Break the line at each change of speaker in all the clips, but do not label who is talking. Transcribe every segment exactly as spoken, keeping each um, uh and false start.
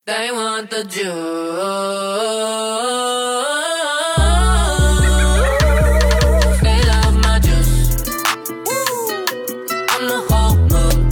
They want the juice. They love my juice. I'm the whole mood.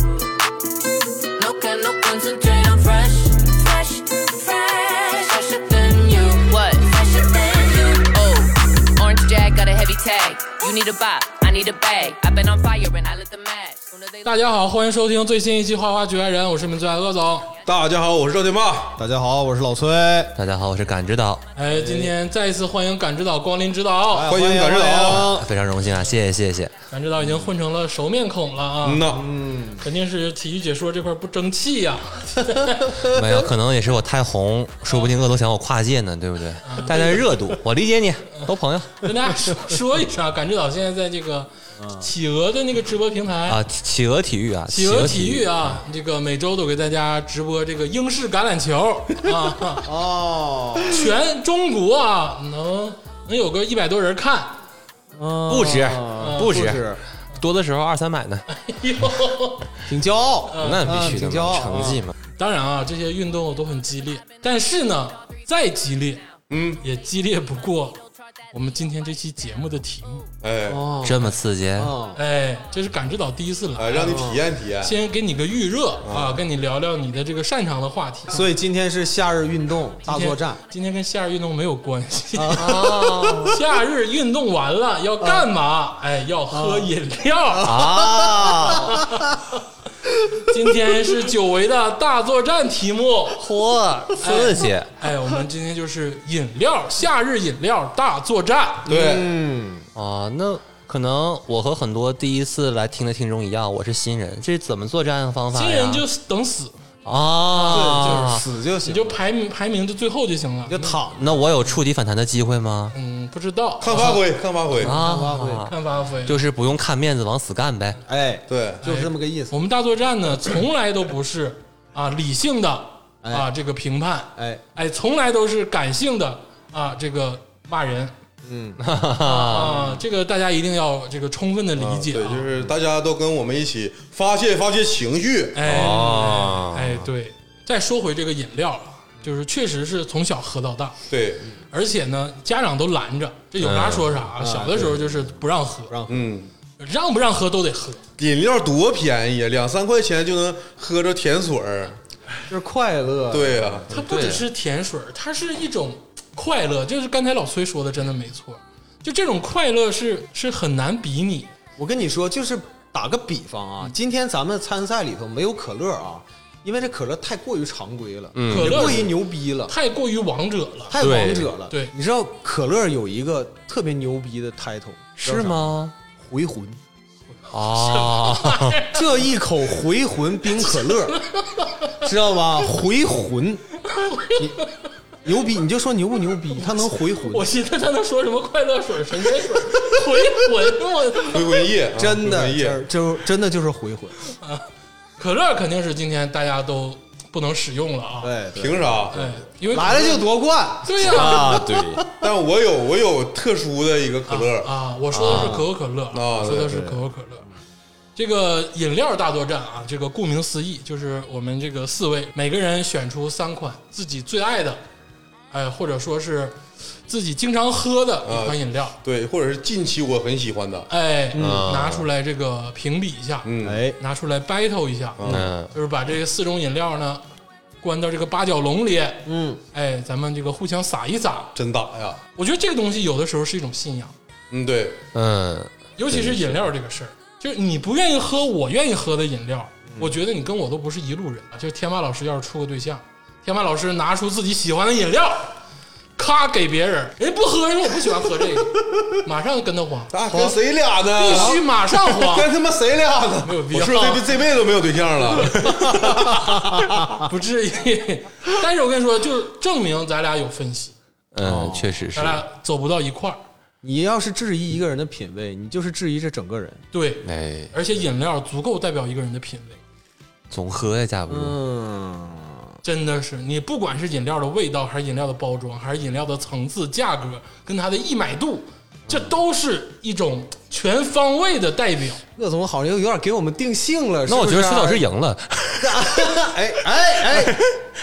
No can no concentrate. I'm fresh, fresh, fresh, fresher than you. What? Fresher than you. Oh, orange jag got a heavy tag. You need a bop, I need a bag. I've been on fire and I lit the match.
大家好，欢迎收听最新一期《花花局外人》，我是你们最爱鄂总。
大家好，我是赵天霸。
大家好，我是老崔。
大家好，我是感知岛。
哎，今天再一次欢迎感知岛光临指导，
欢迎感知岛，
非常荣幸啊，谢谢谢谢。
感知岛已经混成了熟面孔了啊，
嗯呐，
嗯，肯定是体育解说这块不争气呀、啊。
没有，可能也是我太红，说不定鄂总想我跨界呢，对不对？带带热度，我理解你，都朋友。
跟大家说说一声，感知岛现在在这个企鹅的那个直播平台
啊，企鹅体育啊，
企鹅体育啊，这个每周都给大家直播这个英式橄榄球啊，
哦，
全中国啊能能有个一百多人看，
不止不止，多的时候二三百呢，
挺骄傲，
那必须的，
挺骄傲，
成绩嘛。
当然啊，这些运动都很激烈，但是呢，再激烈，嗯，也激烈不过我们今天这期节目的题目。
哎，
哦，
这么刺激，
哎，这是感知岛第一次来，
哎，让你体验体验。
先给你个预热啊，跟你聊聊你的这个擅长的话题。
所以今天是夏日运动大作战，
今天跟夏日运动没有关系。夏日运动完了要干嘛？哎，要喝饮料
啊！
今天是久违的大作战题目，
嚯，刺激！
哎，我们今天就是饮料，夏日饮料大作战。
对，
嗯，
啊，那可能我和很多第一次来听的听众一样，我是新人，这是怎么作战方法呀？
新人就等死
啊，
死就行，
你就排名排名就最后就行了，
就躺。
那我有触底反弹的机会吗？
嗯，不知道，
看发挥，看发挥
啊，
发挥
看发挥，
就是不用看面子往死干呗。
哎，
对，
就是这么个意思。
我们大作战呢，从来都不是啊理性的啊这个评判，
哎
哎，从来都是感性的啊这个骂人。
嗯
啊，这个大家一定要这个充分的理解、啊
啊。对，就是大家都跟我们一起发泄发泄情绪。
哎、
哦、
哎，对。再说回这个饮料啊，就是确实是从小喝到大。
对，
而且呢，家长都拦着，这有啥说啥。嗯、小的时候就是不让喝，
不让喝，
嗯，
让不让喝都得喝。
饮料多便宜，两三块钱就能喝着甜水儿，
就是快乐。
对呀、啊，
它不只是甜水，它是一种快乐。就是刚才老崔说的，真的没错。就这种快乐是是很难比拟。
我跟你说，就是打个比方啊，今天咱们参赛里头没有可乐啊。因为这可乐太过于常规了，
嗯，
可乐
过于牛逼了，
太过于王者了，
太王者了。
对，
你知道可乐有一个特别牛逼的 title
是吗？
回魂
啊，
这一口回魂冰可乐，知道吧？回魂，你牛逼，你就说牛不牛逼？它能回魂。
我寻思他能说什么快乐水、神仙水、回魂，我
回魂夜，
真的，
回
就就真的就是回魂
啊。可乐肯定是今天大家都不能使用了啊！
对，
凭啥？
对，因为
来了就夺冠。
对呀、
啊，对。
但我有我有特殊的一个可乐
啊，啊我说的是可口可乐，
啊，
我说的是可口可乐。这个饮料大作战啊，这个顾名思义，就是我们这个四位每个人选出三款自己最爱的，哎，或者说是自己经常喝的一款饮料，
啊、对，或者是近期我很喜欢的，
哎，嗯、拿出来这个评比一下，
嗯，
哎，
拿出来 battle 一下，
嗯，
就是把这四种饮料呢关到这个八角笼里，
嗯，
哎，咱们这个互相撒一撒，
真打呀！
我觉得这个东西有的时候是一种信仰，
嗯，对，
嗯，
尤其是饮料这个事儿，就是你不愿意喝我愿意喝的饮料，嗯、我觉得你跟我都不是一路人。就是天霸老师要是处个对象，天霸老师拿出自己喜欢的饮料。咔给别人，人家不喝，人说我不喜欢喝这个，马上跟他黄。
啊，跟谁俩呢？
必须马上黄。
跟他妈谁俩呢？
没有必要。
我是这这辈子都没有对象了，
不至于。但是我跟你说，就证明咱俩有分歧。
嗯，确实是。
咱俩走不到一块儿。
你要是质疑一个人的品味，你就是质疑这整个人。
对，
哎，
而且饮料足够代表一个人的品味。
总喝呀，架不住。
嗯。
真的是，你不管是饮料的味道，还是饮料的包装，还是饮料的层次、价格，跟它的易买度，这都是一种全方位的代表。
鄂总好像有点给我们定性了，
那我觉得崔老师赢了。
哎哎哎，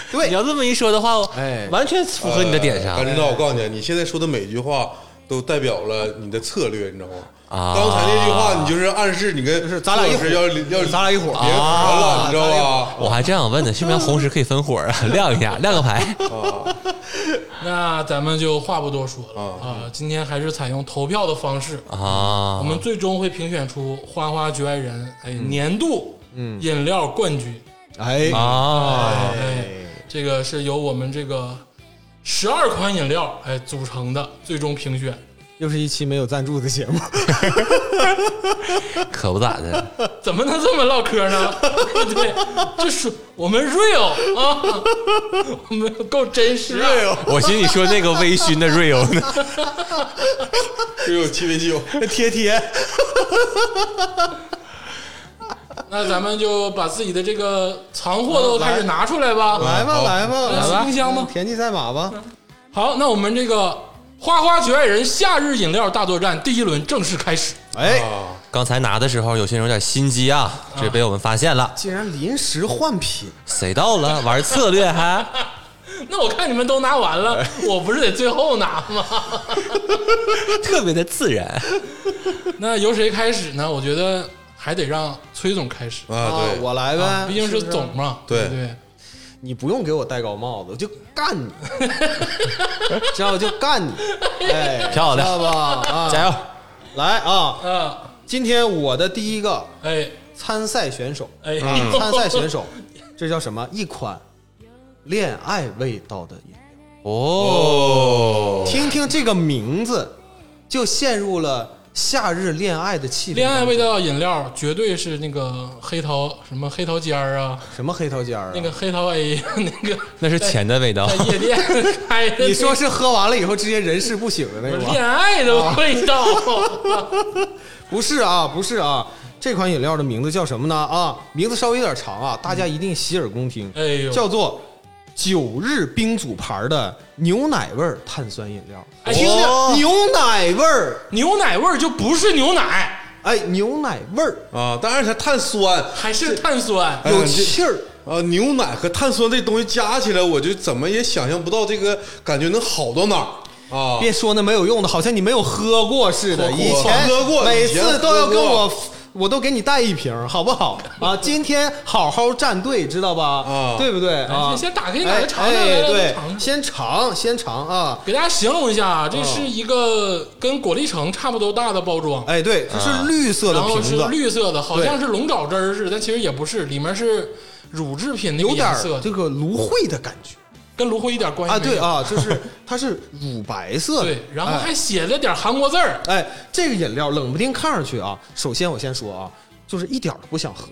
对
你要这么一说的话，
哎
完全符合你的点上
甘。指导，我告诉你，你现在说的每句话都代表了你的策略，你知道吗？
啊
刚才那句话，你就是暗示你跟
就是咱俩一伙
是要要
咱俩一伙
别合了，你知道吧？
我还这样问呢，是不是红石可以分伙啊？亮一下，亮个牌。
那咱们就话不多说了啊，今天还是采用投票的方式
啊
我们最终会评选出花花局外人哎年度饮料冠军。
哎
啊，
哎，这个是由我们这个十二款饮料哎组成的最终评选。
又是一期没有赞助的节目。
可不咋的。
怎么能这么唠嗑呢？对不对？这是我们 real 啊，我们够真实啊。
我寻思你说那个微醺的 real 呢。
只有鸡尾酒，
贴贴。
那咱们就把自己的这个藏货都开始拿出来吧。
来吧，来吧，
来吧冰箱吗
田忌赛马吧。
好，那我们这个花花局外人夏日饮料大作战第一轮正式开始。
哎，
刚才拿的时候，有些人有点心机啊，这被我们发现了。
竟然临时换品，
谁到了？玩策略还？
那我看你们都拿完了，我不是得最后拿吗？
特别的自然。
那由谁开始呢？我觉得还得让崔总开始
啊，对，
我来呗，
毕竟是
不是
总嘛。
对
对不对。
你不用给我戴高帽子，我就干你，知道我就干你，哎，
漂亮
知道吧？啊，
加油！
来啊！
啊，
今天我的第一个
哎
参赛选手，
哎，
嗯参赛选手，这叫什么？一款恋爱味道的饮料。
哦，
听听这个名字，就陷入了夏日恋爱的气氛。
恋爱味道饮料绝对是那个黑桃什么黑桃尖儿啊，
什么黑桃尖儿啊？
那个黑桃 A 那个
那是钱的味道
在。夜店开的那个，
你说是喝完了以后直接人事不省的那个吗？
恋爱的味道？
不是啊，不是啊，这款饮料的名字叫什么呢？啊，名字稍微有点长啊，大家一定洗耳恭听。
哎呦，
叫做九日冰组牌的牛奶味儿碳酸饮料。
哎
听着，牛奶味儿，
牛奶味儿就不是牛奶，
哎，牛奶味儿
啊，当然它碳酸
还是碳酸。
哎
有气儿。
啊，牛奶和碳酸这东西加起来，我就怎么也想象不到这个感觉能好到哪儿啊！
别说那没有用的，好像你没有喝过似的。
我
以前
喝过
每
以前
次都要跟
喝过
我，我都给你带一瓶，好不好？啊，今天好好站队，知道吧？
啊
对不对啊？
先先打开你打
哎
开尝尝来
哎，
来
对
尝，尝
先尝，先尝啊！
给大家形容一下啊，这是一个跟果粒橙差不多大的包装，
哎，对，这是绿色的
然后是
瓶子，
绿色的，好像是龙爪汁儿似的，但其实也不是，里面是乳制品那个
有点
颜色，
这个芦荟的感觉
跟芦荟一点关系
啊！
没有
对，啊，就是它是乳白色的，
对，然后
哎
还写了点韩国字儿，
哎，这个饮料冷不丁看上去啊，首先我先说啊，就是一点儿都不想喝。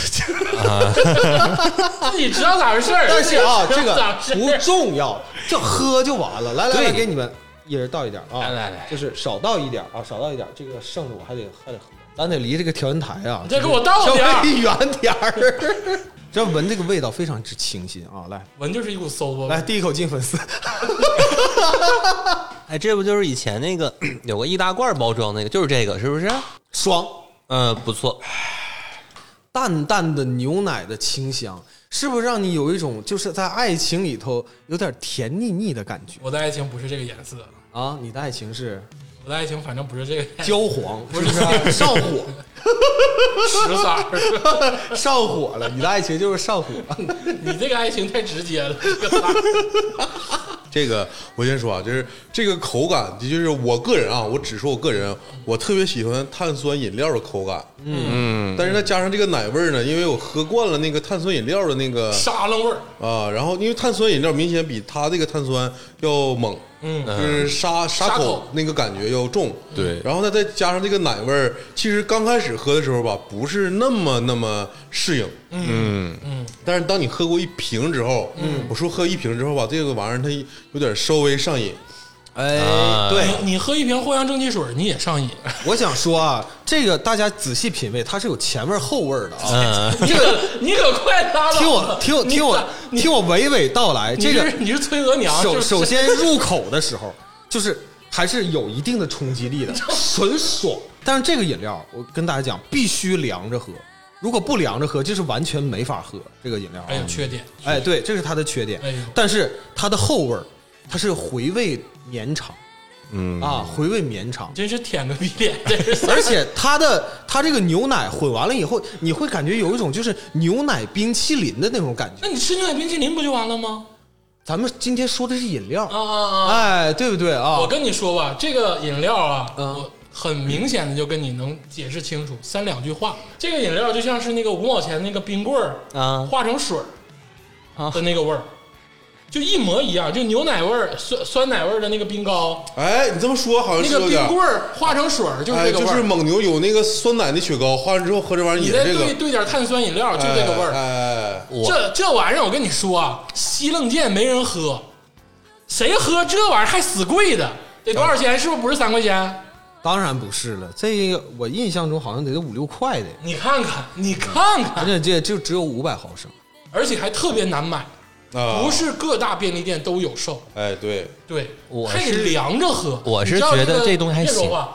自己知道咋回事儿。
但是啊，
自己
这个
知道咋回事儿
不重要，就喝就完了。来来来，
对
给你们一人倒一点啊，
来来来
就是少倒一点啊，少倒一点，这个剩的我还得还得喝，咱得离这个调音台啊，
再给我倒
稍
点儿
微远点儿。这闻这个味道非常之清新啊！来
闻就是一股馊味。
来，第一口进粉丝。
哎，这不就是以前那个有个一大罐包装那个，就是这个，是不是？
爽，
嗯，不错。
淡淡的牛奶的清香，是不是让你有一种就是在爱情里头有点甜腻腻的感觉
我的爱情不是这个颜色，
啊？你的爱情是
我的爱情反正不是这个颜色，
焦黄，
不是
是不是？上火，
十色儿。
上火了。你的爱情就是上火。
你这个爱情太直接了，这个色儿
这个我先说啊，就是这个口感，的确是我个人啊，我只说我个人，我特别喜欢碳酸饮料的口感。
嗯，
但是它加上这个奶味儿呢，因为我喝惯了那个碳酸饮料的那个
沙楞味儿。
啊，然后因为碳酸饮料明显比它这个碳酸要猛，
嗯
就是沙沙口
沙口
那个感觉要重。
对
然后呢再加上这个奶味儿，其实刚开始喝的时候吧，不是那么那么适应。
嗯
嗯，
但是当你喝过一瓶之后，嗯，我说喝一瓶之后吧，这个玩意儿它有点稍微上瘾。
哎，
啊
对，
你你喝一瓶藿香正气水，你也上瘾。
我想说啊，这个大家仔细品味，它是有前味儿后味儿的啊。
嗯，
你可你可快拉倒吧！
听我听我
你
听我
咋你
听我娓娓道来，
你
这个
是你是崔额娘，
首
就是
首先入口的时候，就是还是有一定的冲击力的，纯爽。但是这个饮料，我跟大家讲，必须凉着喝， 如果不凉着喝，就是完全没法喝这个饮料、啊。
还有缺点，
哎，对，这是它的缺点。
哎呦
但是它的后味儿，它是回味绵长
嗯
啊，回味绵长。
真是舔个逼脸，真是。
而且它的它这个牛奶混完了以后，你会感觉有一种就是牛奶冰淇淋的那种感觉。
那你吃牛奶冰淇淋不就完了吗？
咱们今天说的是饮料，
啊啊啊！
哎，对不对啊？
我跟你说吧，这个饮料啊，
嗯
我很明显的就跟你能解释清楚三两句话。这个饮料就像是那个五毛钱那个冰棍儿
啊
化成水儿的那个味儿，就一模一样，就牛奶味儿、酸酸奶味儿的那个冰糕，
哎，你这么说好像
那个
是有点
冰棍儿化成水儿就是
哎，就
这个味儿。
是蒙牛有那个酸奶的雪糕，喝完之后喝这玩意儿
你再
也是这个
兑兑点碳酸饮料，就这个味儿。
哎哎哎
我
这这玩意儿我跟你说啊，西楞健没人喝，谁喝这玩意儿还死贵的，得多少钱？是不是不是三块钱？
当然不是了，这个我印象中好像得五六块的，
你看看，你看
而
看，
且这就只有五百毫升。
而且还特别难买，
啊，
不是各大便利店都有售。
哎，对，
对，
我
还得
是
凉着喝。
我是
你知道
觉得
个
这东西还行
别说话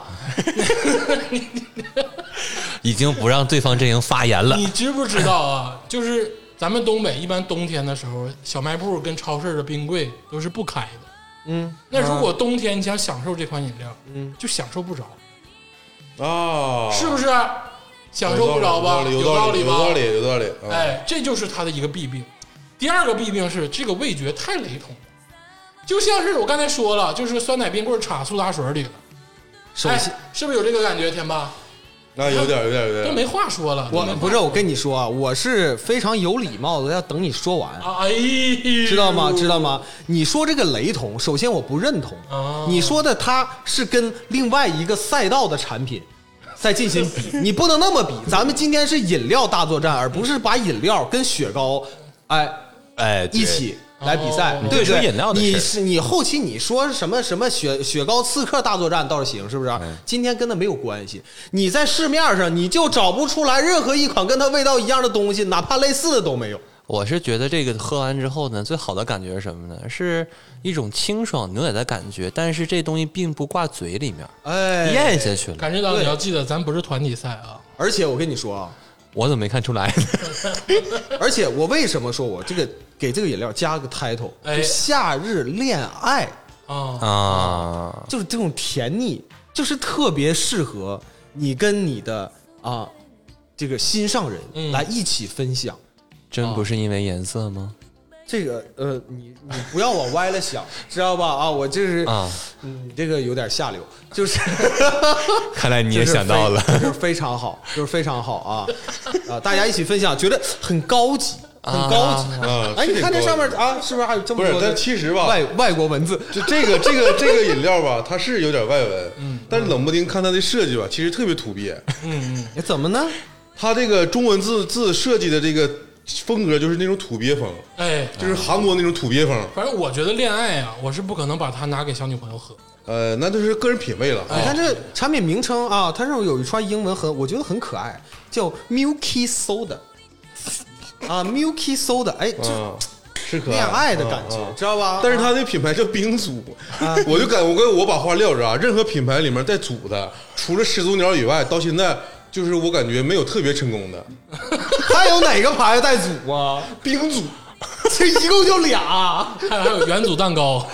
已经不让对方阵营发言了。
你知不知道啊？就是咱们东北一般冬天的时候，小卖部跟超市的冰柜都是不开的。
嗯，
那如果冬天你想享受这款饮料，
嗯，
就享受不着，
啊，
是不是？享受不着吧？
有理，
道吧？
有道理，有道理。啊
哎，这就是它的一个弊病。第二个弊病是这个味觉太雷同了，就像是我刚才说了，就是酸奶冰棍插苏打水里了。哎
首先，，
是不是有这个感觉，天霸？
那有点，有点，有点。
都没话说了。都没话
我不是我跟你说啊，我是非常有礼貌的，要等你说完。
啊，哎呦，
知道吗？知道吗？你说这个雷同，首先我不认同。
啊
你说的它是跟另外一个赛道的产品在进行比，你不能那么比。咱们今天是饮料大作战，而不是把饮料跟雪糕，哎，
哎，对
一起来比赛，
哦
对不对？
你就说饮料的事
你是你后期你说什么什么雪雪糕刺客大作战倒是行，是不是？今天跟它没有关系。你在市面上你就找不出来任何一款跟它味道一样的东西，哪怕类似的都没有。
我是觉得这个喝完之后呢，最好的感觉是什么呢？是一种清爽牛奶的感觉，但是这东西并不挂嘴里面，
哎，
咽下去了。
感知到你要记得，咱不是团体赛啊。
而且我跟你说啊，
我怎么没看出来呢？
而且我为什么说我这个给这个饮料加个 title，
哎
就夏日恋爱，
啊，
啊，
就是这种甜腻，就是特别适合你跟你的啊这个心上人
嗯
来一起分享。
真不是因为颜色吗？
这个呃，你你不要往歪了想，知道吧？啊，我这是
啊，
嗯，这个有点下流，就是
看来你也想到了。
就是非常好，就是非常好啊啊！大家一起分享，觉得很高级，很高级。
啊，
哎，
是挺
你看这上面
高的
啊，是不是还有这么
不是
多的
但其实吧
外外国文字？
就这个这个这个饮料吧，它是有点外文，嗯，但是冷不丁看它的设计吧，其实特别土鳖。
哎，怎么呢？
它这个中文字字设计的这个风格就是那种土鳖风，
哎，
就是韩国那种土鳖风。
反正我觉得恋爱啊，我是不可能把它拿给小女朋友喝。
呃，那就是个人品味了啊。
你看这产品名称啊，它上有一串英文很，我觉得很可爱，叫 Milky Soda 啊，Milky Soda，哎，这
啊，是可爱
恋爱的感觉，
啊啊
知道吧？
但是它的品牌叫冰组，我就感我跟我把话撂着啊，任何品牌里面带组的，除了始祖鸟以外，到现在就是我感觉没有特别成功的
还有哪个牌子带组啊？
冰组。
这一共就俩，
还有还有元祖蛋糕，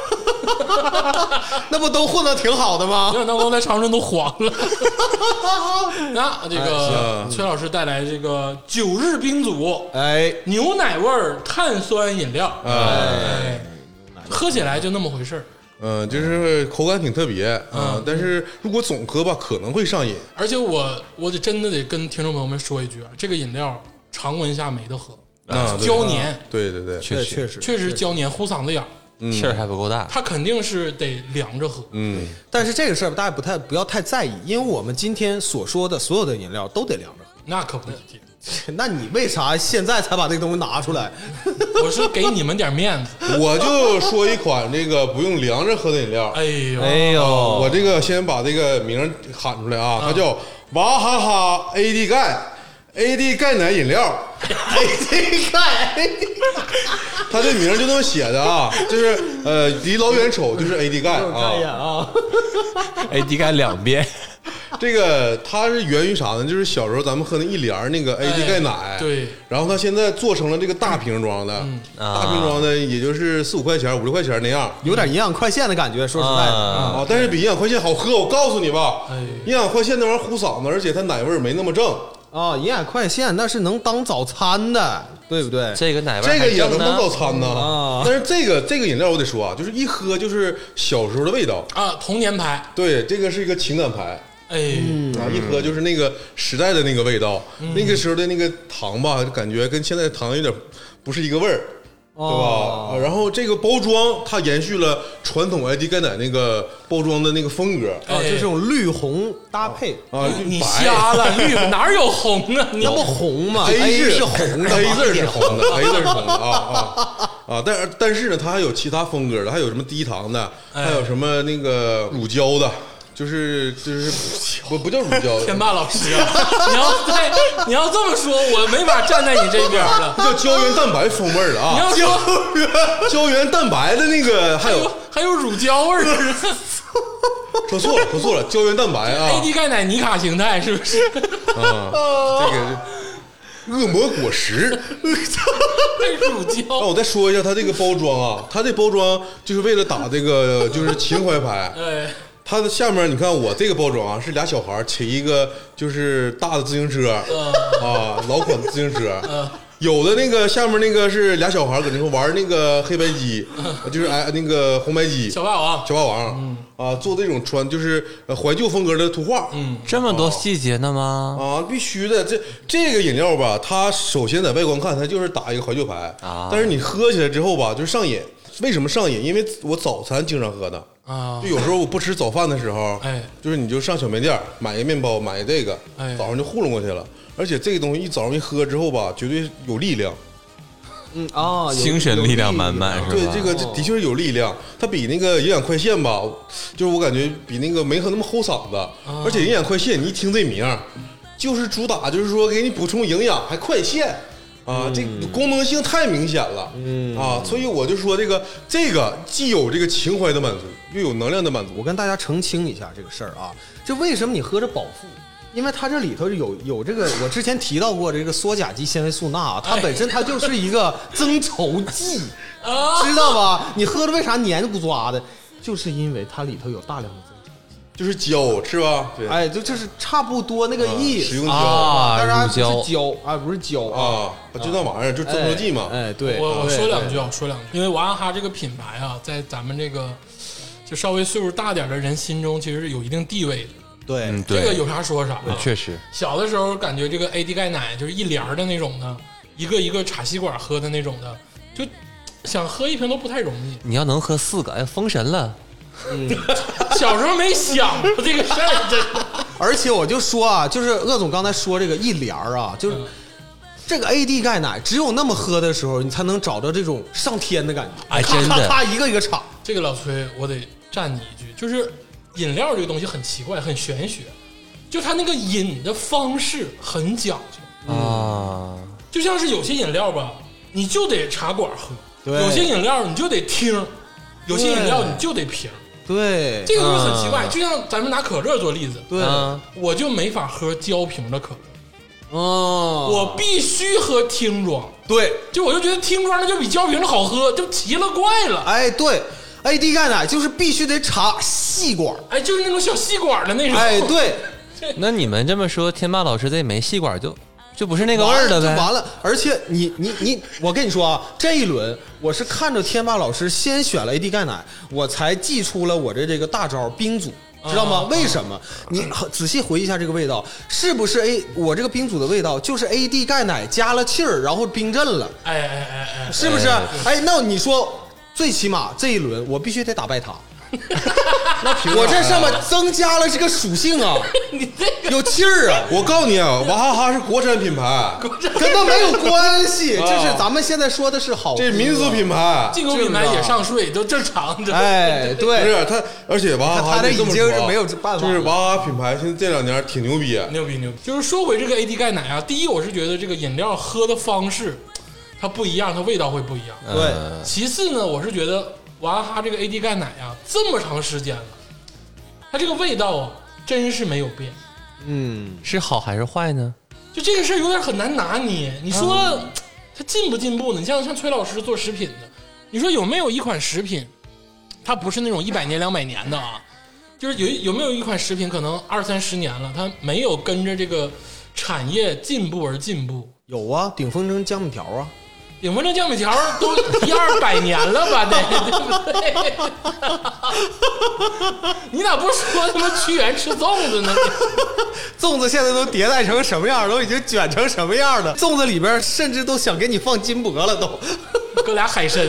那不都混的挺好的吗
元？祖蛋糕在长春都黄了。那这
哎
个崔老师带来这个九日冰组
哎，
牛奶味儿碳酸饮料，哎，喝起来就那么回事儿。
嗯，就是口感挺特别啊，但是如果总喝吧，可能会上瘾。
而且我我得真的得跟听众朋友们说一句啊，这个饮料常温下没得喝，
啊，对
胶黏，
对对对，
确实
对确实
确实胶黏糊嗓子眼儿，
气儿还不够大。
它肯定是得凉着喝。
嗯，
但是这个事儿大家不太不要太在意，因为我们今天所说的所有的饮料都得凉着喝。
那可不一定，
那你为啥现在才把这个东西拿出来？
我是给你们点面子。
我就说一款这个不用凉着喝的饮料。
哎呦，
哎呦，
我这个先把这个名儿喊出来啊，它叫娃哈哈 A D 钙 A D 钙奶饮料。
A D 钙，
它这名儿就那么写的啊，就是呃离老远瞅就是 A D 钙
我看一眼
啊。
啊，
哎，你改两遍，
这个它是源于啥呢？就是小时候咱们喝那一帘儿那个 A D 钙奶，
对，
然后它现在做成了这个大瓶装的，大瓶装的也就是四五块钱、五六块钱那样，
有点营养快线的感觉，说实在的。
啊
啊，但是比营养快线好喝。我告诉你吧，
哎
营养快线那玩意儿糊嗓子，而且它奶味儿没那么正，
啊，营养快线那是能当早餐的，对不对？
这个奶味
这个
还正
也能当早
呢。
餐呢。
啊
但是这个这个饮料我得说啊，就是一喝就是小时候的味道。
啊，童年牌，
对，这个是一个情感牌。
哎，
啊，一喝就是那个时代的那个味道，那个时候的那个糖吧，就感觉跟现在的糖有点不是一个味儿，对吧？
哦
啊然后这个包装它延续了传统 I D 钙奶那个包装的那个风格
啊，就这种绿红搭配，
啊，
你
白
瞎了，绿哪有红啊？你
那不红吗
A
？A
是
是红的
，A
吗？
字是红的，A 字是红的啊啊啊！但是但是呢，它还有其他风格的，还有什么低糖的，
哎
还有什么那个乳胶的，就是就是不不叫乳胶，
天霸老师啊，你要再你要这么说，我没法站在你这边了。
叫胶原蛋白风味儿的
你要
啊，
说
胶原蛋白的那个还有
还有还有乳胶味儿
说错了说错了，胶原蛋白啊
，A D 钙奶尼卡形态是不是？
啊，这个是恶魔果实。
乳
那
胶，
我再说一下它这个包装啊，它这包装就是为了打这个就是情怀牌。
哎，
它的下面你看我这个包装啊，是俩小孩骑一个就是大的自行车啊，老款自行车。有的那个下面那个是俩小孩搁那块玩那个黑白机，就是哎那个红白机
小霸王，
小霸王啊，做这种穿就是呃怀旧风格的图画。
嗯，
这么多细节呢吗？
啊，必须的。这这个饮料吧，它首先在外观看，它就是打一个怀旧牌
啊
但是你喝起来之后吧，就是上瘾。为什么上瘾？因为我早餐经常喝的
啊
就有时候我不吃早饭的时候，
哎，
就是你就上小卖店买一个面包，买一这个，
哎
早上就糊弄过去了。而且这个东西一早上一喝之后吧，绝对有力量。
嗯啊，有
精神力量满满是吧？
对，这个这的确是有力量。它比那个营养快线吧，就是我感觉比那个没喝那么齁嗓子。而且营养快线，你一听这名儿，就是主打就是说给你补充营养，还快线啊，这个功能性太明显了。嗯啊，所以我就说这个这个既有这个情怀的满足，又有能量的满足。
我跟大家澄清一下这个事儿啊，这为什么你喝着饱腹？因为它这里头有有这个，我之前提到过这个羧甲基纤维素钠，它本身它就是一个增稠剂，知道吧？你喝的为啥黏咕抓的？就是因为它里头有大量的增稠剂，
就是胶是吧？对
哎，就就是差不多那个意思。
食用胶
啊
当然不是
乳胶
胶啊，不是胶
啊，就那玩意儿就是增稠剂嘛。
哎，对，
我我
对
说两句啊，说两句，因为娃哈哈这个品牌啊，在咱们这个就稍微岁数大点的人心中，其实是有一定地位的。
对
嗯，对，
这个有啥说啥啊。
确实，
小的时候感觉这个 A D 钙奶就是一帘儿的那种的，一个一个插吸管喝的那种的，就想喝一瓶都不太容易。
你要能喝四个，哎，封神了。
小时候没想过这个事儿，真的。
而且我就说啊，就是鄂总刚才说这个一帘儿啊，就是这个 A D 钙奶，只有那么喝的时候，你才能找到这种上天的感觉。
哎
咔
真的
咔咔一个一个插。
这个老崔，我得赞你一句，就是饮料这个东西很奇怪，很玄学，就它那个饮的方式很讲究。
啊，
就像是有些饮料吧，你就得茶馆喝；
对
有些饮料你就得听；有些饮料你就得瓶。
对，
这个东西很奇怪，就像咱们拿可乐做例子，
对，
嗯
我就没法喝胶瓶的可乐，
哦，
我必须喝听装。
对，
就我就觉得听装的就比胶瓶的好喝，就奇了怪了。
哎，对，A D 钙奶就是必须得插细管。
哎，就是那种小细管的那种。
哎，对，
那你们这么说，天霸老师这没细管就就不是那个味儿了呗？
就完了。而且你你你，我跟你说啊，这一轮我是看着天霸老师先选了 A D 钙奶，我才记出了我的这个大招冰组。知道吗？
啊
为什么？你仔细回忆一下这个味道，是不是 A 我这个冰组的味道就是 A D 钙奶加了气儿，然后冰镇了，
哎哎哎哎，
是不是？哎，那你说，最起码这一轮我必须得打败他。我这上面增加了这个属性啊，
你这
有气儿啊，
我告诉你啊，娃哈哈是国产品牌，
跟他没有关系。这是咱们现在说的是好，
这是民族品牌。
进口品牌也上税，都正常的。
哎，
不
对，
是它，而且娃哈哈
他这已经
这么说啊
是没有办法了
就是娃哈哈品牌现在这两年挺牛逼，
牛逼牛逼！就是说回这个 A D 钙奶啊，第一，我是觉得这个饮料喝的方式它不一样，它味道会不一样。
对，
其次呢，我是觉得娃哈哈这个 A D 钙奶啊，这么长时间了，它这个味道啊，真是没有变。
嗯，
是好还是坏呢？
就这个事儿有点很难拿捏。你说它进不进步呢？你像像崔老师做食品的，你说有没有一款食品，它不是那种一百年两百年的啊？就是有有没有一款食品可能二三十年了，它没有跟着这个产业进步而进步？
有啊，顶峰蒸江米条啊，
顶峰这酱米条都一二百年了吧？得对不对？你咋不说他妈屈原吃粽子呢？
粽子现在都迭代成什么样，都已经卷成什么样了？粽子里边甚至都想给你放金箔了都。
搁俩海参。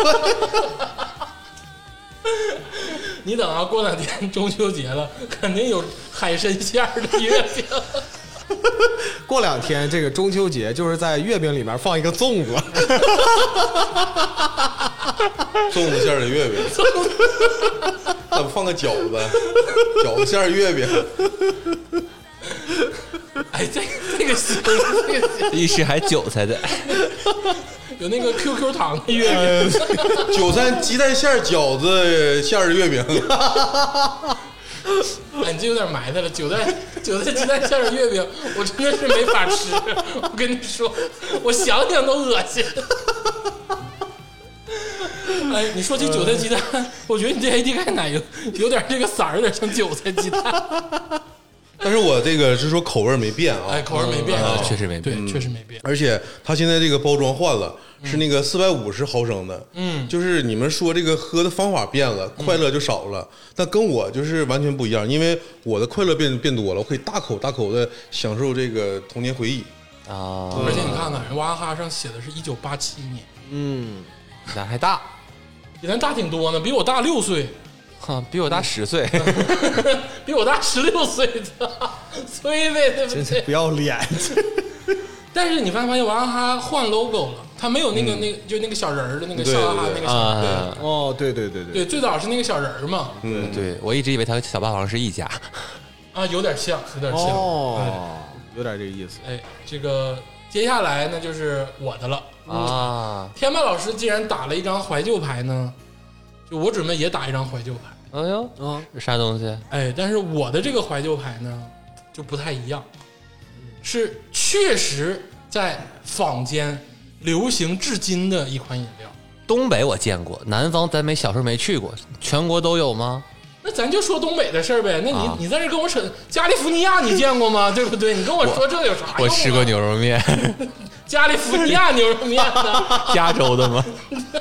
你等啊，过两天中秋节了，肯定有海参馅儿的月饼。
过两天这个中秋节，就是在月饼里面放一个粽子，
粽子馅儿的月饼，怎么放个饺子？饺子馅儿月饼，
哎，这这个行，这个行，
一时还韭菜的，
有那个 Q Q 糖的月饼，
九三鸡蛋馅儿饺子馅儿月饼，
哎，你这有点埋汰了。韭菜韭菜鸡蛋馅儿月饼，我真的是没法吃。我跟你说，我想想都恶心。哎，你说起韭菜鸡蛋，我觉得你这 A D 钙奶有有点这个色儿，有点像韭菜鸡蛋。
但是我这个是说口味没变啊，
哎，口味没变
啊
啊，
确实没变
对，确实没变。
而且它现在这个包装换了，是那个四百五十毫升的，
嗯，
就是你们说这个喝的方法变了，快乐就少了，但跟我就是完全不一样，因为我的快乐变变多了，我可以大口大口的享受这个童年回忆。
啊，
而且你看看，人娃哈哈上写的是一九八七年，
嗯，
咱还大，
比咱大挺多呢，比我大六岁，
哈，比我大十岁，
比我大十六岁的，催呗，对不对？
真是不要脸。
但是你发没发现娃哈哈换 logo 了？它没有那个、那个就那个小人儿的那个
对
笑哈哈那个小人儿，
啊，
哦，对对对
对对，最早是那个小人儿嘛，
嗯，
对我一直以为他和小霸王是一家，
啊，有点像，有点像。
哦，有点这个意思。
哎，这个接下来呢就是我的了。
啊，
天霸老师既然打了一张怀旧牌呢，就我准备也打一张怀旧牌。
哎呦，
嗯，
这啥东西？
哎，但是我的这个怀旧牌呢就不太一样，是确实在坊间流行至今的一款饮料。
东北我见过，南方咱没小时候没去过，全国都有吗？
那咱就说东北的事儿呗。那你、
啊
你在这跟我扯加利福尼亚，你见过吗？对不对？你跟我说这有啥用、啊？
我吃过牛肉面，
加利福尼亚牛肉面呢。
加州的吗？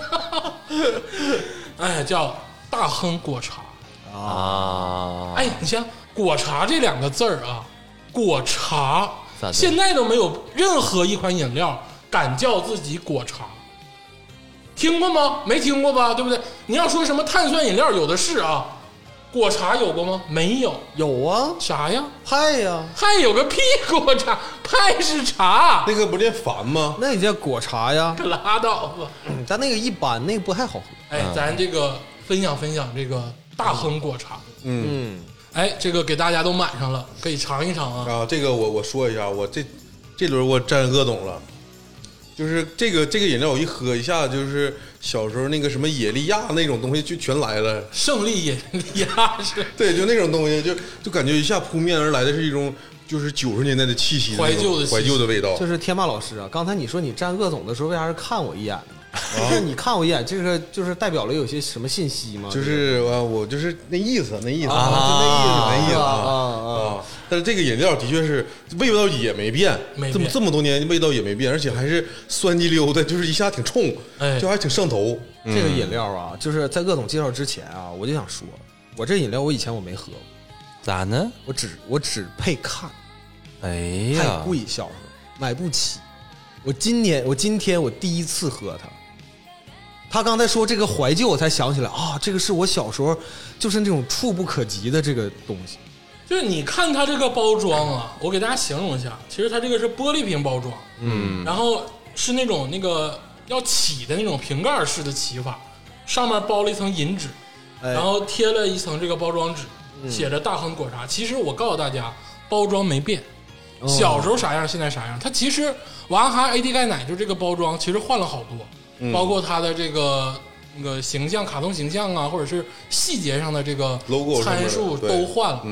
哎，叫大亨果茶。
啊，
哎，你像果茶这两个字儿啊，果茶
咋的
现在都没有任何一款饮料敢叫自己果茶。听过吗？没听过吧？对不对？你要说什么碳酸饮料，有的是啊。果茶有过吗？没有。
有啊，
啥呀？
派呀，
还有个屁果茶，派是茶，
那个不念烦吗？
那也叫果茶呀。
可拉倒吧。
嗯但那个一般，那个不太好喝。
哎，咱这个分享分享这个大亨果茶。
嗯
嗯，
哎，这个给大家都买上了，可以尝一尝啊。
啊，这个我我说一下，我这这轮我沾鄂总了，就是这个这个饮料我一喝一下，就是小时候那个什么野利亚那种东西就全来了。
胜利也压是
对，就那种东西，就就感觉一下扑面而来的是一种就是九十年代的气息，
怀旧的气息
怀旧的味道。
就是天霸老师啊，刚才你说你站鄂总的时候，为啥是看我一眼呢？就是你看我一眼，这个就是代表了有些什么信息吗？
就是啊，我就是那意思，那意思，
啊
就那意思，那意思
啊
啊
啊
啊！但是这个饮料的确是味道也没变，
没变
这么这么多年味道也没变，而且还是酸激溜的，就是一下挺冲，
哎
就还挺上头。
这个饮料啊，就是在鄂总介绍之前啊，我就想说，我这饮料我以前我没喝过，
咋呢？
我只我只配看，
哎
太
呀，
贵，小时候买不起。我今年我今天我第一次喝它。他刚才说这个怀旧，我才想起来啊，这个是我小时候就是那种触不可及的这个东西。
就是你看它这个包装啊，我给大家形容一下，其实它这个是玻璃瓶包装，
嗯，
然后是那种那个要起的那种瓶盖式的起法，上面包了一层银纸，
哎
然后贴了一层这个包装纸，写着大亨果茶。其实我告诉大家，包装没变，
哦
小时候啥样，现在啥样。它其实娃哈哈 A D 钙奶就这个包装，其实换了好多。包括它的这个那个形象、卡通形象啊，或者是细节上的这个
logo 上面的
参数
对
都换了。
嗯，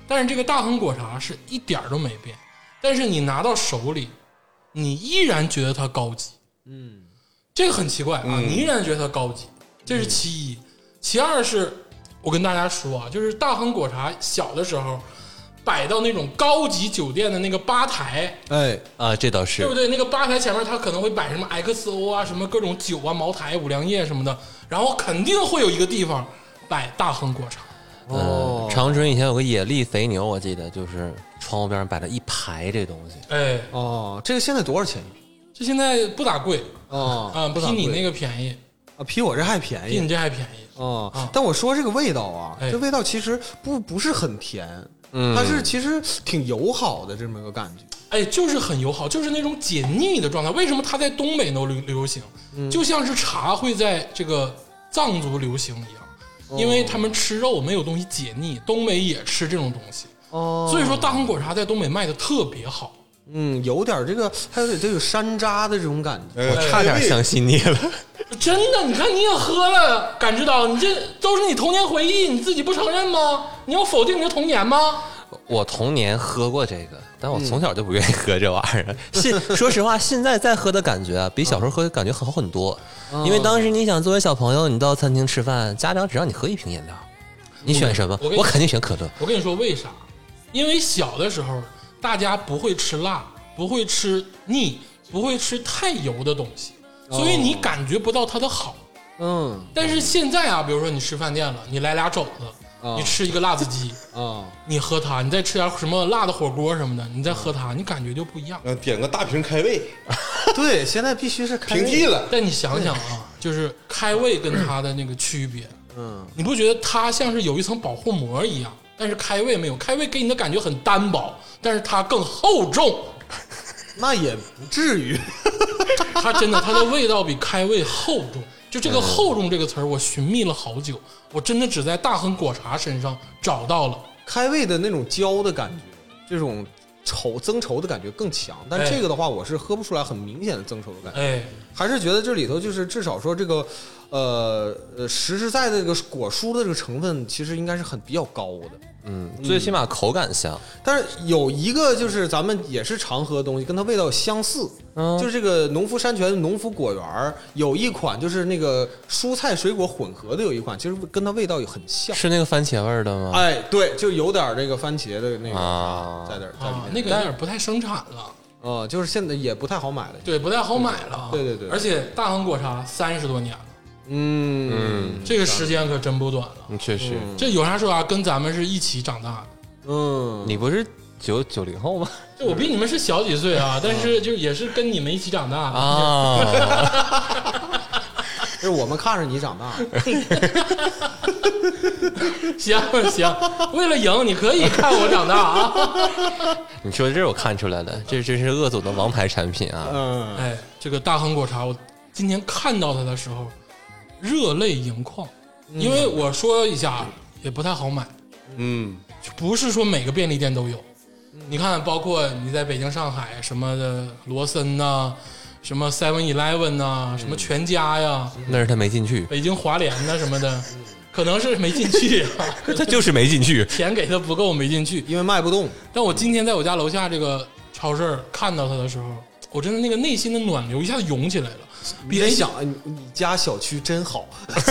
但是这个大亨果茶是一点儿都没变，但是你拿到手里，你依然觉得它高级。嗯，这个很奇怪啊，
嗯
你依然觉得它高级，这是其一。其二是，我跟大家说啊，就是大亨果茶小的时候摆到那种高级酒店的那个吧台，
哎，
啊，这倒是
对不对？那个吧台前面它可能会摆什么 X O 啊，什么各种酒啊、茅台、五粮液什么的，然后肯定会有一个地方摆大亨果茶。
嗯，长春以前有个野力肥牛，我记得就是窗户边上摆了一排这东西。
哎，
哦，这个现在多少钱？
这现在不咋贵
哦，
啊，
不咋贵
比你那个便宜，
啊，比我这还便宜
比你这还便宜。
哦
啊。
但我说这个味道啊，
哎
这味道其实不不是很甜，
嗯
它是其实挺友好的这么个感觉。
哎，就是很友好，就是那种解腻的状态。为什么它在东北能流流行？就像是茶会在这个藏族流行一样，因为他们吃肉没有东西解腻，东北也吃这种东西，
哦，
所以说大亨果茶在东北卖的特别好。
嗯，有点这个，还有点这个山楂的这种感觉。
哎
差点相信你了。
真的，你看你也喝了，感知到你这都是你童年回忆，你自己不承认吗？你要否定你的童年吗？
我童年喝过这个，但我从小就不愿意喝这玩意儿。现说实话，现在再喝的感觉啊，比小时候喝的感觉好很多。因为当时你想，作为小朋友，你到餐厅吃饭，家长只让你喝一瓶饮料，你选什么？
我跟你
我肯定选可乐。
我跟你说为啥？因为小的时候大家不会吃辣，不会吃腻，不会吃太油的东西，所以你感觉不到它的好。
嗯
但是现在啊，比如说你吃饭店了，你来俩肘子，
啊
你吃一个辣子鸡，
啊，
你喝它，你再吃点什么辣的火锅什么的，你再喝它，你感觉就不一样。
嗯，点个大瓶开胃，
对，现在必须是开
平替了。
但你想想啊，就是开胃跟它的那个区别，
嗯，
你不觉得它像是有一层保护膜一样？但是开胃没有，开胃给你的感觉很单薄，但是它更厚重。
那也不至于。
它真的，它的味道比开胃厚重。就这个厚重这个词儿，我寻觅了好久，我真的只在大亨果茶身上找到了。
开胃的那种焦的感觉，这种稠增稠的感觉更强。但
哎
这个的话，我是喝不出来很明显的增稠的感觉，
哎，
还是觉得这里头就是至少说这个，呃呃，实实在在这个果蔬的这个成分，其实应该是很比较高的。
嗯，最起码口感香。
但是有一个就是咱们也是常喝的东西，跟它味道相似，
嗯
就是这个农夫山泉农夫果园儿有一款就是那个蔬菜水果混合的有一款，其实跟它味道也很像。
是那个番茄味儿的吗？
哎，对，就有点这个番茄的那个
啊
在这儿在里
啊，
面。
那个有点不太生产了，
呃，就是现在也不太好买了。
对，不太好买了。
对对对
而且大亨果茶三十多年了，
嗯
嗯
这个时间可真不短了。
嗯，确实。
这有啥说啥，跟咱们是一起长大的。
嗯，
你不是九九零后吗？
就我比你们是小几岁啊，但是就也是跟你们一起长大的。
啊，
就是我们看着你长大的。
行行，为了赢，你可以看我长大啊。
你说这我看出来了，这真是鄂总的王牌产品啊！
嗯，
哎，这个大亨果茶，我今天看到它的时候，热泪盈眶，因为我说一下也不太好买，
嗯，
不是说每个便利店都有。你看，包括你在北京、上海什么的罗森呐、什么 Seven Eleven 呐、什么全家呀、
那是他没进去，
北京华联呐什么的，可能是没进去啊，
他就是没进去。
钱给的不够，没进去。
因为卖不动。
但我今天在我家楼下这个超市看到它的时候，我真的那个内心的暖流一下子涌起来了。比
别想，你你家小区真好。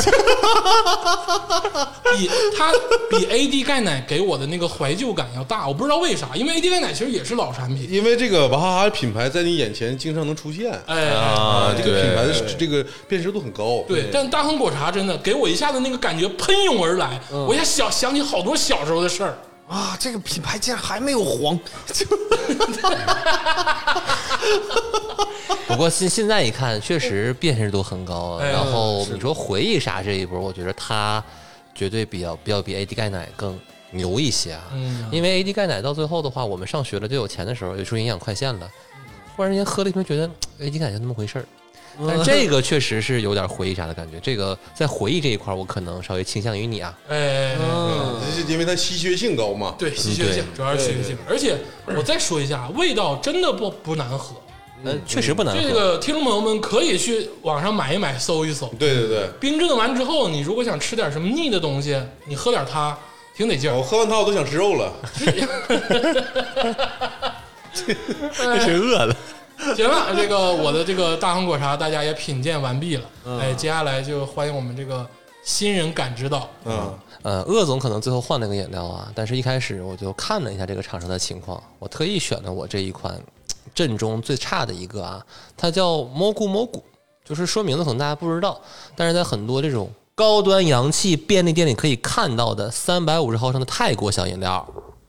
比它比 A D 钙奶给我的那个怀旧感要大，我不知道为啥，因为 A D 钙奶其实也是老产品。
因为这个娃哈哈品牌在你眼前经常能出现，
哎，
啊
这个品牌的这个辨识度很高。
对，但大亨果茶真的给我一下子那个感觉喷涌而来，我一下想想起好多小时候的事儿。
啊，这个品牌竟然还没有黄，就
不过现现在一看，确实辨识度很高啊。
哎
然后你说回忆杀这一波，我觉得它绝对比较比较比 A D 钙奶更牛一些啊。
嗯
因为 A D 钙奶到最后的话，我们上学了就有钱的时候，有出营养快线了，忽然间喝了一瓶，觉得 A D 钙奶就那么回事儿。但是这个确实是有点回忆杀的感觉。这个在回忆这一块，我可能稍微倾向于你啊。
哎，
嗯，这是因为它稀缺性高嘛。
对，稀缺性
对
主要是稀缺性，而且我再说一下，味道真的不不难喝。
嗯，确实不难喝。
这个听众朋友们可以去网上买一买，搜一搜。
对对对，
冰镇完之后，你如果想吃点什么腻的东西，你喝点它， 挺得劲儿。
我喝完它我都想吃肉了。
是饿了。
行了，这个我的这个大亨果茶大家也品鉴完毕了，哎，接下来就欢迎我们这个新人感指导。
嗯，
呃，鄂总可能最后换了个饮料啊，但是一开始我就看了一下这个厂商的情况，我特意选了我这一款阵中最差的一个啊，它叫蘑菇蘑菇，就是说名字可能大家不知道，但是在很多这种高端洋气便利店里可以看到的三百五十毫升的泰国小饮料。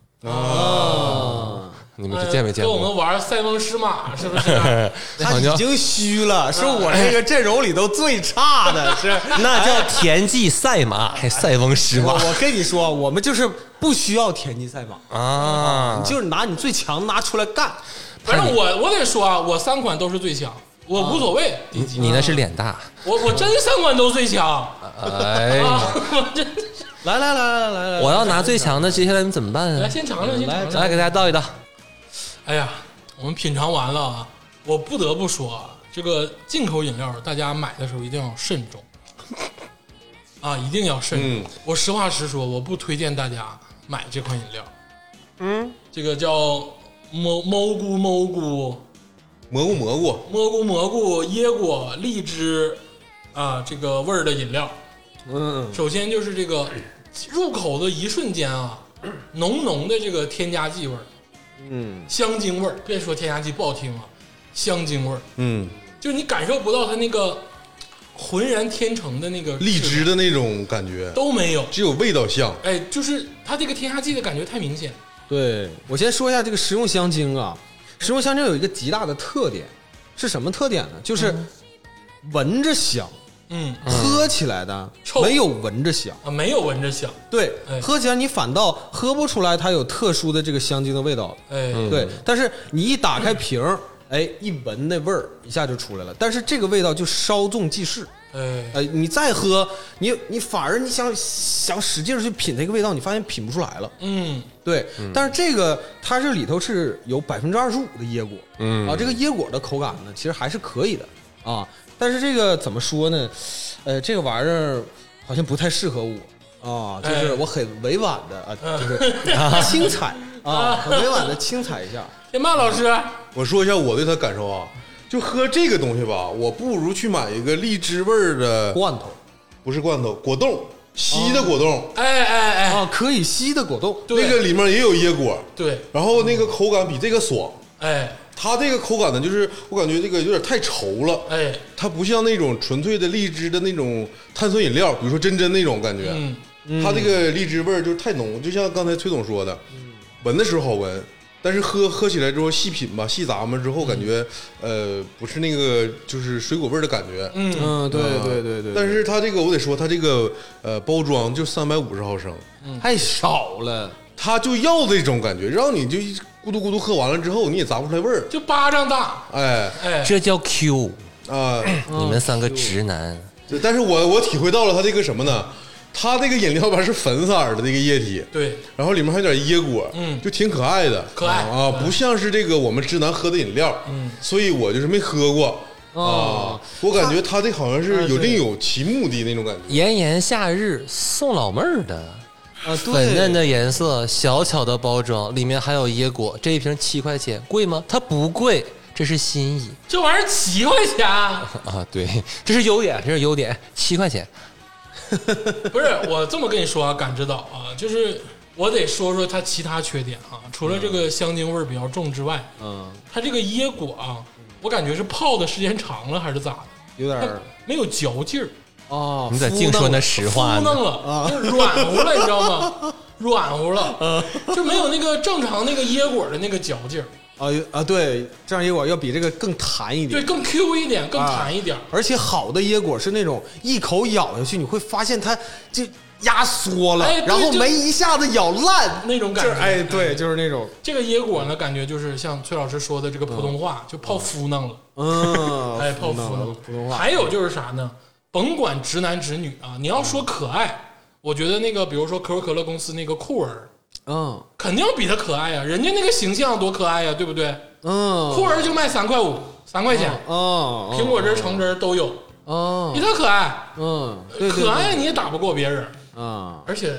啊，
你们见没见过？
跟我们玩塞翁失马是不是？
那好像
他已经虚了，是我这个阵容里头最差的，是
那叫田忌赛马，还塞翁失马
我我跟你说，我们就是不需要田忌赛马，
啊！
你就是拿你最强拿出来干。
反正我我得说啊，我三款都是最强，我无所谓。
你你那是脸大，
我我真三款都最强
哎，
啊！我真
来来来来来来，
我要拿最强的，接下来你怎么办
来
啊？
先尝尝，先尝
来
尝。
给大家倒一倒。
哎呀，我们品尝完了啊，我不得不说啊，这个进口饮料大家买的时候一定要慎重啊，一定要慎重。
嗯
我实话实说，我不推荐大家买这款饮料。嗯，这个叫蘑蘑菇蘑菇
蘑菇蘑菇，
蘑菇蘑菇椰果荔枝啊，这个味儿的饮料。
嗯，
首先就是这个入口的一瞬间啊，浓浓的这个添加剂味儿。
嗯，
香精味儿，别说添加剂不好听啊，香精味儿，
嗯，
就是你感受不到它那个浑然天成的那个
荔枝的那种感觉，
都没有，
只有味道像。
哎，就是它这个添加剂的感觉太明显。
对，我先说一下这个食用香精啊，食用香精有一个极大的特点，是什么特点呢？就是闻着香，
嗯
喝起来的
臭
没有闻着香。
啊，没有闻着香，
对，
哎
喝起来你反倒喝不出来它有特殊的这个香精的味道。
哎，
对，但是你一打开瓶儿，哎，一闻那味儿一下就出来了。但是这个味道就稍纵即逝。
哎，
呃，你再喝，你你反而你想想使劲儿去品这个味道，你发现品不出来了。
嗯，
对，但是这个它这里头是有百分之二十五的椰果，
嗯
啊，这个椰果的口感呢，其实还是可以的啊。但是这个怎么说呢？呃，这个玩意儿好像不太适合我啊，就是
哎
我很委婉的啊，就是轻踩啊，很委婉的轻踩一下。
天霸老师，
我说一下我对它感受啊，就喝这个东西吧，我不如去买一个荔枝味儿的，
罐头
不是罐头，果冻，稀的果冻，
哎哎哎，
啊，可以吸的果冻，
对
那个里面也有椰果，
对，
然后那个口感比这个爽。
哎
它这个口感呢，就是我感觉这个有点太稠了，
哎，
它不像那种纯粹的荔枝的那种碳酸饮料，比如说真真那种感觉。
嗯，
它这个荔枝味儿就是太浓，就像刚才崔总说的，闻的时候好闻，但是喝喝起来之后细品吧，细咂摸之后感觉，呃，不是那个就是水果味儿的感觉。
嗯
嗯，对对对对，
但是它这个我得说，它这个呃包装就三百五十毫升，
太少了。
它就要这种感觉，让你就一咕嘟咕嘟喝完了之后，你也咂不出来味儿。
就巴掌大，
哎
哎，
这叫 Q，
啊，
你们三个直男。
对但是我我体会到了它这个什么呢？它这个饮料吧是粉色儿的这个液体，
对，
然后里面还有点椰果，
嗯
就挺可爱的，
可爱
啊，不像是这个我们直男喝的饮料，
嗯，
所以我就是没喝过
哦
啊，我感觉它这好像是有另有其目的那种感觉。
炎炎夏日送老妹儿的，
啊，对，
粉嫩的颜色，小巧的包装，里面还有椰果，这一瓶七块钱，贵吗？它不贵，这是心意
这玩意儿七块钱，
啊！对，这是优点，这是优点，七块钱。
不是我这么跟你说啊，感知到啊，就是我得说说它其他缺点啊，除了这个香精味儿比较重之外，
嗯，
它这个椰果啊，我感觉是泡的时间长了还是咋的，它
有点儿
没有嚼劲儿，
哦，
你咋净说那实话呢？
糊弄了，就是软乎了，你知道吗？软乎了，就没有那个正常那个椰果的那个嚼劲儿，
啊啊，对，这样椰果要比这个更弹一点，
对，更 Q 一点，更弹一点。
而且好的椰果是那种一口咬下去，你会发现它就压缩了，
哎对
然后
就
没一下子咬烂
那种感觉，
就是哎，对，就是那种，
这个椰果呢，感觉就是像崔老师说的这个普通话，就泡敷弄了，
嗯，
哎，泡
普
敷弄了。
普通话，
还有就是啥呢？甭管直男直女啊，你要说可爱，我觉得那个比如说可口可乐公司那个酷儿，
嗯
肯定比他可爱呀，人家那个形象多可爱呀，对不对？
嗯，
酷儿就卖三块五，三块钱，
哦，
苹果汁、橙汁都有，
哦
比，他可爱。
嗯，对对
可爱你也打不过别人，
啊，
而且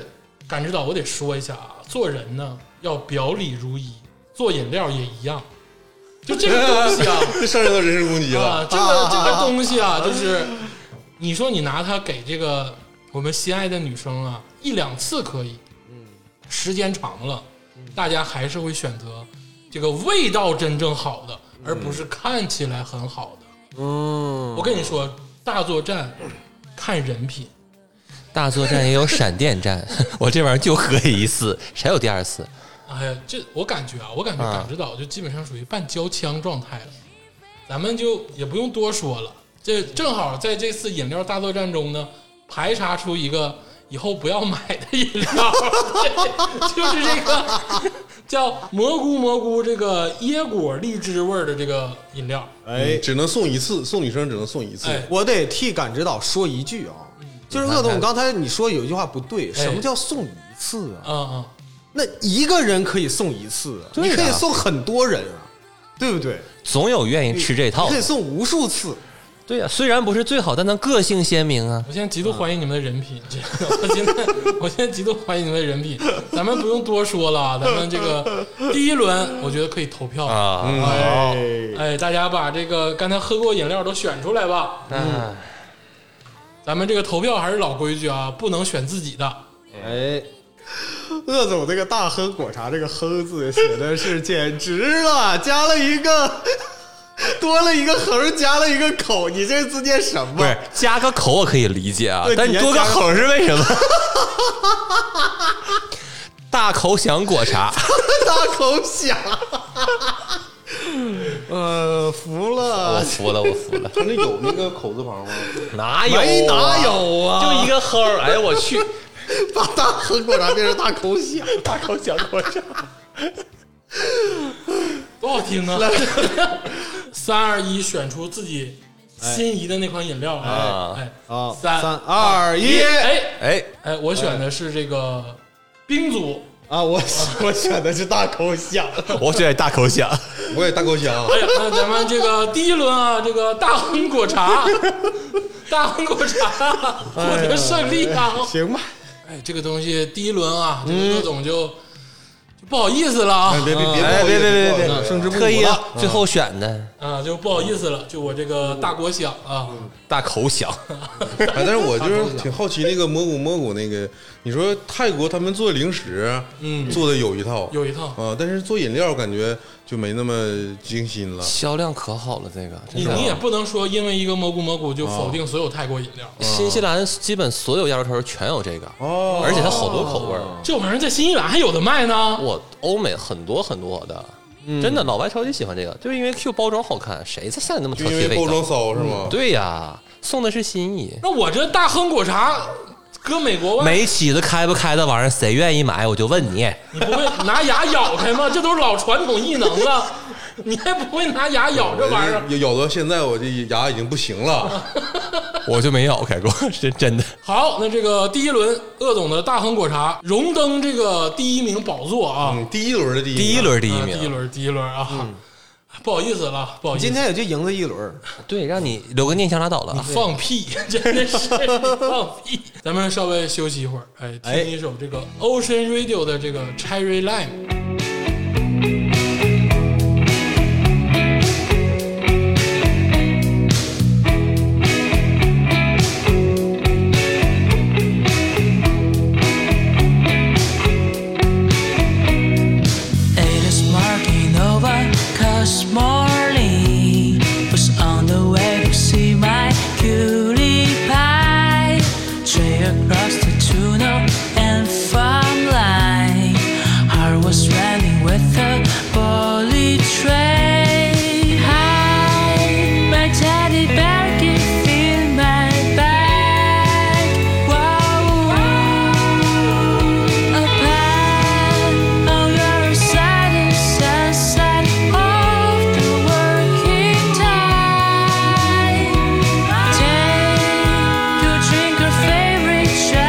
感知导我得说一下啊，做人呢要表里如一，做饮料也一样。就这个东西啊，
这上升到人身攻击了。
啊，这个这个东西啊，就是你说你拿它给这个我们心爱的女生啊，一两次可以，嗯，时间长了，大家还是会选择这个味道真正好的，而不是看起来很好的。
嗯，
我跟你说，大作战看人品。
大作战也有闪电战，我这玩意儿就喝一次，谁有第二次？
哎呀，这我感觉啊，我感觉
啊
感知岛就基本上属于半交枪状态了，咱们就也不用多说了。这正好在这次饮料大作战中呢，排查出一个以后不要买的饮料，就是这个叫蘑菇蘑菇这个椰果荔枝味儿的这个饮料。
哎
嗯，只能送一次，送女生只能送一次。
哎
我得替感知导说一句啊，就是鄂总，刚才你说有一句话不对，什么叫送一次啊？
啊啊，
那一个人可以送一次啊，
对啊
你可以送很多人啊，对不对？
总有愿意吃这套
你可以。送无数次。
对呀、虽然不是最好，但能个性鲜明啊。
我现在极度怀疑你们的人品，这个我现在我现在极度怀疑你们的人品。咱们不用多说了啊，咱们这个第一轮我觉得可以投票
啊，
哎
哎，大家把这个刚才喝过饮料都选出来吧。
嗯，
咱们这个投票还是老规矩啊，不能选自己的。
哎，鄂总这个大亨果茶这个亨字写的是简直了，加了一个多了一个横，加了一个口，你这字念什么？
不是加个口我可以理解啊
对，
但你多个口是为什么？大口响果茶，
大口响。呃，服
我
了，
服了，我服了，
他那有那个口字旁吗？
哪有、啊？
没哪有啊？
就一个齁儿，哎我去，
把大亨果茶变成大口响，
大口响果茶。
多好听啊！三二一，选出自己心仪的那款饮料。
啊
哎哎
啊！
三
三二一，
哎
哎，
哎，我选的是这个冰组。
啊！我我选的是大口响。
我选大口响。
我也大高香。
哎呀，那咱们这个第一轮啊，这个大亨果茶，大亨果茶获得胜利啊！
行吧，
哎，这个东西第一轮啊，这个鄂总就就不好意思了啊
哎，别别别，
哎，别别别别别，
胜之不武
特意
了。
最后选的
啊，就不好意思了，就我这个大国响啊，
大口响。
哎，但是我就是挺好奇那个蘑菇蘑菇那个，你说泰国他们做零食，
嗯
做的有一套，
有一套。
啊，但是做饮料感觉就没那么精心了。
销量可好了，这个真的
你你也不能说因为一个蘑菇蘑菇就否定所有泰国饮料，
新西兰基本所有鸭肉头全有这个，
哦
而且它好多口味儿。
这玩意儿在新西兰还有的卖呢。
我欧美很多很多的，真的老外超级喜欢这个，就是因为 Q 包装好看，谁在下你那么
就
挑剔味
因为包装
道？
骚是吗？
对呀，送的是心意。
那我这大亨果茶搁美国外，
没起子开不开的玩意儿，谁愿意买？我就问你，
你不会拿牙咬开吗？这都是老传统艺能了，你还不会拿牙咬这玩意儿？
咬咬到现在，我这牙已经不行了。
我就没咬开过，是真的。
好，那这个第一轮鄂总的大亨果茶荣登这个第一名宝座啊！
嗯，第一轮的第一名，
第一轮第一
啊第一
名，
轮第一轮啊！不好意思了，不好意思，
今天也就赢了一轮。
对，让你留个念想拉倒了
你
啊。
放屁，真的是你放屁！咱们稍微休息一会儿，哎，听一首这个 Ocean Radio 的这个 Cherry Lime。
It is marking over, cause morning was on the way to see my cutie pie. Straight across the tuna and farmline, heart was running with a bully train. Hi, my teddy bear can feel my back. Whoa, a pan on your side is sunset of the working time. Take your drink, your favorite shot.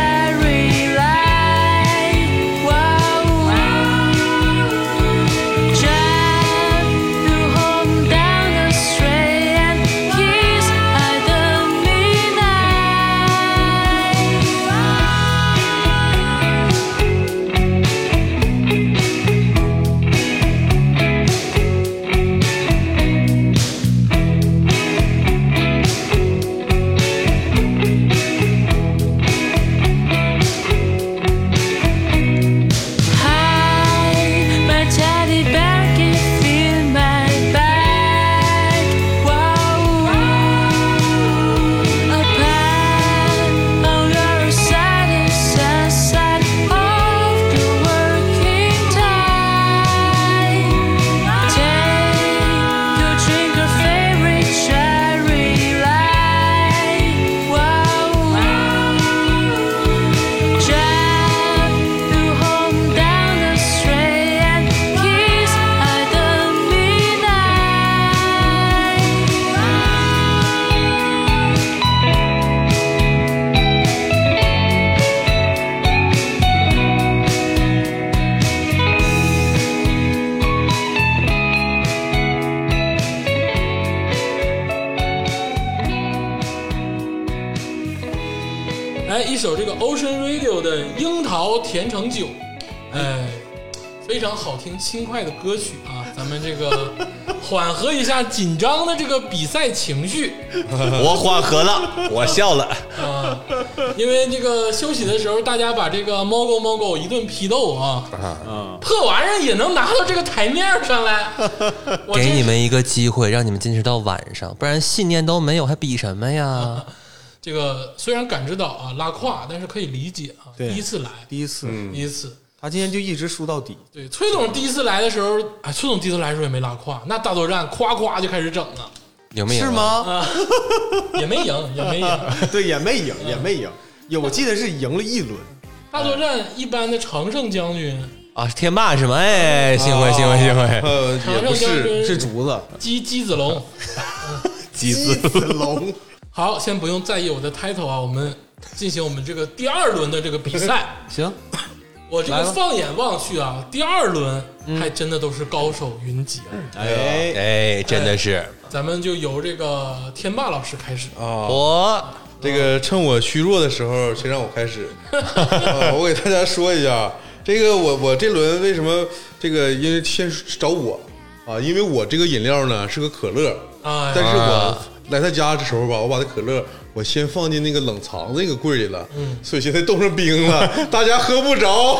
首这个 Ocean Radio 的《樱桃甜橙酒》，哎，非常好听轻快的歌曲啊，咱们这个缓和一下紧张的这个比赛情绪
我缓和了，我笑了。
啊，因为这个休息的时候，大家把这个猫狗猫狗一顿批斗啊，
啊，
破玩意儿也能拿到这个台面上来，我真
给
是
你们一个机会，让你们坚持到晚上，不然信念都没有，还比什么呀？
这个虽然感知到啊拉胯，但是可以理解啊，
对
第一次来，
第一次，
第一次。
他今天就一直输到底。
对，崔总第一次来的时候，哎，崔总第一次来的时候也没拉胯，那大作战夸夸就开始整了，
有没有？
是？吗？
啊，也没赢，也没赢。
对，也没赢，也没赢。有，我记得是赢了一轮。
大作战一般的常胜将军，
啊，天霸是吗？哎，幸会幸会幸会。
呃，
常
也不是，
胜将军
是竹子，
姬姬子龙。
鸡
子龙。
好，先不用在意我的 title 啊，我们进行我们这个第二轮的这个比赛。
行，
我这
来吧
个放眼望去啊，第二轮还真的都是高手云集。
哎，
哎，真的是
咱们就由这个天霸老师开始。
啊，
我
这个趁我虚弱的时候，先让我开始。啊，我给大家说一下，这个我我这轮为什么这个因为先找我啊，因为我这个饮料呢是个可乐，
哎
但是我来他家的时候吧，我把那可乐我先放进那个冷藏那个柜里了，嗯，所以现在冻成冰了，大家喝不着。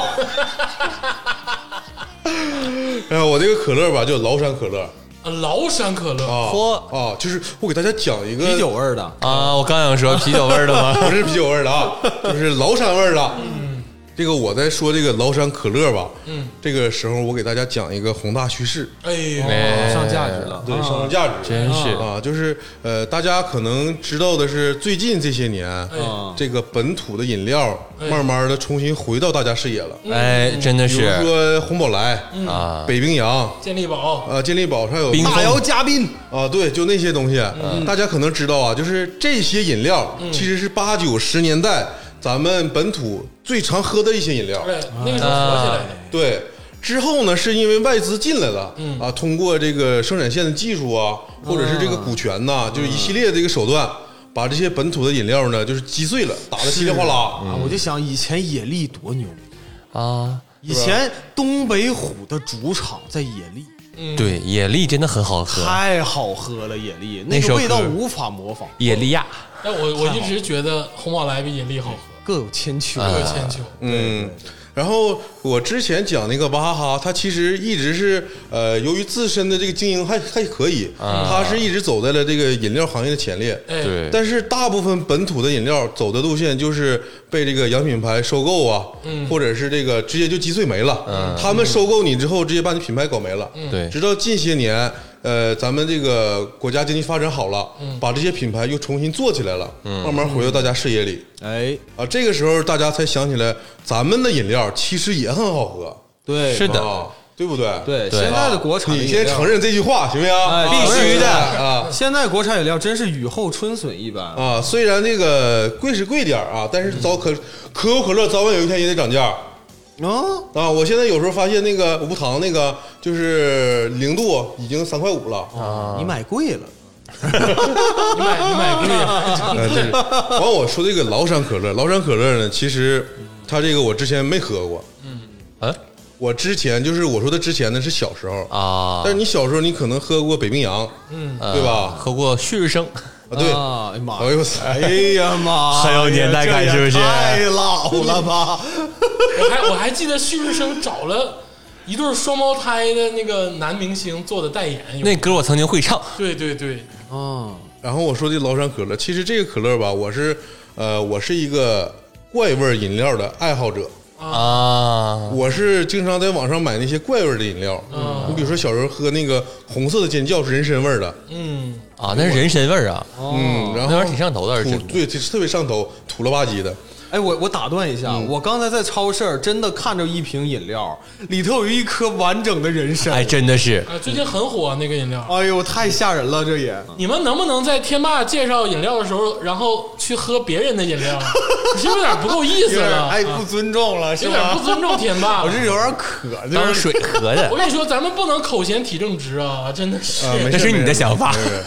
然后我这个可乐吧叫崂山可乐
啊崂山可乐，
啊
嚯
啊，就是我给大家讲一个
啤酒味儿的。
啊，我刚想说啤酒味儿的吗？
不是啤酒味儿的啊，就是崂山味儿的。嗯，这个我在说这个崂山可乐吧，
嗯，
这个时候我给大家讲一个宏大叙事，
哎呦，
哎
上价值了，
对，上升价值，
真是
啊，就是呃，大家可能知道的是，最近这些年，
啊，
这个本土的饮料慢慢的重新回到大家视野了，
哎，真的
比如
是
说红宝来、
啊，
北冰洋。
健力宝，
呃，健力宝还有
冰
大姚嘉宾，
啊，对，就那些东西，大家可能知道啊，就是这些饮料其实是八九十年代咱们本土最常喝的一些饮料。
对，那个时候火起来的。
对，之后呢，是因为外资进来了，
嗯
啊，通过这个生产线的技术啊，或者是这个股权呐、就是一系列这个手段，把这些本土的饮料呢，就是击碎了，打得稀里哗啦。
啊，我就想以前野力多牛，
啊，
以前东北虎的主场在野力，
对，野力真的很好喝，
太好喝了，野力
那首
那个味道
歌
无法模仿，
野力亚
但我我一直觉得红宝来比野力好喝，
各有千秋。
各有千秋。
嗯，然后我之前讲那个娃哈哈，它其实一直是呃，由于自身的这个经营还还可以，它是一直走在了这个饮料行业的前列。
哎，
对，
但是大部分本土的饮料走的路线就是被这个洋品牌收购啊，或者是这个直接就击碎没了。他们收购你之后，直接把你品牌搞没了。
对
直到近些年，呃，咱们这个国家经济发展好了，把这些品牌又重新做起来了，慢慢回到大家视野里。
哎，
啊，这个时候大家才想起来，咱们的饮料其实也很好喝，
对，
是的
啊，对不对？
对，
对
现在的国产的
你
饮料
先承认这句话行不行？
哎
必须的
啊
现在国产饮料真是雨后春笋一般。
啊！虽然这个贵是贵点儿啊，但是早可可口可乐早晚有一天也得涨价
哦，
啊！我现在有时候发现那个无糖那个就是零度已经三块五了啊！
你买贵了。
你买你买贵了，
呃对，完我说这个崂山可乐，崂山可乐呢，其实它这个我之前没喝过，
啊
我之前就是我说的之前呢是小时候，
啊，
但是你小时候你可能喝过北冰洋，嗯，对吧？
喝过旭日升，
啊，对，
啊，哎呀妈
哎呦我操！
哎呀妈呀，
很有年代感是不是
这也太老了吧？
我还我还记得旭日升找了一对双胞胎的那个男明星做的代言，有
那歌我曾经会唱，
对对对，
啊，
然后我说这崂山可乐，其实这个可乐吧，我是呃，我是一个怪味饮料的爱好者，
啊，
我是经常在网上买那些怪味的饮料。你比如说小时候喝那个红色的尖叫是人参味儿的，
嗯，
啊，那是人参味儿啊，
嗯，然后
那玩意儿挺上头的，是
土
真的。
对，这特别上头，土了吧唧的。
哎，我我打断一下，我刚才在超市儿真的看着一瓶饮料，里头有一颗完整的人参。
哎，真的是，
啊，最近很火那个饮料。
哎呦，太吓人了，这也。
你们能不能在天霸介绍饮料的时候，然后去喝别人的饮料？你是不是有点不够意思了？
哎，不尊重了，是
有点
吧？
不尊重天霸了。
我这有点渴，就是
当水喝的
我，跟你说，咱们不能口嫌体正直啊，真的是。
啊，没事
这是你的想法
没事没事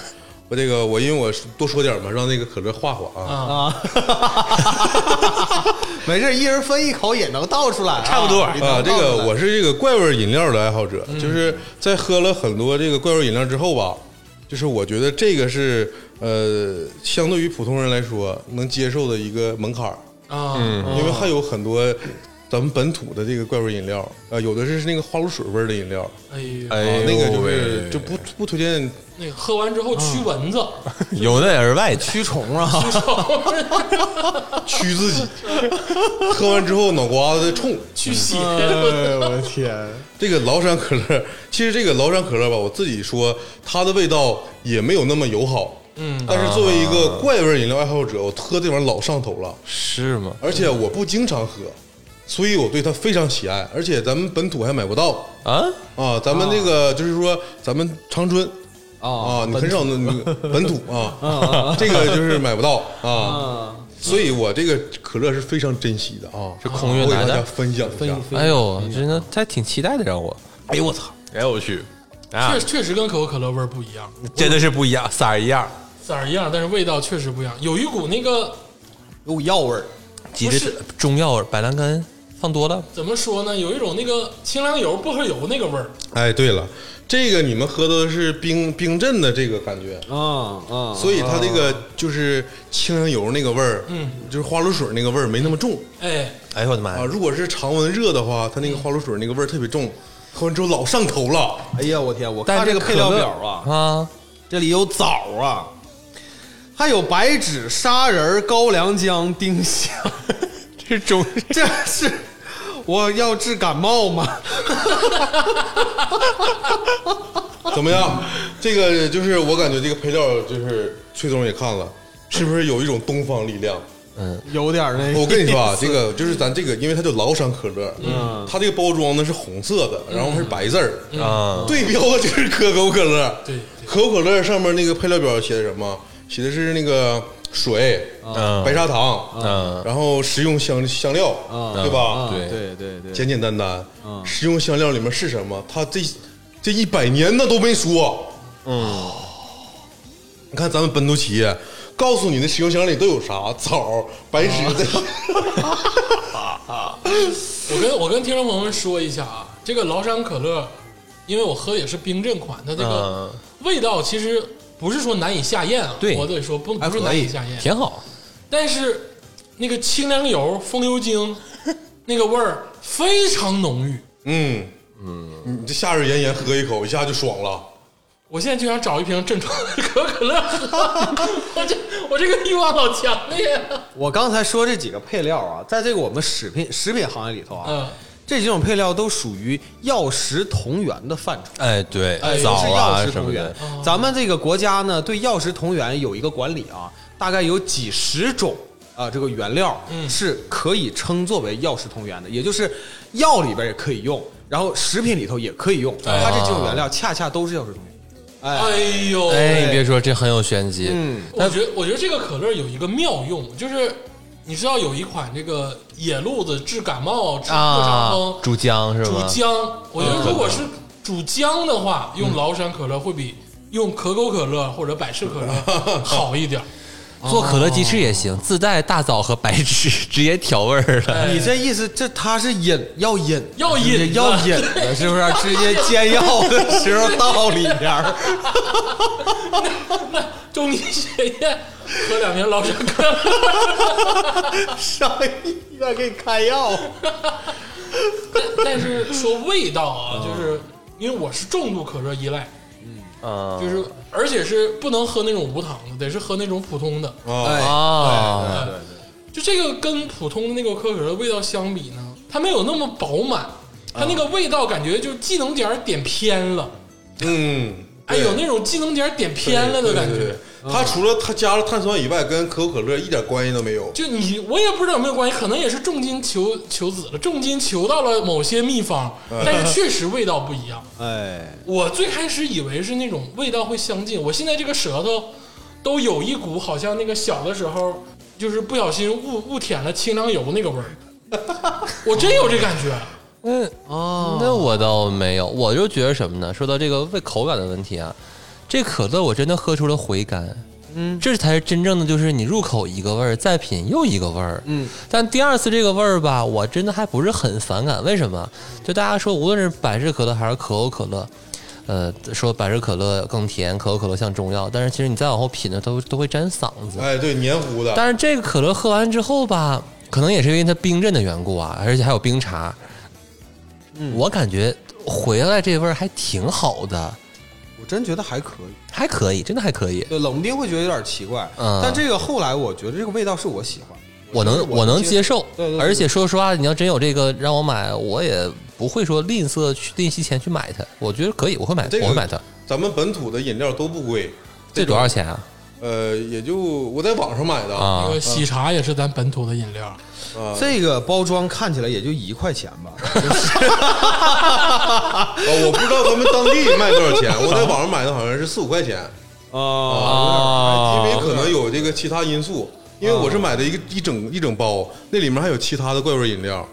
我这个我因为我多说点嘛，让那个可乐化化啊。
啊，没事，一人分一口也能倒出来啊，
差不多
也能
啊，这
倒出来
个我是这个怪味饮料的爱好者，就是在喝了很多这个怪味饮料之后吧，就是我觉得这个是呃，相对于普通人来说能接受的一个门槛儿，
啊，
因为还有很多咱们本土的这个怪味饮料啊，有的是那个花露水味儿的饮料
哎呀，
啊
哎，
那个就
喂
是就不不推荐。
那个喝完之后驱蚊子，
由内而外驱
驱虫啊，
驱自己，喝完之后脑瓜子冲。
驱邪。
哎我的天，
这个崂山可乐，其实这个崂山可乐吧，我自己说它的味道也没有那么友好，
嗯，
但是作为一个怪味饮料爱好者，我喝这玩意儿老上头了，
是吗？
而且我不经常喝，所以我对它非常喜爱，而且咱们本土还买不到
啊，
啊，咱们那个就是说咱们长春。
啊
啊，你很少能本土啊，这个就是买不到啊，所以我这个可乐是非常珍惜的啊，
是空运来的
我给大家分享一下。
哎呦，真的还挺期待的，让我。
哎呦我操！
哎我去，啊
确，确实跟可口可乐味儿不一样，
真的是不一样，色儿一样，
色儿一样，但是味道确实不一样，有一股那个
有药味儿，
记得
不是
中药味儿，百兰根放多了。
怎么说呢？有一种那个清凉油、薄荷油那个味儿。
哎，对了，这个你们喝的是冰冰镇的这个感觉，
啊啊，
所以它这个就是清凉油那个味儿，
嗯，
就是花露水那个味儿没那么重
哎，
啊。
哎呦我的妈呀！
如果是常温热的话，它那个花露水那个味儿特别重，喝完之后老上头了。
哎呀，我天！我
但
看这个配料
可乐
表啊，
啊，
这里有枣啊，还有白芷、砂仁、高粱姜、丁香，
这是中
这是我要治感冒吗？
怎么样？这个就是我感觉这个配料就是崔总也看了，是不是有一种东方力量？
有点那个。
我跟你说啊，这个就是咱这个，因为它叫崂山可乐，
嗯
它这个包装呢是红色的，然后它是白字儿，
啊，
对标的就是可口可乐。
对对
可口可乐上面那个配料表写的什么？写的是那个水、
嗯
白砂糖，
嗯
然后食用香香料，对吧？
啊
对
对对对，
简简单单，食用香料里面是什么？它这这一百年那都没说。
嗯，
你看咱们本土企业告诉你的食用香料里都有啥？枣、白芷这。
我跟我跟听众朋友们说一下啊，这个崂山可乐，因为我喝也是冰镇款，它这个味道其实不是说难以下咽啊，
对
我得说不不是
还可以
难以下咽，
挺好。
但是那个清凉油、风油精那个味儿非常浓郁。
嗯嗯，你这夏日炎炎喝一口，一下就爽了。
我现在就想找一瓶正装的可口可乐喝，我这我这个欲望好强烈啊！
我刚才说这几个配料啊，在这个我们食品食品行业里头啊，
嗯，
这几种配料都属于药食同源的范畴。
哎，对
哎，
枣
是药
啊什么
食同源
的，。
咱们这个国家呢，对药食同源有一个管理啊，大概有几十种啊、这个原料是可以称作为药食同源的，也就是药里边也可以用，然后食品里头也可以用。
哎
它这几种原料恰恰都是药食同源。哎，
哎呦，
哎，你别说，这很有玄机。
嗯，
我觉得我觉得这个可乐有一个妙用，就是你知道有一款这个野路子治感冒、治破伤
啊
风，，
煮姜是吧？
煮姜。我觉得如果是煮姜的话，用崂山可乐会比用可口可乐或者百事可乐好一点。
做可乐鸡翅也行，自带大枣和白芷，直接调味儿了。
哎
你这意思，这它是引要引
要引
要引的，是不是？直接煎药的时候倒里边儿。
中医学院喝两瓶崂山可乐，
上医院给你开药。
但是说味道啊，就是因为我是重度可乐依赖，
嗯，
就是而且是不能喝那种无糖的，得是喝那种普通的。
啊，
哎，
啊，
对对
就这个跟普通的那个可口可乐味道相比呢，它没有那么饱满，它那个味道感觉就技能点儿点偏了，
嗯，
哎，有那种技能点儿点偏了的感觉。
对对对它除了它加了碳酸以外，跟可口可乐一点关系都没有。
就你，我也不知道有没有关系，可能也是重金求求子了，重金求到了某些秘方，但是确实味道不一样。
哎，
我最开始以为是那种味道会相近，我现在这个舌头都有一股好像那个小的时候就是不小心误误舔了清凉油那个味儿，我真有这感觉。
嗯
哦，
那我倒没有，我就觉得什么呢？说到这个味口感的问题啊， 这可乐我真的喝出了回甘。嗯，这才是真正的，就是你入口一个味儿，再品又一个味儿。
嗯，
但第二次这个味儿吧，我真的还不是很反感。为什么？就大家说，无论是百事可乐还是可口可乐，呃，说百事可乐更甜，可口可乐像中药，但是其实你再往后品呢，都都会粘嗓子。
哎，对，黏糊的。
但是这个可乐喝完之后吧，可能也是因为它冰镇的缘故啊，而且还有冰茶。嗯，我感觉回来这味儿还挺好的。
我真觉得还可以，
还可以，真的还可以。
对，冷不丁会觉得有点奇怪，
嗯，
但这个后来我觉得这个味道是我喜欢，
我能我能接受。
对对对，
而且说实话，你要真有这个让我买，我也不会说吝啬去吝惜钱去买它。我觉得可以，我会买，
这个、
我会买它。
咱们本土的饮料都不贵，
这多少钱啊？
呃，也就我在网上买的
啊。
那个喜茶也是咱本土的饮料。
啊，
这个包装看起来也就一块钱吧。
啊，我不知道他们当地卖多少钱，我在网上买的好像是四五块钱
啊，
因为可能有这个其他因素。因为我是买的一个一整一整包，那里面还有其他的怪味饮料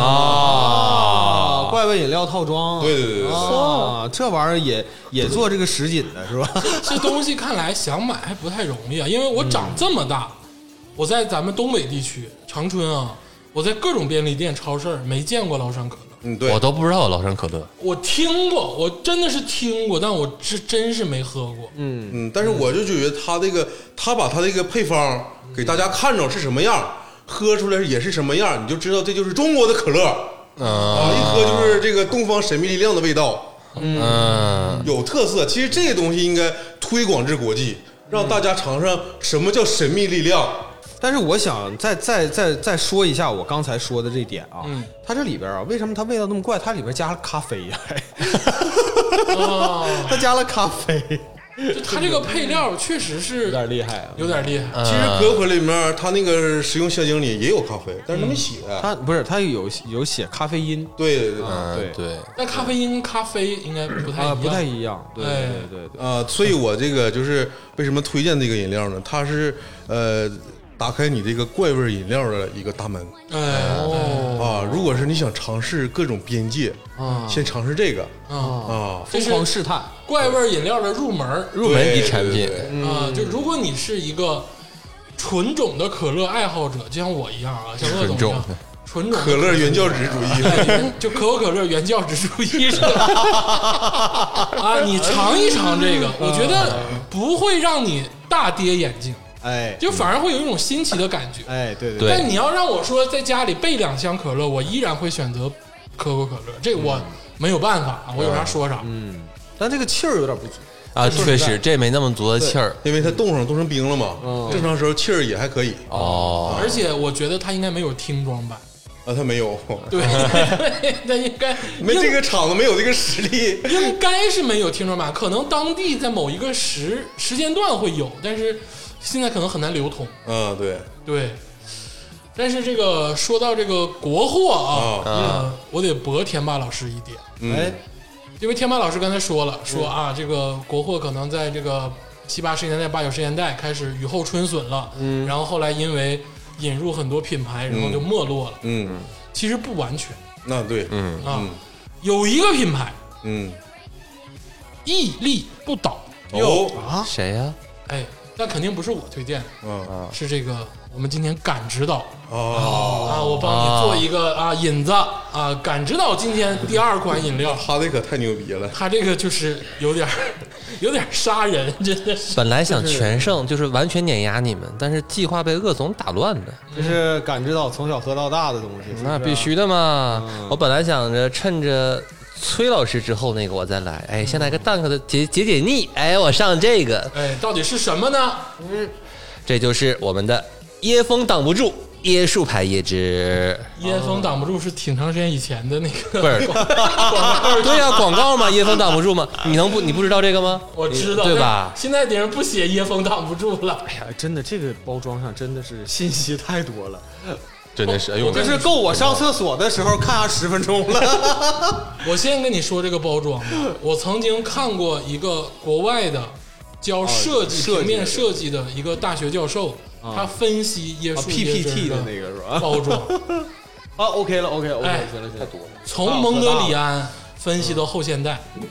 啊，怪味饮料套装。
对对对对
啊，这玩意儿也也做这个什锦的是吧？
这东西看来想买还不太容易啊，因为我长这么大，我在咱们东北地区长春啊，我在各种便利店、超市没见过崂山可乐。
嗯，对，
我都不知道有崂山可乐。
我听过，我真的是听过，但我是真是没喝过。
嗯
嗯，但是我就觉得他这个，他把他这个配方给大家看着是什么样，喝出来也是什么样，你就知道这就是中国的可乐啊！一喝就是这个东方神秘力量的味道，
嗯，
有特色。其实这个东西应该推广至国际，让大家尝尝什么叫神秘力量。
但是我想再再再再说一下我刚才说的这点啊，
嗯，
它这里边啊，为什么它味道那么怪？它里边加了咖啡呀、
哦，
它加了咖啡，
就它这个配料确实是
有点厉害啊。
有点厉害。
嗯
其实可口可乐里面它那个食用香精里也有咖啡，但是它没写。
它不是它有有写咖啡因
对对对
嗯，
对
对，
但咖啡因跟咖啡应该不太一
啊，
样，
不太一样。对
哎
对对对，
啊，所以我这个就是为什么推荐这个饮料呢？它是呃。打开你这个怪味饮料的一个大门
哎
哦
啊！如果是你想尝试各种边界
啊
先尝试这个
啊，
啊，
疯狂试探，
怪味饮料的入门儿
入门级产品。
对对对
啊，就如果你是一个纯种的可乐爱好者，就像我一样啊，像鄂总一样，纯种的
可乐原教旨主义。
对就可口可乐原教旨主义是吧？啊，你尝一尝这个，我觉得不会让你大跌眼镜，
哎
就反而会有一种新奇的感觉。
哎对对
对
但你要让我说在家里备两箱可乐，我依然会选择可口可乐，这我没有办法，我有啥说啥。
嗯，但这个气儿有点不足。
啊，确实这没那么足的气儿。
因为它冻上冻成冰了嘛，正常时候气儿也还可以
哦，
而且我觉得它应该没有听装版，
啊，它没有，
对，它应该
没这个厂子没有这个实力。
应该是没有听装版，可能当地在某一个时时间段会有，但是现在可能很难流通。
啊，对，
对，但是这个说到这个国货啊，呃，我得驳田霸老师一点，
嗯
哎，
因为田霸老师刚才说了，说啊，这个国货可能在这个七八十年代、八九十年代开始雨后春笋了，嗯，然后后来因为引入很多品牌，然后就没落了。
嗯，
其实不完全
那对，
嗯
啊，
嗯
有一个品牌
嗯，
屹立不倒，
哦
啊，
谁呀？
哎，但肯定不是我推荐的，
啊
是这个我们今天感知岛
啊，
啊，我帮你做一个啊引子啊，感知岛今天第二款饮料，
他这可太牛逼了。
它这个就是有点儿有点儿杀人，真的是。
本来想全胜，就是完全碾压你们，但是计划被鄂总打乱了。
这是感知到从小喝到大的东西，是不是
那必须的嘛！我本来想着趁着崔老师之后那个我再来，哎，先来个蛋壳的解解解腻，哎，我上这个，
哎，到底是什么呢？
这就是我们的椰风挡不住椰树牌椰汁，
椰风挡不住是挺长时间以前的那个，
不是广告？对呀、广告嘛，椰风挡不住嘛，你能不你不知道这个吗？
我知道，
对吧？
现在顶上不写椰风挡不住了，
哎呀，真的，这个包装上真的是信息太多了，
真的是，哎呦，
这是够我上厕所的时候看上十分钟了。
我先跟你说这个包装吧，我曾经看过一个国外的教设计、
设计
平面设计的一个大学教授，他分析椰树
P P
椰
T
汁
的那个是吧？
包装，
啊，OK 了，OK OK，
哎
行了行了，
从蒙德里安分析到后现代，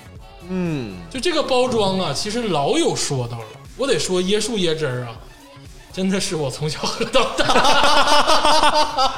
嗯，
就这个包装啊，其实老有说道了。我得说椰树椰汁儿啊，真的是我从小喝到大，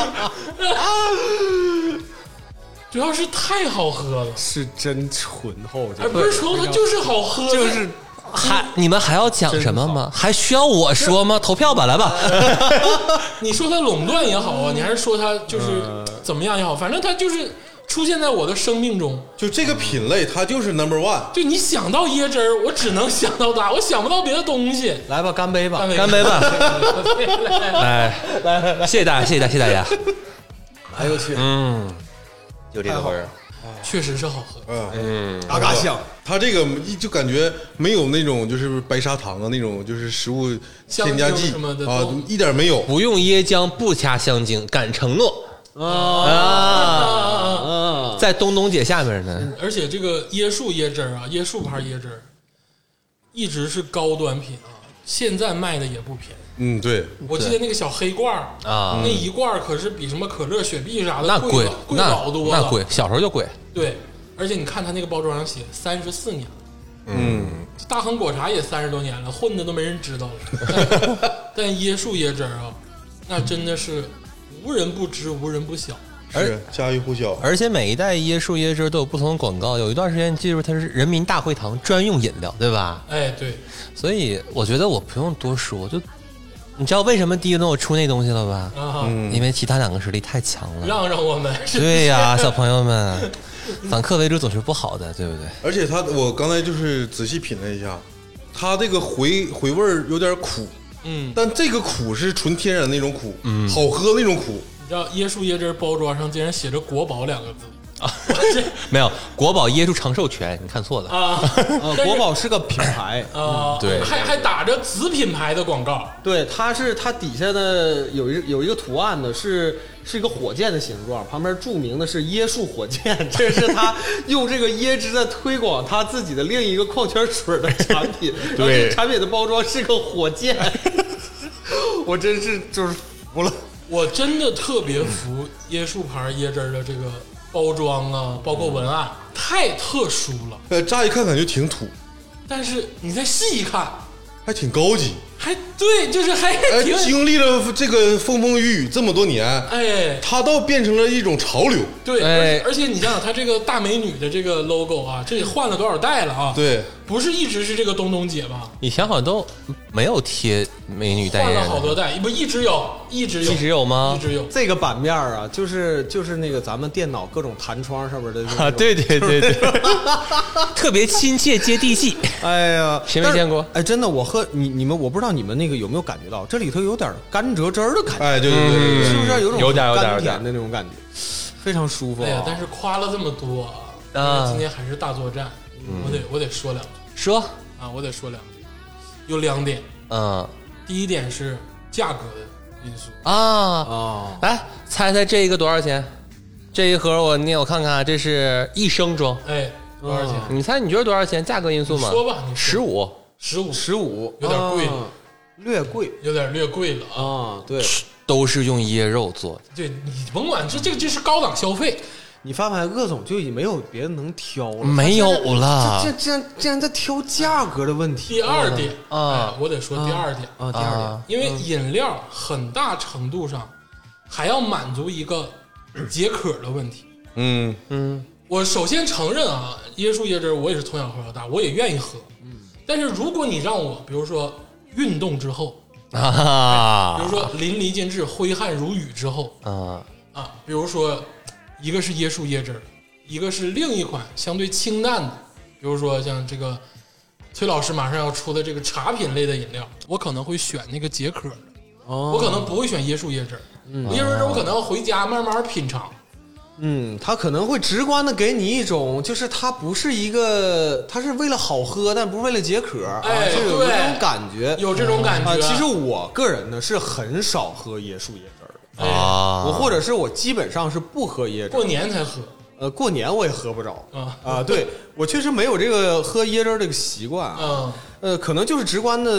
主要是太好喝了，
是真醇厚，
而不是说它就是好喝，
就是
还你们还要讲什么吗？还需要我说吗？投票吧，来吧。
你说它垄断也好啊，你还是说它就是怎么样也好，反正它就是出现在我的生命中。
就这个品类，它就是 number one。
就你想到椰汁儿，我只能想到它，我想不到别的东西。
来吧，干杯吧，
干杯
干杯吧！
来
来，谢谢大家，谢谢大家，谢谢大家。
哎呦我去，
嗯，就这个味儿。
确实是好喝。
嗯，
嘎嘎香。
它这个就感觉没有那种就是白砂糖啊那种就是食物添加剂
香精什么的
啊
都，
一点没有。
不用椰浆，不掐香精，敢承诺啊！
啊，
在东东姐下面呢。
而且这个椰树椰汁儿啊，椰树牌椰汁儿一直是高端品啊，现在卖的也不便宜。
嗯，对，
我记得那个小黑罐儿
啊
那一罐儿可是比什么可乐、雪碧啥的
那贵
贵了，贵
那
老多了。
那贵，小时候就贵。
对，而且你看它那个包装上写三十四年了，
嗯，
大恒果茶也三十多年了，混的都没人知道了。但椰树椰汁儿啊，那真的是无人不知，无人不晓。
是家喻户晓。
而且每一代椰树椰汁都有不同的广告，有一段时间记住它是人民大会堂专用饮料，对吧？
哎，对，
所以我觉得我不用多说，就你知道为什么第一轮我出那东西了吧？
啊，
因为其他两个实力太强了。
让让我们是
对呀、小朋友们，反客为主总是不好的，对不对？
而且它，我刚才就是仔细品了一下，它这个回回味儿有点苦，
嗯，
但这个苦是纯天然那种苦，嗯，好喝那种苦。
你知道椰树椰汁儿包装上竟然写着“国宝”两个字啊！
没有国宝椰树长寿泉，你看错了。
啊，
呃，国宝是个品牌，
啊，
对
还还打着子品牌的广告。
对，它是它底下的有一有一个图案的是是一个火箭的形状，旁边注明的是椰树火箭，这是他用这个椰汁在推广他自己的另一个矿泉水的产品。然后这个产品的包装是个火箭，我真是就是服了。
我真的特别服椰树牌椰汁儿的这个包装啊，包括文案，太特殊了。
呃，乍一看感觉挺土，
但是你再细一看，
还挺高级。
还对，就是还
哎，
挺
经历了这个风风雨雨这么多年，
哎，
它倒变成了一种潮流。
对，
哎
而且而且你想想，它这个大美女的这个 logo 啊，这也换了多少代了啊？，
对，
不是一直是这个东东姐吧？
以前好像都没有贴美女代
换了
言人，
好多代，不一直有，一直有，
一直有吗
一？直有。
这个版面啊，就是就是那个咱们电脑各种弹窗上面的那种
啊，对对对对，特别亲切接地气。
哎呀，
谁没见过
但是哎，真的，我喝你你们，我不知道你们那个有没有感觉到，这里头有点甘蔗汁儿的感觉，
哎，对对对对对，
是不是有种
有点有点
甘
有点
甜的那种感觉，非常舒服、啊。
哎呀，但是夸了这么多啊，
啊
但是今天还是大作战，我得我得说两句
说，
啊，我得说两句，有两点，
嗯
第一点是价格的因素，
啊，
啊，
来猜猜这一个多少钱？这一盒我念我看看啊，这是一升装，
哎，多少钱？
你猜你觉得多少钱？价格因素吗？
说吧，你
十五。
十五，
十五
有点贵
啊略贵
有点略贵了啊。
啊。对，
都是用椰肉做的，
对你甭管这这个这是高档消费，
你发现鄂总就已经没有别的能挑了，
没有了
这这这竟然在挑价格的问题。
第二点
啊
哎我得说第二点，
啊，第二点
啊
因为饮料很大程度上还要满足一个解渴的问题。
嗯，
嗯，
我首先承认啊，椰树椰汁儿我也是从小喝到大，我也愿意喝。但是如果你让我，比如说运动之后，比
啊
如说淋漓尽致、挥汗如雨之后
啊
啊，比如说一个是椰树椰汁儿，一个是另一款相对清淡的，比如说像这个崔老师马上要出的这个茶品类的饮料，我可能会选那个解渴的，
哦
我可能不会选椰树椰汁儿。椰树椰汁儿我可能要回家慢慢品尝。
嗯，它可能会直观的给你一种，就是它不是一个，它是为了好喝，但不是为了解渴，
哎
啊，就有
对
这种感觉。
有这种感觉。
啊，其实我个人呢是很少喝椰树椰汁儿的，
哎，
啊！
我或者是我基本上是不喝椰汁
过
儿，
年才喝
呃，过年我也喝不着
啊
啊，对我确实没有这个喝椰汁儿这个习惯啊，
嗯
呃，可能就是直观的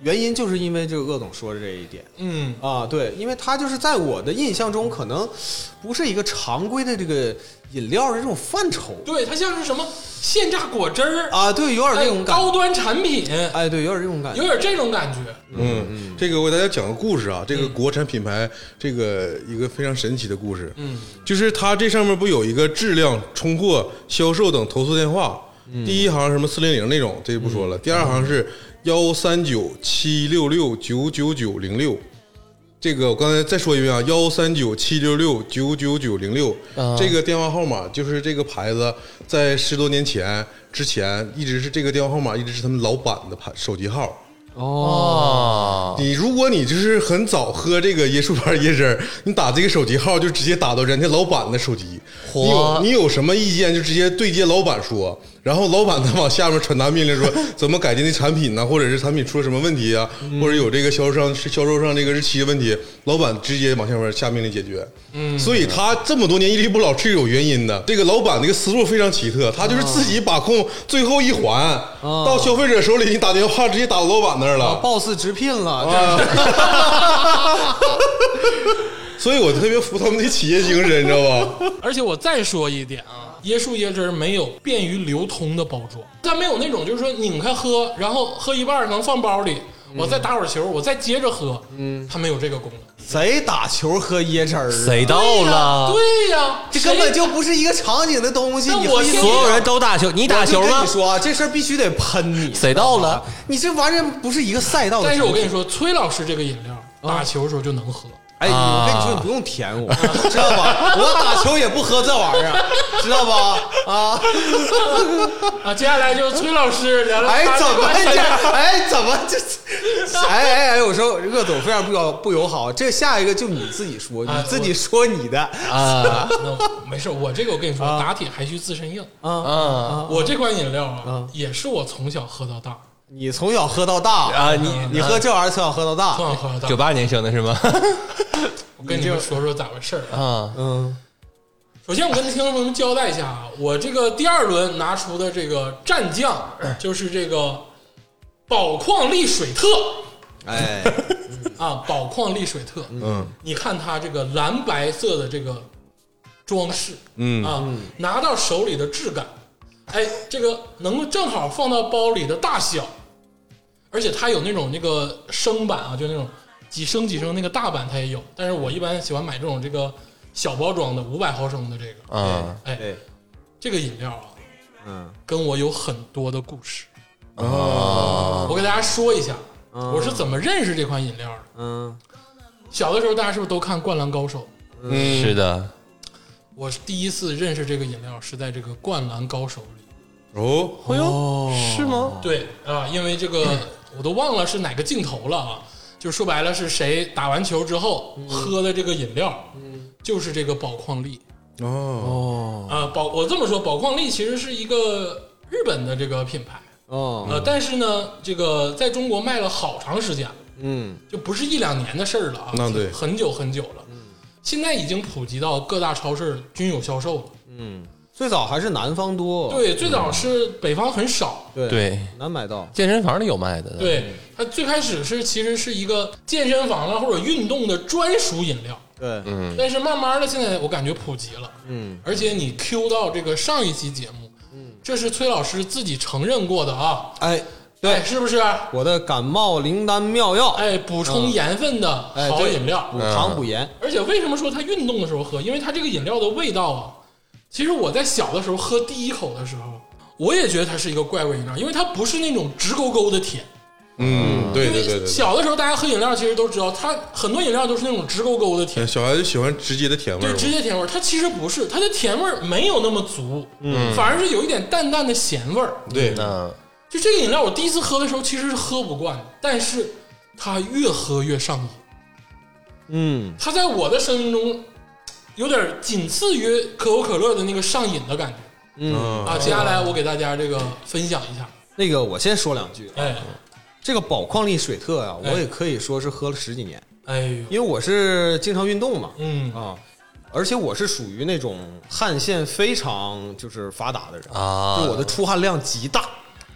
原因就是因为这个鄂总说的这一点。
嗯
啊，对，因为它就是在我的印象中，可能不是一个常规的这个饮料的这种范畴。
对，它像是什么现榨果汁儿
啊，对，有点这种感觉。
高端产品，
哎，对，有点这种感觉，
有点这种感觉。
嗯嗯，这个我给大家讲个故事啊，这个国产品牌这个一个非常神奇的故事。
嗯，
就是它这上面不有一个质量、冲货、销售等投诉电话。第一行什么四零零那种，这就不说了。第二行是幺三九七六六九九九零六，这个我刚才再说一遍啊，幺三九七六六九九九零六，这个电话号码就是这个牌子在十多年前之前一直是这个电话号码，一直是他们老板的牌手机号。
哦，
你如果你就是很早喝这个椰树牌椰汁儿，你打这个手机号就直接打到人家老板的手机，你有你有什么意见就直接对接老板说，然后老板再往下面传达命令说怎么改进的产品呢，或者是产品出了什么问题啊，
嗯、
或者有这个销售上销售上这个日期的问题，老板直接往下面下命令解决。嗯，所以他这么多年屹立不倒是有原因的。这个老板这个思路非常奇特，他就是自己把控最后一环，啊、到消费者手里，你打电话直接打到老板那儿了。
啊、boss 直聘了，
啊、所以我特别服他们的企业精神，你知道吧？
而且我再说一点啊，椰树椰汁没有便于流通的包装，它没有那种就是说拧开喝，然后喝一半能放包里，嗯、我再打会儿球，我再接着喝，嗯，它没有这个功能。
谁打球喝椰汁儿？
谁到了？
对呀、啊，
这根本就不是一个场景的东西。你
我
所有人都打球，你打球吗？
你说啊，这事儿必须得喷你。
谁到了？
你这玩意儿不是一个赛道的。
但是我跟你说，崔老师这个饮料打球的时候就能喝。
哎，我跟你说，你不用舔我，知道吧？我打球也不喝这玩意儿，知道吧？啊
啊！接下来就崔老师聊聊。
哎，怎么这？哎，怎么这？哎哎哎！我说鄂总非常不友不友好，这下一个就你自己说，你自己说你的
啊。那没事，我这个我跟你说，打铁还需自身硬
啊啊！
我这款饮料啊，也是我从小喝到大。
你从小喝到大
啊！你
你喝这玩意儿从小喝到大，
从小喝到大。
九八年生的是吗？
我跟你们说说咋回事
啊？
嗯，首先我跟听众朋友们交代一下啊，我这个第二轮拿出的这个战将就是这个宝矿力水特。
哎，
啊，宝矿力水特，嗯，你看它这个蓝白色的这个装饰，嗯啊，拿到手里的质感。哎，这个能够正好放到包里的大小，而且它有那种那个升版啊，就那种几升几升那个大版它也有，但是我一般喜欢买这种这个小包装的五百毫升的这个。
啊，
哎，
哎
这个饮料啊，
嗯，
跟我有很多的故事。
哦，
我给大家说一下，我是怎么认识这款饮料的。
嗯，
小的时候大家是不是都看《灌篮高手》？
嗯，是的。
我第一次认识这个饮料是在这个《灌篮高手》里。
哦，
哎呦，是吗？
对啊，因为这个我都忘了是哪个镜头了啊，就说白了是谁打完球之后喝的这个饮料，就是这个宝矿力。
哦
啊，宝我这么说，宝矿力其实是一个日本的这个品牌。
哦，
呃，但是呢，这个在中国卖了好长时间了，
嗯，
就不是一两年的事儿了啊，
那对，
很久很久了。现在已经普及到各大超市均有销售了。
嗯，最早还是南方多，
对，最早是北方很少。
对
对，
难买到。
健身房里有卖的。
对，它最开始是其实是一个健身房啊或者运动的专属饮料。
对，
嗯，
但是慢慢的现在我感觉普及了。
嗯，
而且你 Q 到这个上一期节目，嗯，这是崔老师自己承认过的啊。
哎。
对，是不是
我的感冒灵丹妙药？
哎，补充盐分的好饮料，
补糖补盐。
而且为什么说它运动的时候喝？因为它这个饮料的味道啊，其实我在小的时候喝第一口的时候，我也觉得它是一个怪味饮料，因为它不是那种直勾勾的甜。
嗯，对对对对。
小的时候大家喝饮料其实都知道，它很多饮料都是那种直勾勾的甜。
小孩子喜欢直接的甜味，
对，直接甜味。它其实不是，它的甜味没有那么足，嗯，反而是有一点淡淡的咸味儿。
对，
嗯。
就这个饮料，我第一次喝的时候其实是喝不惯的，但是它越喝越上瘾。
嗯，
它在我的生命中有点仅次于可口可乐的那个上瘾的感觉。
嗯
啊，接下来我给大家这个分享一下。
那个我先说两句。
哎，
这个宝矿力水特啊，我也可以说是喝了十几年。
哎呦，
因为我是经常运动嘛。
嗯
啊。而且我是属于那种汗腺非常就是发达的人
啊，
就我的出汗量极大。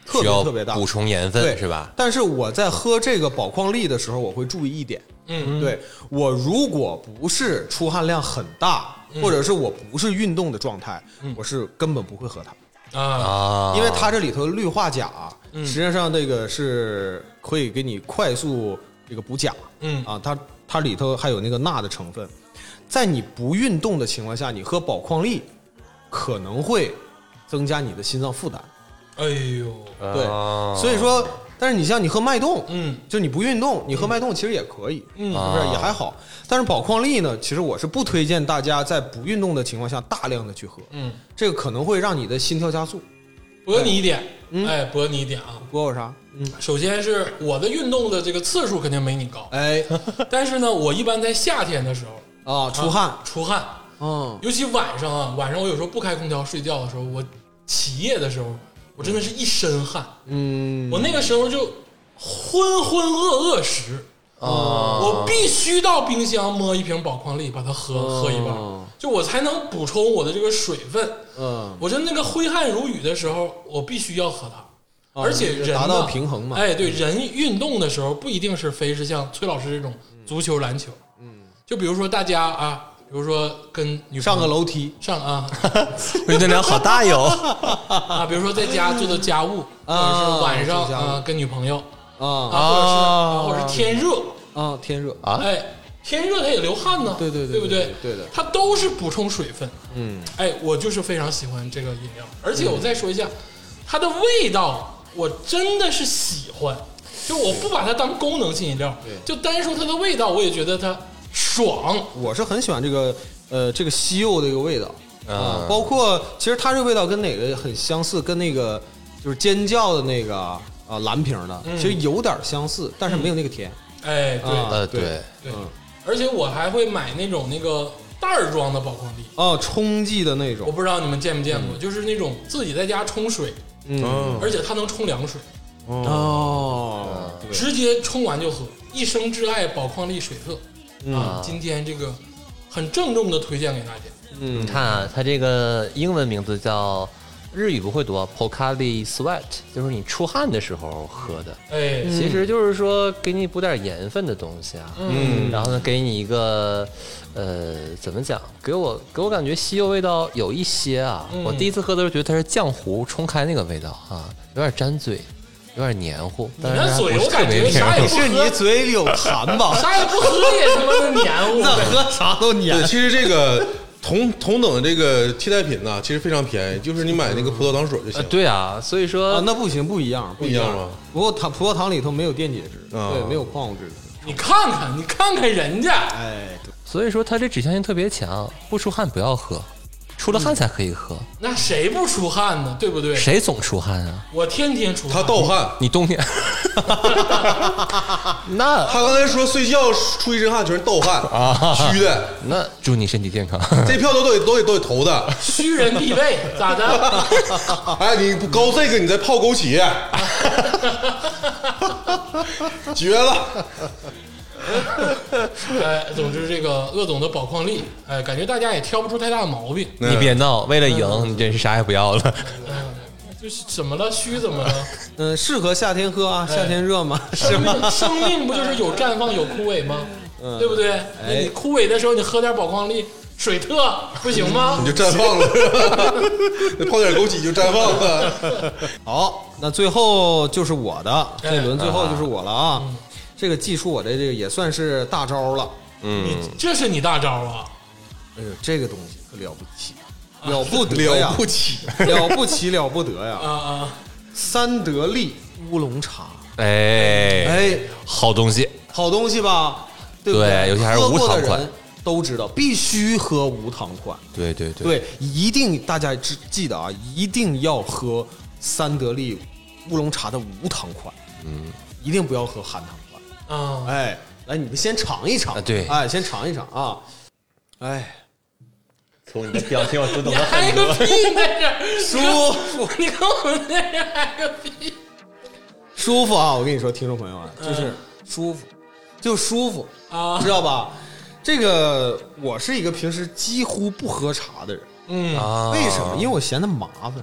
特
需要
别特别大，
补充盐
对
分是吧？
但是我在喝这个宝矿力的时候，我会注意一点，
嗯，
对我如果不是出汗量很大，或者是我不是运动的状态，我是根本不会喝它。
啊，
啊，
因为它这里头氯化钾，
嗯
实际上这个是可以给你快速这个补钾，
嗯
啊，它它里头还有那个钠的成分，在你不运动的情况下，你喝宝矿力可能会增加你的心脏负担，
哎呦，
对，
啊
所以说，但是你像你喝脉动，
嗯
就你不运动，你喝脉动其实也可以，
嗯
是不是也还好？但是宝矿力呢，其实我是不推荐大家在不运动的情况下大量的去喝，
嗯，
这个可能会让你的心跳加速。
驳你一点，
嗯
哎，驳你一点啊。
播我啥？嗯，
首先是我的运动的这个次数肯定没你高，
哎，
但是呢，我一般在夏天的时候
啊，出汗，
啊出汗，
嗯，
尤其晚上啊，晚上我有时候不开空调睡觉的时候，我起夜的时候，我真的是一身汗，
嗯，
我那个时候就浑浑噩噩时，
啊，
我必须到冰箱摸一瓶宝矿力，把它喝、
哦
喝一半，就我才能补充我的这个水分。
嗯，
我就那个挥汗如雨的时候，我必须要喝它，而且人
达到
呢
平衡嘛。
哎，对，人运动的时候不一定是非是像崔老师这种足球、篮球，嗯，就比如说大家啊，比如说跟女朋友
上个楼梯
上啊
运动量好大哟。
啊，比如说在家做做家务，或者是晚上
做家务
啊跟女朋友
啊
啊，或者是啊或者是天热，
啊，天热
啊
哎，天热它也流汗呢，
对对对
对不对？
对的
它都是补充水分。
嗯，
哎，我就是非常喜欢这个饮料，而且我再说一下，它的味道我真的是喜欢，就我不把它当功能性饮料，就单说它的味道，我也觉得它爽。
我是很喜欢这个呃这个西柚的一个味道啊
嗯，
包括其实它这个味道跟哪个很相似，跟那个就是尖叫的那个啊蓝瓶的，其实有点相似，但是没有那个甜。
哎，对、
啊
呃，
对
对，
对，而且我还会买那种那个袋儿装的宝矿力，
哦，冲剂的那
我
种，
不知道你们见没见过，就是那种自己在家冲水，
嗯，
而且它能冲凉水，
哦，对
直接冲完就喝。一生挚爱宝矿力水特、
嗯
啊，今天这个很郑重的推荐给大家。
嗯
你看啊，它这个英文名字叫日语不会读啊 ，Pocari Sweat，就是你出汗的时候喝的。
哎，
其实就是说给你补点盐分的东西啊，
嗯
然后呢，给你一个，呃，怎么讲？给我给我感觉西柚味道有一些啊，
嗯
我第一次喝的时候觉得它是浆糊冲开那个味道啊，有点粘嘴，有点黏糊，但是
那嘴我
还不是特
感觉
别黏糊。
啥也不
是你嘴里有痰吧？
啥也不喝也他妈的黏糊
那
呗。
喝啥都
对，
黏。
其实这个同同等的这个替代品呢，其实非常便宜，就是你买那个葡萄糖水就行
呃，。对啊，所以说、
啊，那不行，不一样，
不一样吗？
不过糖葡萄糖里头没有电解质，
啊
对，没有矿物质。
你看看，你看看人家，
哎，对
所以说它这指向性特别强，不出汗不要喝，出了汗才可以喝。
那谁不出汗呢？对不对？
谁总出汗啊？
我天天出汗。
他盗汗，
你冬天，那
他刚才说睡觉出一身汗全是盗汗
啊
虚的，
那祝你身体健康。
这票都得都得都得投的。
虚人必备，咋的？
哎，你不高这个，你再泡枸杞，绝了！
哎，总之这个鄂总的宝矿力，哎，感觉大家也挑不出太大的毛病。
你别闹，为了赢，你真是啥也不要了。
就是怎么了？虚怎么了？
嗯，适合夏天喝啊，
哎
夏天热嘛，是
生
吗？
命生命不就是有绽放有枯萎吗？对不对？那你枯萎的时候，你喝点宝矿力、水特不行吗
你？就绽放了，是吧？那泡点枸杞就绽放了。
好，那最后就是我的
哎
这一轮，最后就是我了啊。这个技术我这这个也算是大招了。
你这是你大招啊！
哎呦，这个东西可了不起，了不得呀
了，不起，
了不起，了不得呀！
啊啊！
三得利乌龙茶，
哎
哎，
好东西，
好东西吧？对不
对尤其还是
喝过的
无糖款
人都知道，必须喝无糖款。
对对对，
对，一定大家记记得啊，一定要喝三得利乌龙茶的无糖款，嗯，一定不要喝含糖款。
啊，
哎，来，你们先尝一尝，
啊对
哎，先尝一尝啊，哎，
从你的表情我读懂
你嗨个屁在这儿，
舒服
你跟我们在这儿嗨个屁！
舒服啊！我跟你说，听众朋友啊，就是舒服，就舒服
啊
知道吧？这个我是一个平时几乎不喝茶的人，
嗯
啊，
为什么？因为我嫌它麻烦。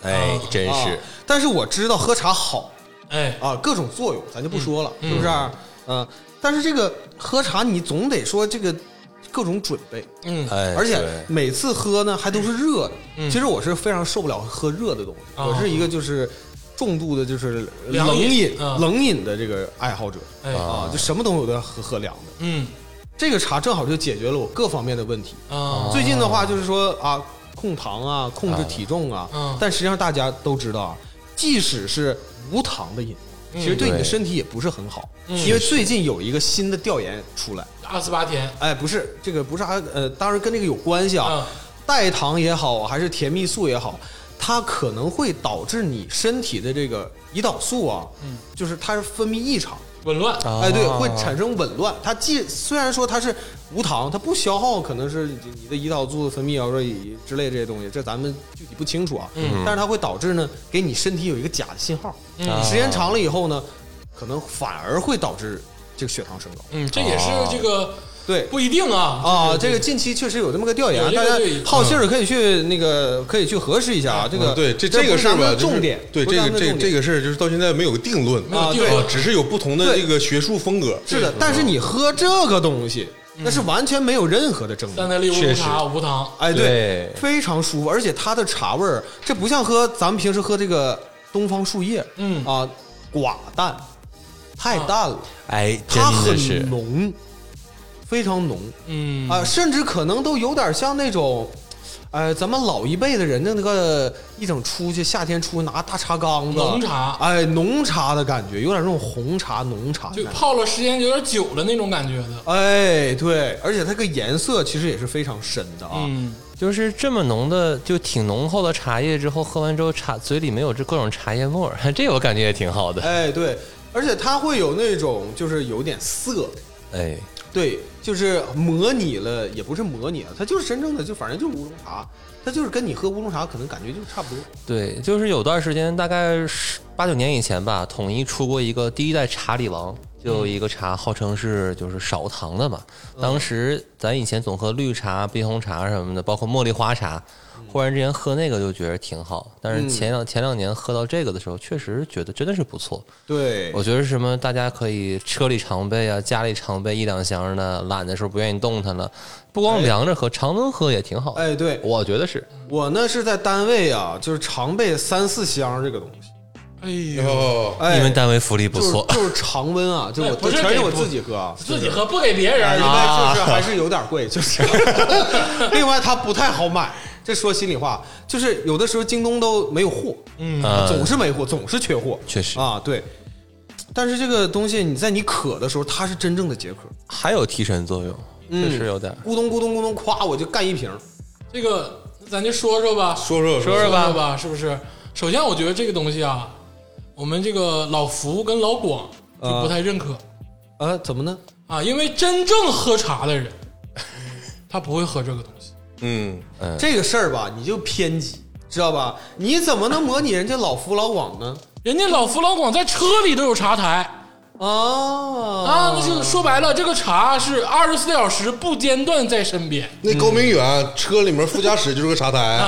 哎，真是
啊。但是我知道喝茶好
哎，
啊，各种作用咱就不说了，
嗯
是不是？嗯，但是这个喝茶你总得说这个各种准备，
嗯
哎，
而且
对
每次喝呢还都是热的。
嗯
其实我是非常受不了喝热的东西，
啊
我是一个就是重度的，就是
凉饮
冷饮、
啊
冷饮的这个爱好者
哎，
啊，就什么东西我都要喝喝凉的。
嗯
这个茶正好就解决了我各方面的问题。
啊，
最近的话就是说啊，控糖啊，控制体重啊，
嗯
但实际上大家都知道啊，即使是无糖的饮料，
嗯
其实对你的
对
身体也不是很好，
嗯
因为最近有一个新的调研出来，
二十八天，
哎，不是这个不是啊，呃，当然跟这个有关系啊，
嗯
代糖也好，还是甜蜜素也好，它可能会导致你身体的这个胰岛素啊，
嗯，
就是它是分泌异常。
紊乱，
啊
哎，对，会产生紊乱。它既虽然说它是无糖，它不消耗，可能是你的胰岛素分泌啊，或者以之类这些东西，这咱们具体不清楚啊。
嗯
但是它会导致呢，给你身体有一个假的信号。
嗯
啊
时间长了以后呢，可能反而会导致这个血糖升高。
嗯，这也是这个
对。
不一定啊
啊，这个近期确实有这么个调研，大家
有这个对
好信儿可以去那个可以去核实一下啊。这个
嗯对，这这个事儿吧，
不是咱们的
就是
重点，
对这个这个这
个
个事儿，就是到现在没有个定论
没有定
啊
论
啊，只是有不同的
对
这个学术风格。
是的。但是你喝这个东西，那是完全没有任何的证据。
三得利乌龙茶无糖，
哎，
对
非常舒服，而且它的茶味儿，这不像喝咱们平时喝这个东方树叶，
嗯
啊，寡淡，太淡了，
哎，
它
真的是
很浓，非常浓
嗯
啊，甚至可能都有点像那种。哎，咱们老一辈的人的那个一整出去，夏天出去拿大茶缸子，
浓茶
哎，浓茶的感觉，有点那种红茶、浓茶的
就
感觉。
泡了时间有点久了那种感觉的，
哎，对，而且它这个颜色其实也是非常深的啊。
嗯
就是这么浓的，就挺浓厚的茶叶之后，喝完之后茶嘴里没有这各种茶叶沫儿，这个我感觉也挺好的。
哎，对，而且它会有那种就是有点涩，
哎，
对，就是模拟了，也不是模拟了，它就是真正的，就反正就是乌龙茶，它就是跟你喝乌龙茶可能感觉就差不多。
对，就是有段时间，大概是八九年以前吧，统一出过一个第一代茶里王，就有一个茶号称是就是少糖的嘛。当时咱以前总喝绿茶、冰红茶什么的，包括茉莉花茶，忽然之间喝那个就觉得挺好。但是前两前两年喝到这个的时候，确实觉得真的是不错。
对，
我觉得什么大家可以车里常备啊，家里常备一两箱的，懒的时候不愿意动它了，不光凉着喝，常温喝也挺好。
哎，对
我觉得是。
我呢是在单位啊，就是常备三四箱这个东西。
哎呦，
哦，
哎，
你们单位福利不错，
就是就是常温啊，就我
哎不是
全是我
给不
自己喝啊，
自己喝不给别人
因
啊，
为就是还是有点贵，就是。另外它不太好买，这说心里话，就是有的时候京东都没有货，
嗯
啊
总是没货，总是缺货，
确实
啊，对。但是这个东西你在你渴的时候，它是真正的解渴，
还有提神作用，
嗯
确实有点。
咕咚咕咚咕咚，咵我就干一瓶。
这个咱就说说吧，
说说
说
说
说吧，是不是？首先，我觉得这个东西啊，我们这个老福跟老广就不太认可、
啊，怎么呢？
啊，因为真正喝茶的人，他不会喝这个东西。
嗯，
这个事儿吧，你就偏激，知道吧？你怎么能模拟人家老福老广呢？
人家老福老广在车里都有茶台
啊
啊，那就说白了，这个茶是二十四小时不间断在身边。
那高明远车里面副驾驶就是个茶台，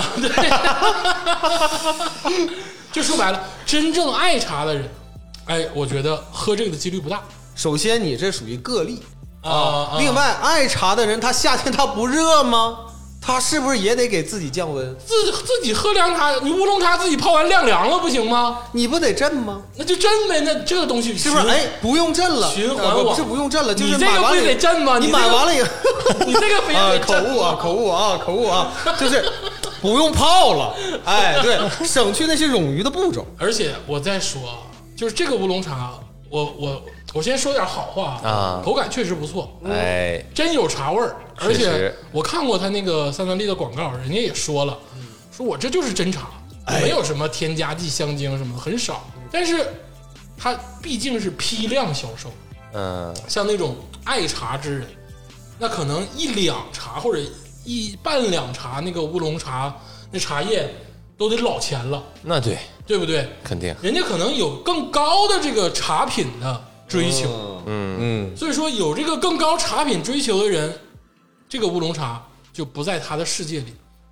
就说白了，真正爱茶的人，哎，我觉得喝这个的几率不大
首先，你这属于个例
啊。啊
另外，爱茶的人，他夏天他不热吗？他是不是也得给自己降温？
自自己喝凉茶，你乌龙茶自己泡完晾凉了不行吗？
你不得震吗？
那就震呗，那这个东西
是不是？
循
哎，不用震了，
循环网
呃不是不用震了，就是
你这个不
买完了以
得震吗？
你
这个
买完了以后，
你这个不也
啊
得，震
口误啊，口误啊，口误啊，就是不用泡了，哎，对，省去那些冗余的步骤。
而且我再说啊，就是这个乌龙茶，我我我先说点好话
啊
口感确实不错，
哎，
真有茶味儿。而且
确实
我看过他那个三得利的广告，人家也说了，说我这就是真茶，
哎
没有什么添加剂、香精什么的，很少。但是它毕竟是批量销售，
嗯，
像那种爱茶之人，那可能一两茶或者一半两茶那个乌龙茶那茶叶都得老钱了，
那对，
对不对？
肯定，
人家可能有更高的这个茶品的追求，
嗯
嗯，
嗯，
所以说有这个更高茶品追求的人，这个乌龙茶就不在他的世界里。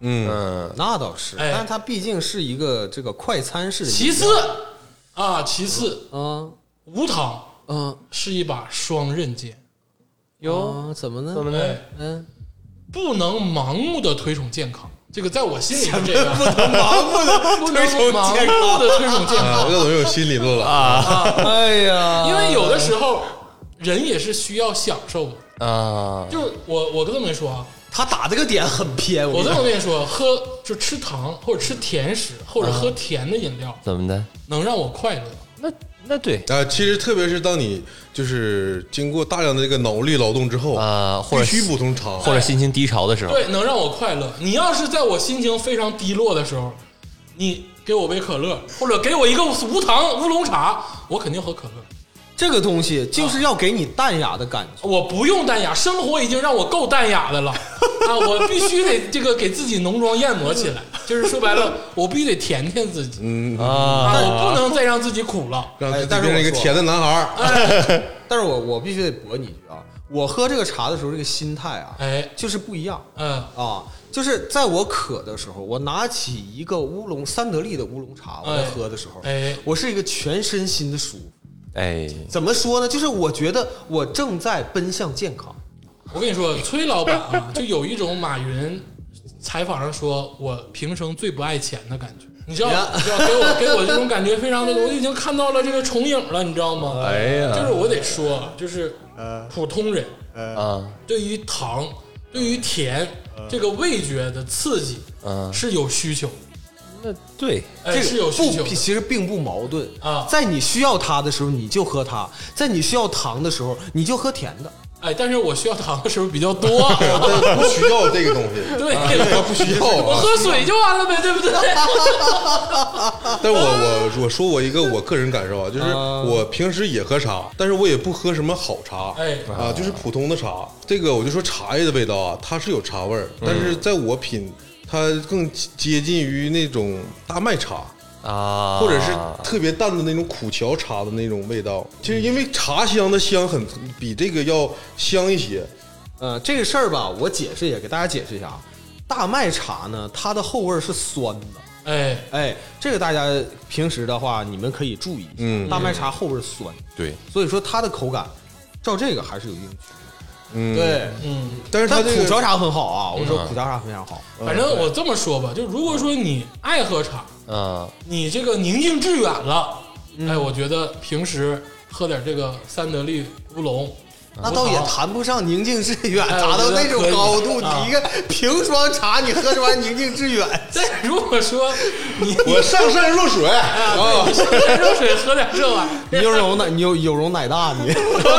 嗯，
嗯，
那倒是，
哎
但是它毕竟是一个这个快餐式的饮料。
其次啊，其次，
嗯
无糖
嗯，
是一把双刃剑，
哟，怎么呢？
怎么呢？
哎，
嗯，
不能盲目的推崇健康。这个在我心里是这样，
不能盲目的
不能
推崇
盲
健康
目的推崇健
啊，
康，
鄂总有新理论了啊！
哎呀，
因为有的时候人也是需要享受的。
啊，
就是我我跟这么说啊，
他打这个点很偏，
我这
跟你
么跟你说，喝就吃糖或者吃甜食或者喝甜的饮料，
怎么的？
能让我快乐。
那那对
啊，其实特别是当你就是经过大量的这个脑力劳动之后
啊，或者
必须补充糖，
或者心情低潮的时候，
对，能让我快乐。你要是在我心情非常低落的时候，你给我杯可乐，或者给我一个无糖乌龙茶，我肯定喝可乐。
这个东西就是要给你淡雅的感觉。
我不用淡雅，生活已经让我够淡雅的了啊！我必须得这个给自己浓妆艳抹起来，就是说白了，我必须得甜甜自己
嗯，
啊，
啊！我不能再让自己苦了。
让自己
但是
变成一个
我说
甜的男孩儿。
哎
但是我我必须得驳你一句啊，我喝这个茶的时候，这个心态啊，
哎，
就是不一样
嗯，
啊。就是在我渴的时候，我拿起一个乌龙三得利的乌龙茶，我在喝的时候，
哎，
我是一个全身心的舒服。
哎，
怎么说呢？就是我觉得我正在奔向健康。
我跟你说，崔老板啊，就有一种马云采访上说我平生最不爱钱的感觉。你知道，
呀
你知道，给我给我这种感觉非常的，我已经看到了这个重影了，你知道吗？
哎呀
就是我得说，就是普通人
啊，
对于糖、对于甜这个味觉的刺激，
嗯
是有需求，
那对，
哎，
这个
是有需求
不，
的。
其实并不矛盾
啊
在你需要它的时候，你就喝它；在你需要糖的时候，你就喝甜的。
哎，但是我需要糖的时候比较多，
但不需要这个东西，
对，
他不需要
我
啊。
喝水就完了呗，对不对？
但我我我说我一个我个人感受啊，就是我平时也喝茶，但是我也不喝什么好茶，
哎
啊，就是普通的茶。这个我就说茶叶的味道啊，它是有茶味儿，但是在我品，它更接近于那种大麦茶。
啊，
或者是特别淡的那种苦荞茶的那种味道，其实因为茶香的香很比这个要香一些。
呃，这个事儿吧，我解释也给大家解释一下啊。大麦茶呢，它的后味儿是酸的。
哎，
哎，这个大家平时的话，你们可以注意一下。
嗯
大麦茶后味儿酸，
对，
所以说它的口感，照这个还是有硬气。
嗯，，
对，
嗯，
但是它这个
但苦荞茶很好啊，我说苦荞茶非常好。
反正我这么说吧，就如果说你爱喝茶，
嗯，
你这个宁静致远了，哎，我觉得平时喝点这个三得利乌龙，
那倒也谈不上宁静致远，
哎
达到那种高度。
我觉得可以啊
你一个瓶装茶，你喝这玩意儿宁静致远，
但如果说你
我上善若水
啊，
啊
对，你先热水喝点这玩意
你有容奶，你有有容奶大你。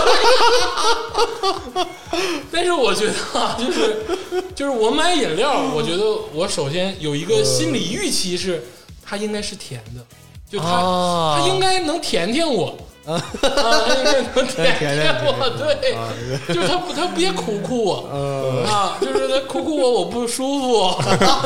儿，但是我觉得啊，就是就是我买饮料，我觉得我首先有一个心理预期是，它应该是甜的，就它
啊
它应该能甜甜我。啊，它应该能甜甜我，对，就是它不，它别苦苦我，啊，就是它苦苦我，我不舒服。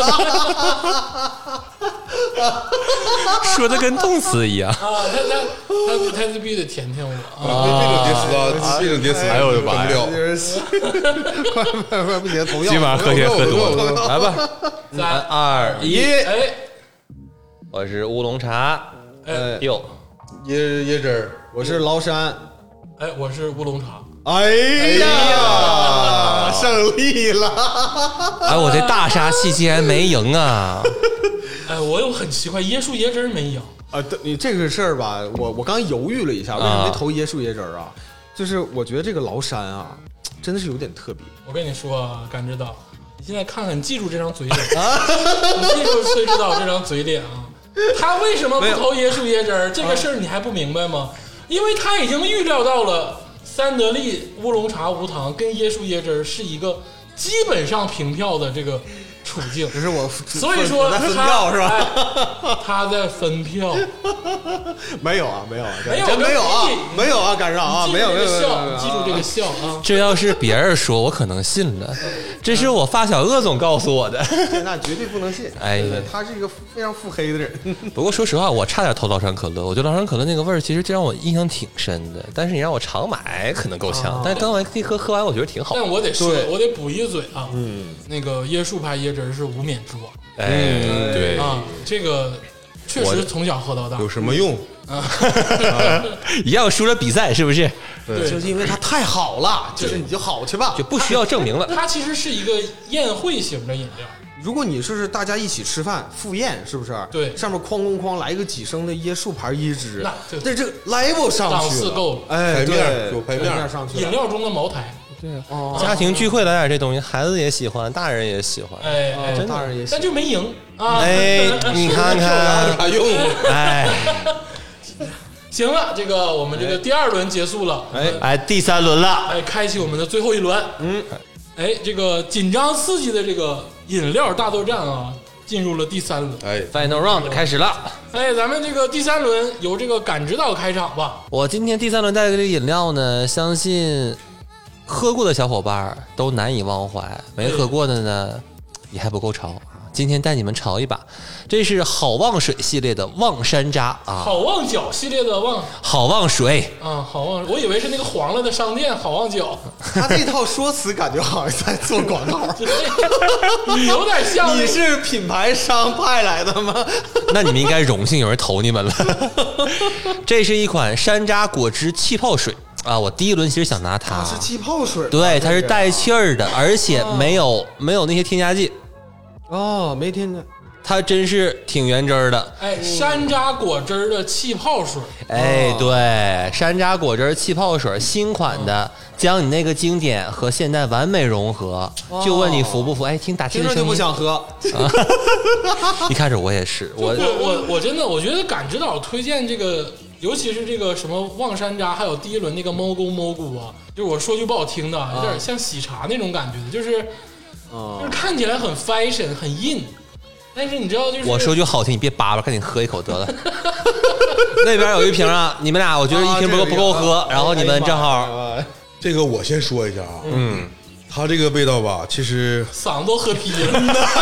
说的跟动词一样。
啊，他他他他就必须得甜甜我啊！
这种叠词啊，这种叠词，
哎呦我的妈呀
整不了。
就是快快快不行，同样
今晚上喝天喝多
我
了，来吧，
三
二一，
哎
我是乌龙茶，
哎
哟，
椰椰汁儿，
我是崂山。
哎，我是乌龙茶，
哎呀，胜利了！
哎，我这大杀器竟然没赢啊！
哎，我又很奇怪，椰树椰汁儿没赢，
啊，对你这个事儿吧，我我刚犹豫了一下，为什么没投椰树椰汁儿啊？就是我觉得这个崂山啊，真的是有点特别。
我跟你说啊，感知道，你现在看看，你记住这张嘴脸，你记住崔指导这张嘴脸啊，他为什么不投椰树椰汁儿？这个事儿你还不明白吗？因为他已经预料到了三得利乌龙茶无糖跟椰树椰汁儿是一个基本上平票的这个处境，
只是我，
所以说
我在
他
分票是吧？
哎他在分票，
没有啊，没有啊，
没有
真没有啊
我跟你，
没有啊，赶上啊，
记住
没有没有没有，
这个笑，
没有
记住这个笑啊！
这要是别人说，我可能信了。 这是我发小鄂总告诉我的。
那绝对不能信。
哎
对对，他是一个非常腹黑的人。
不过说实话，我差点投崂山可乐，我觉得崂山可乐那个味儿其实这让我印象挺深的。但是你让我常买，可能够呛。但是刚完一喝喝完，我觉得挺好。
但我得说，
对
我得补一嘴啊，嗯，那个椰树牌椰汁儿是无冕之王
哎，对
啊，这个确实从小喝到大，
有什么用？
一样输了比赛是不是？
对
就是因为它太好了，就是你就好去吧
就。不需要证明了。
它其实是一个宴会型的饮料。
如果你说是大家一起吃饭赴宴，是不是？
对
上面哐哐哐来一个几升的椰树牌椰汁，
那对
那这个 level 上
档
去了，
次够了
哎，
排面
对
有排面
上去了。
饮料中的茅台，
哦，
家庭聚会来点这东西，孩子也喜欢，大人也喜欢。
哎哎，
真的大人也喜
但就没赢啊。
哎，你看
有
看，
啥用？
哎
行了，这个我们这个第二轮结束了，
哎
哎，第三轮了，
哎，开启我们的最后一轮。嗯，哎，这个紧张刺激的这个饮料大作战啊，进入了第三轮。
哎，
Final round 开始了。
哎，咱们这个第三轮由这个感知岛开场吧。
我今天第三轮带来的这个饮料呢，相信喝过的小伙伴都难以忘怀，没喝过的呢，你还不够潮啊！今天带你们潮一把，这是好望水系列的望山楂啊，
好望角系列的望
好望水，
啊，好望，我以为是那个黄了的商店好望角，
他这套说辞感觉好像在做广告。
你有点像
你是品牌商派来的吗？
那你们应该荣幸有人投你们了。这是一款山楂果汁气泡水啊，我第一轮其实想拿它，
是气泡水，
对，它是带气儿的，而且没有没有那些添加剂，
哦，没听见。
它真是挺原汁儿的。
哎山楂果汁儿的气泡水，
哎，对，山楂果汁气泡水新款的，将你那个经典和现代完美融合。就问你服不服？哎，听打气
听着就不
的声音，
想喝。
一开始我也是，我
我我我真的我觉得感知岛推荐这个，尤其是这个什么望山楂，还有第一轮那个猫沟猫菇啊，就是我说句不好听的，有点像喜茶那种感觉的，就是就是看起来很 fashion 很 in， 但是你知道就是
我说句好听，你别叭叭，赶紧喝一口得了。那边有一瓶啊，你们俩我觉得一瓶不够不够喝，然后你们正好，
这个我先说一下啊，嗯，它这个味道吧，其实
嗓子都喝劈了，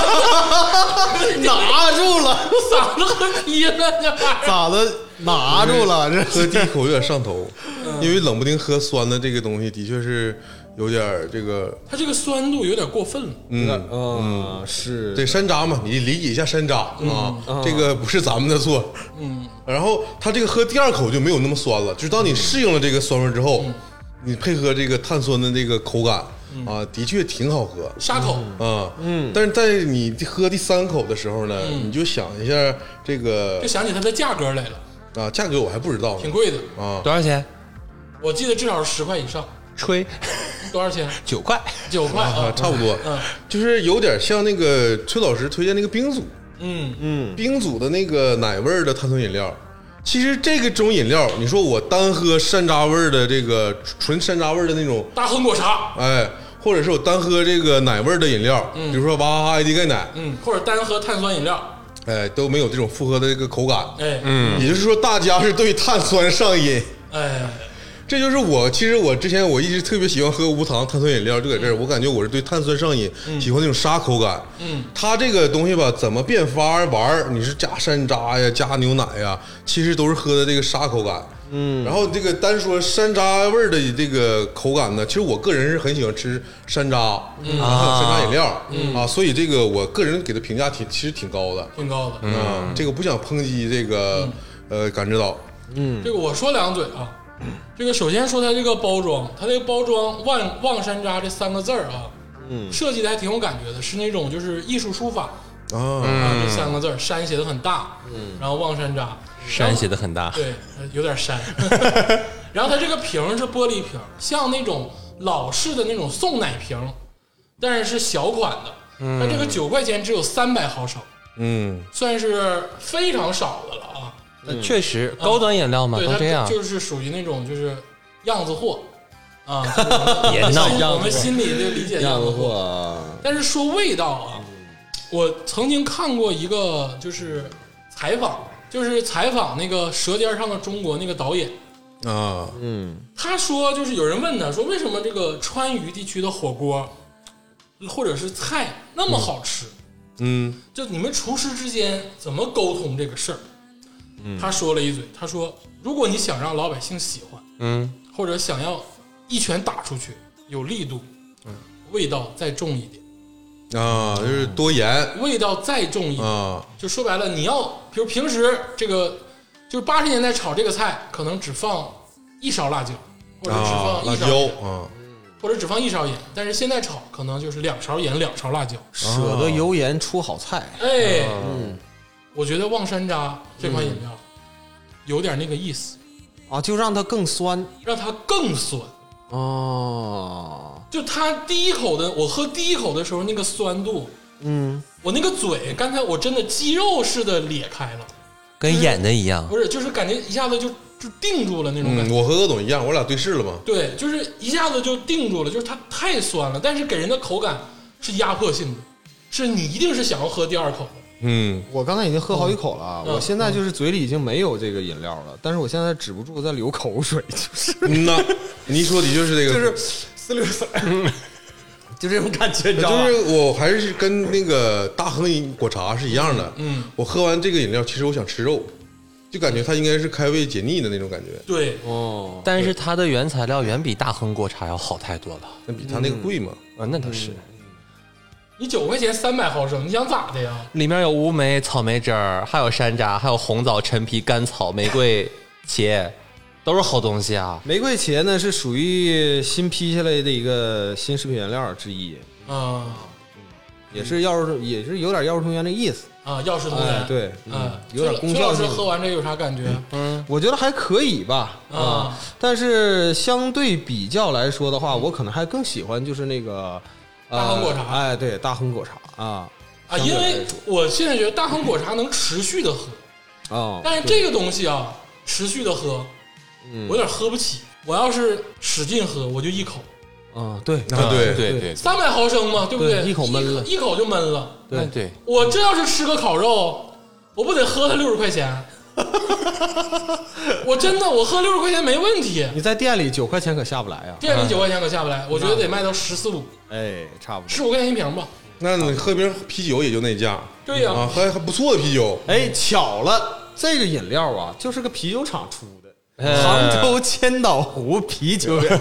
拿住了，
嗓子喝劈了，这玩意儿。
咋的？拿住了，这
喝第一口有点上头，因为冷不丁喝酸的这个东西的确是有点儿这个，
它这个酸度有点过分了。
嗯，
嗯是
对山楂嘛，你理解一下山楂啊，这个不是咱们的错。嗯，然后它这个喝第二口就没有那么酸了，就是当你适应了这个酸味之后，你配合这个碳酸的这个口感啊，的确挺好喝。
沙口，
啊，嗯，但是在你喝第三口的时候呢，你就想一下这个
就想起它的价格来了，
啊，价格我还不知道呢
挺贵的，
啊，
多少钱？
我记得至少是十块以上。
吹
多少钱？
九块。
九块
啊，
啊，
差不多，
嗯
就是有点像那个崔老师推荐那个冰组，
嗯
嗯
冰组的那个奶味儿的碳酸饮料。其实这个种饮料，你说我单喝山楂味儿的这个纯山楂味儿的那种，
大亨果茶，
哎，或者是我单喝这个奶味儿的饮料，比如说娃哈哈 I D 钙奶，
嗯，或者单喝碳酸饮料，
哎，都没有这种复合的这个口感。
哎，
嗯，
也就是说，大家是对碳酸上瘾。
哎，
这就是我，其实我之前我一直特别喜欢喝无糖碳酸饮料，就在这儿，我感觉我是对碳酸上瘾，喜欢那种沙口感。
嗯，
它这个东西吧，怎么变法玩儿？你是加山楂呀，加牛奶呀，其实都是喝的这个沙口感。嗯，然后这个单说山楂味儿的这个口感呢，其实我个人是很喜欢吃山楂，嗯，还有山楂饮料，嗯啊，所以这个我个人给的评价挺其实挺高的。
挺高的。
嗯，这个不想抨击这个呃感知岛，
这个我说两嘴啊，这个首先说它这个包装，它这个包装“望望山楂”这三个字儿啊，嗯，设计的还挺有感觉的，是那种就是艺术书法
啊，
啊，这三个字儿，山写的很大，嗯，然后望山楂，
山写的很大，
对，有点山。然后它这个瓶是玻璃瓶，像那种老式的那种送奶瓶，但是是小款的。它这个九块钱只有三百毫升，
嗯，
算是非常少的了啊。
那确实高端饮料嘛
对，它
都这样，
就是属于那种就是样子货啊，
别闹
我们心里就理解样子货。
货，
但是说味道啊，我曾经看过一个就是采访，就是采访那个《舌尖上的中国》那个导演。
啊，
嗯
他说，就是有人问他说，为什么这个川渝地区的火锅或者是菜那么好吃？
嗯
就你们厨师之间怎么沟通这个事儿？他说了一嘴，他说：“如果你想让老百姓喜欢，
嗯，
或者想要一拳打出去有力度，味道再重一点，
啊，就是多盐
味道再重一点。
啊，
就说白了，你要比如平时这个，就是八十年代炒这个菜，可能只放一勺辣椒，或者只
啊
放一勺
辣椒
盐，
啊，
或者只放一勺盐。但是现在炒可能就是两勺盐，两勺辣椒。
舍得油盐出好菜。
哎，
嗯
我觉得望山楂这款饮料有点那个意思，
啊，就让它更酸
让它更酸。
哦。
就它第一口的，我喝第一口的时候那个酸度，
嗯，
我那个嘴刚才我真的肌肉似的裂开了，
跟演的一样。
不是，就是感觉一下子就就定住了那种感
嗯，
觉。
我和鄂总一样，我俩对视了嘛。
对，就是一下子就定住了，就是它太酸了，但是给人的口感是压迫性的，是你一定是想要喝第二口的。
嗯，
我刚才已经喝好几口了啊，
嗯
我现在就是嘴里已经没有这个饮料了，但是我现在止不住在流口水，就是
嗯呐，你一说的确是这个，
就是四六三，就这种感觉，你知道吗？
就是我还是跟那个大亨果茶是一样的。
嗯，
我喝完这个饮料，其实我想吃肉，就感觉它应该是开胃解腻的那种感觉。
对，
哦，
但是它的原材料远比大亨果茶要好太多了。
那比它那个贵嘛？
啊，那倒是。
你九块钱三百毫升，你想咋的呀？
里面有乌梅、草莓汁儿，还有山楂，还有红枣、陈皮、甘草、玫瑰、茄，都是好东西啊。
玫瑰茄呢是属于新批下来的一个新食品原料之一，
啊
也是药食，也是有点药食同源的意思。
啊，药食同源。
哎，对，
嗯，
有点功
崔老师
效性。
喝完这有啥感觉？
嗯，
我觉得还可以吧，
啊，
但是相对比较来说的话，我可能还更喜欢就是那个呃
大亨果茶
哎，对，大亨果茶啊
啊，
相对
因为
来说
我现在觉得大亨果茶能持续的喝，
啊，
但是这个东西啊，持续的喝，
嗯
我有点喝不起。我要是使劲喝，我就一口，
啊，对
啊，对
对对，
三百毫升嘛，对不
对一口闷了
一口就闷了。
对对，
我这要是吃个烤肉，我不得喝它六十块钱？我真的，我喝六十块钱没问题。
你在店里九块钱可下不来呀，
店里九块钱可下不来，我觉得得卖到十四五，
哎，差不多。
十五块钱一瓶吧。
那你喝瓶啤酒也就那价。
对呀
啊，还还不错的啤酒。
哎，巧了，这个饮料啊，就是个啤酒厂出的，
哎
杭州千岛湖啤酒园。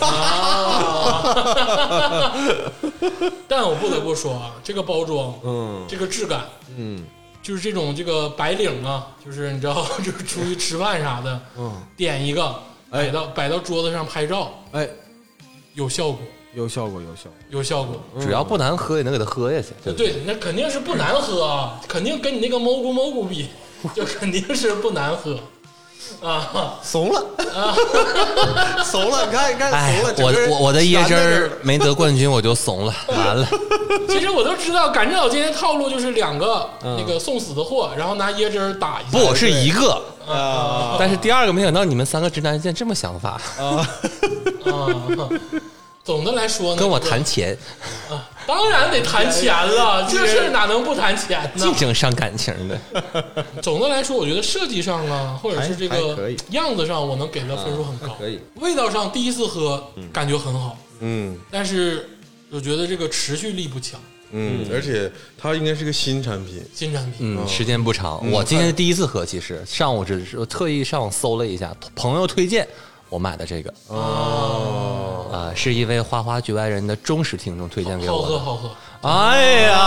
但我不得不说啊，这个包装，
嗯
这个质感，
嗯
就是这种这个白领啊，就是你知道，就是出去吃饭啥的，
嗯，
点一个摆到摆到桌子上拍照，
哎，
有效果，
有效果，有效果。
有效果。
只要不难喝也能给它喝下去。对不对
对，那肯定是不难喝啊，肯定跟你那个蘑菇蘑菇比，就肯定是不难喝啊。
怂了，怂了，你看，你看，
哎
怂了。，
我
整个人
我我的椰汁
悬在这儿
儿没得冠军，我就怂了，完了。
其实我都知道，感知岛今天套路就是两个
嗯
那个送死的货，然后拿椰汁儿打一下。
不是一个，
啊
但是第二个没想到你们三个直男竟然这么想法，
啊，
啊。总的来说呢，
跟我
这个
谈钱，
啊，当然得谈钱了，这事儿哪能不谈钱呢
净？正伤感情的。
总的来说，我觉得设计上啊，或者是这个
还还可以
样子上，我能给的分数很高。
可以。
味道上，第一次喝感觉很好，
嗯
但是我觉得这个持续力不强。
嗯，而且它应该是个新产品。
新产品，
嗯，时间不长。我今天是第一次喝，其实上午只是我特意上网搜了一下，朋友推荐我买的这个
哦，
啊，是一位花花局外人的忠实听众推荐给
好
我的。
喝好喝。
哎呀，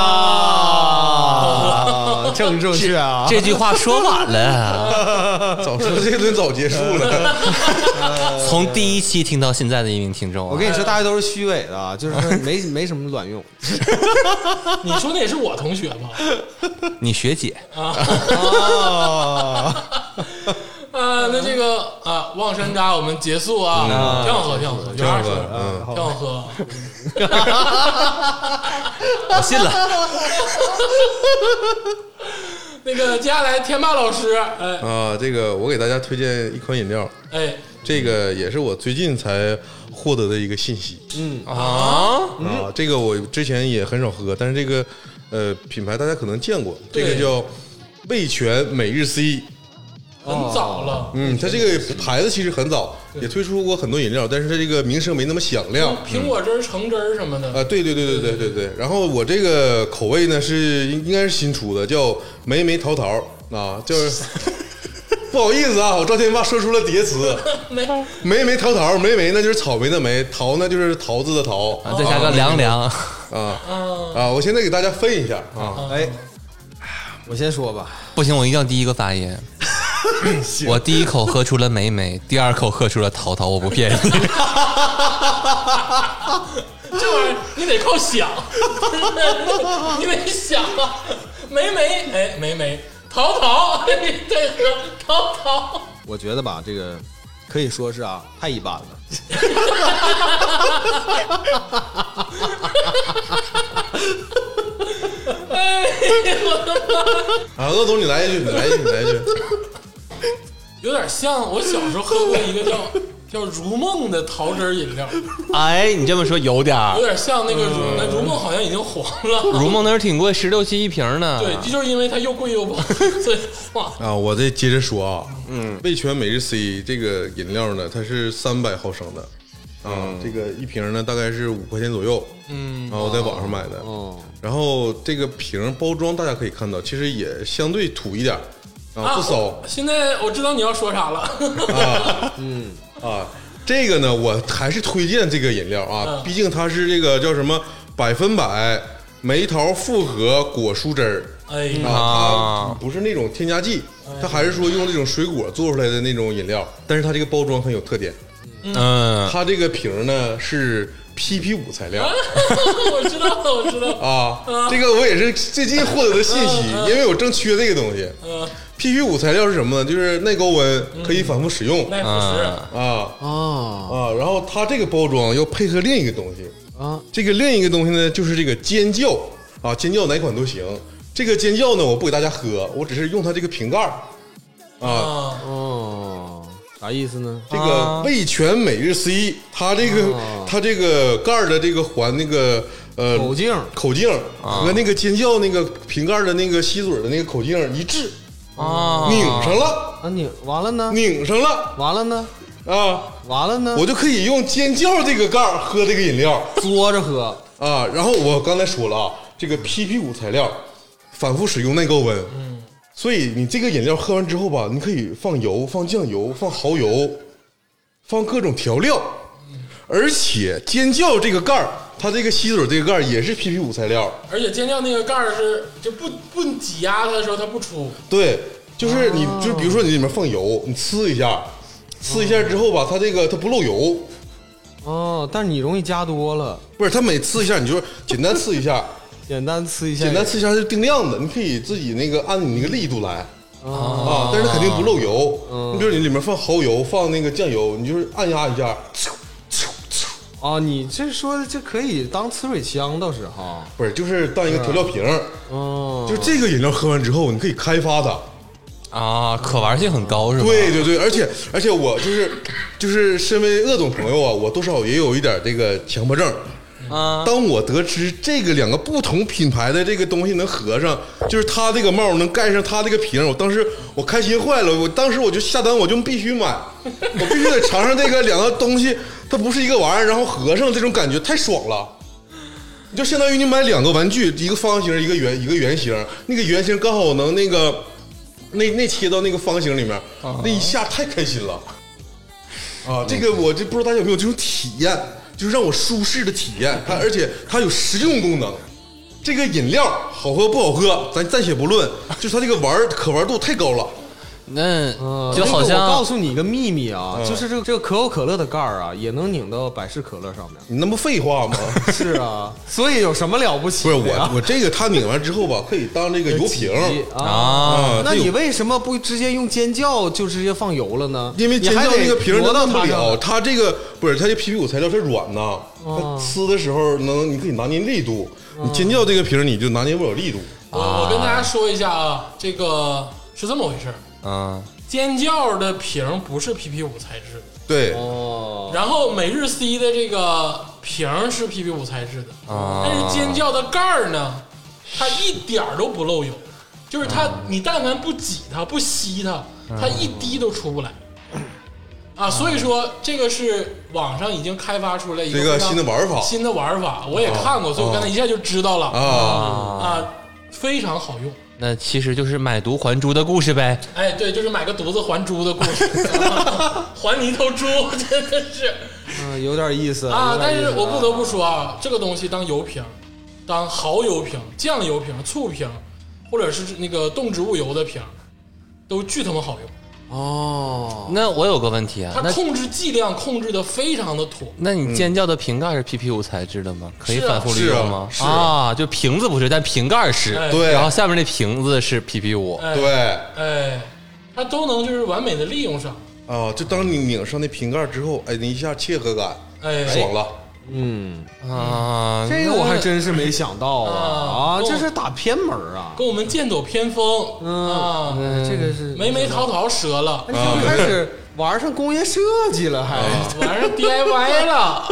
啊，正正确啊，
这句话说晚了，
早说这顿早结束了。
从第一期听到现在的一名听众啊，
我跟你说，大家都是虚伪的啊，就是没没什么卵用
你说那也是我同学吧？
你学姐
啊。
啊，那这个啊，望山楂我们结束啊，挺好喝，挺好喝，有啥说的，
嗯，
挺好喝。
我信了。
那个接下来天霸老师，哎
啊，这个我给大家推荐一款饮料，
哎
这个也是我最近才获得的一个信息。
嗯
啊，
啊，这个我之前也很少喝，但是这个呃品牌大家可能见过，这个
对
叫味全每日 C。
很早了。
嗯，它这个牌子其实很早，也推出过很多饮料，但是它这个名声没那么响亮。
苹果汁儿、橙汁儿什么的
啊，对对对对对对对。然后我这个口味呢是应应该是新出的，叫梅梅桃桃啊，就是不好意思啊，我赵天霸说出了叠词，
没
梅梅桃桃，梅梅呢就是草莓的莓，桃呢就是桃子的桃，
啊再加个凉凉，
啊啊！我现在给大家分一下啊，
哎，我先说吧，
不行，我一定要第一个发言。我第一口喝出了梅梅，第二口喝出了桃桃，我不骗你。
这玩意儿你得靠想，你得想啊，梅梅哎梅梅，桃桃对喝桃桃，
我觉得吧，这个可以说是啊，太一般了。
哎呀我的妈！
啊，鄂总你来一句，你来一句，你来一句。
有点像我小时候喝过一个叫叫如梦的桃汁儿饮料，
哎，你这么说有点儿
有。点像那个如，那如梦好像已经黄了。
如梦那是挺贵，十六七一瓶呢。
对，就是因为它又贵又不好，所以黄。
啊，我再接着说啊，嗯，味全每日 C 这个饮料呢，它是三百毫升的，啊，这个一瓶呢大概是五块钱左右，嗯，啊，我在网上买的，
哦，
然后这个瓶包装大家可以看到，其实也相对土一点，啊，不骚
现在我知道你要说啥了。
啊，嗯啊，这个呢，我还是推荐这个饮料啊，毕竟它是这个叫什么百分百梅桃复合果蔬汁儿。
哎呀，
啊，它不是那种添加剂，它还是说用那种水果做出来的那种饮料，但是它这个包装很有特点，
嗯，
它这个瓶呢是 P P 五材料
我知道，我知道。
啊，这个我也是最近获得的信息，因为我正缺这个东西。
嗯，
P P 五材料是什么呢？就是耐高温，可以反复使用
耐腐蚀。
啊
啊
啊，然后它这个包装要配合另一个东西，
啊，
这个另一个东西呢就是这个尖叫啊，尖叫哪款都行。这个尖叫呢，我不给大家喝，我只是用它这个瓶盖儿啊。
啊，
哦，啥意思呢？
这个味全每日 C， 它这个、它这个盖儿的这个环那个呃
口径
口径和那个尖叫那个瓶盖的那个吸嘴的那个口径一致
啊，
拧上了，
啊，拧完了呢？
拧上了
完了呢？
啊，
完了呢？
我就可以用尖叫这个盖儿喝这个饮料
嘬着喝。
啊。然后我刚才说了啊，这个 P P 五材料反复使用耐高温，嗯，所以你这个饮料喝完之后吧，你可以放油、放酱油、放蚝油、放各种调料，而且尖叫这个盖儿，它这个吸嘴这个盖儿也是 P P 五材料，
而且尖叫那个盖儿是就不不挤压它的时候它不出。
对，就是你就比如说你里面放油，你呲一下，呲一下之后吧，它这个它不漏油，
哦，但是你容易加多了，
不是它每呲一下，你就简单呲一下，
简单呲一下，
简单呲一下是定量的，你可以自己那个按你那个力度来。啊，但是它肯定不漏油。你比如你里面放蚝油，放那个酱油，你就是按压一下，
啊，你这说的这可以当呲水枪倒是哈。
不是，就是当一个调料瓶。
哦，
就这个饮料喝完之后，你可以开发它。
啊，可玩性很高是吧？
对对对，而且而且我就是就是身为鄂总朋友啊，我多少也有一点这个强迫症。
啊，
当我得知这个两个不同品牌的这个东西能合上，就是它这个帽能盖上它这个瓶，我当时我开心坏了，我当时我就下单，我就必须买，我必须得尝尝这个两个东西，它不是一个玩意儿，然后合上这种感觉太爽了。你就相当于你买两个玩具，一个方形，一个圆，一个圆形，那个圆形刚好能那个那那切到那个方形里面，那一下太开心了。啊，这个我就不知道大家有没有这种体验。就是让我舒适的体验，它而且它有实用功能。这个饮料好喝不好喝，咱暂且不论，就是它这个玩可玩度太高了。
那
嗯
就好像、
那个我告诉你一个秘密啊，嗯、就是这个这个可口可乐的盖儿啊，也能拧到百事可乐上面。
你那不废话吗？
是啊，所以有什么了不起？
不是我，我这个它拧完之后吧，可以当这个油瓶
啊。
啊
那你为什么不直接用尖叫就直接放油了呢？
因为尖叫那个瓶
挪到
不了，
它
它这个不是它这 P P 五材料是软呐，它呲的时候能你可以拿捏力度，你尖叫这个瓶你就拿捏不了力度。
我我跟大家说一下啊，这个是这么回事儿。
啊。
尖叫的瓶不是 P P 五材质的，
对，
哦，
然后每日 C 的这个瓶是 P P 五材质的，
啊，
但是尖叫的盖儿呢，它一点儿都不漏油， 就是它，你但凡不挤它、不吸它，它一滴都出不来。啊，所以说这个是网上已经开发出来一个
这个新的玩法，
新的玩法我也看过，所以我刚才一下就知道了
啊
啊，非常好用。
那其实就是买椟还珠的故事呗。
哎，对，就是买个犊子还珠的故事，还你一头猪，真的是，
嗯，有点意思
啊。但是我不得不
说，
说啊，这个东西当油瓶、当蚝油瓶、酱油瓶、醋瓶，或者是那个动植物油的瓶，都巨他妈好用。
哦，
那我有个问题啊，那
它控制剂量控制的非常的妥。
那你尖叫的瓶盖是 P P 五材质的吗？可以
是啊
反复利用吗？
是啊是啊
啊，就瓶子不是，但瓶盖是。
哎
对
然后下面那瓶子是 P P 五。
哎
对
哎，它都能就是完美的利用上。
啊，就当你拧上那瓶盖之后，哎，你一下切合感，
哎，
爽了。
嗯，
啊，
这个我还真是没想到啊啊，
啊
这是打偏门啊，
跟我们剑走偏锋啊，
嗯，这个是
梅梅桃桃折了，
就开始玩上工业设计了，还
玩上 D I Y 了啊。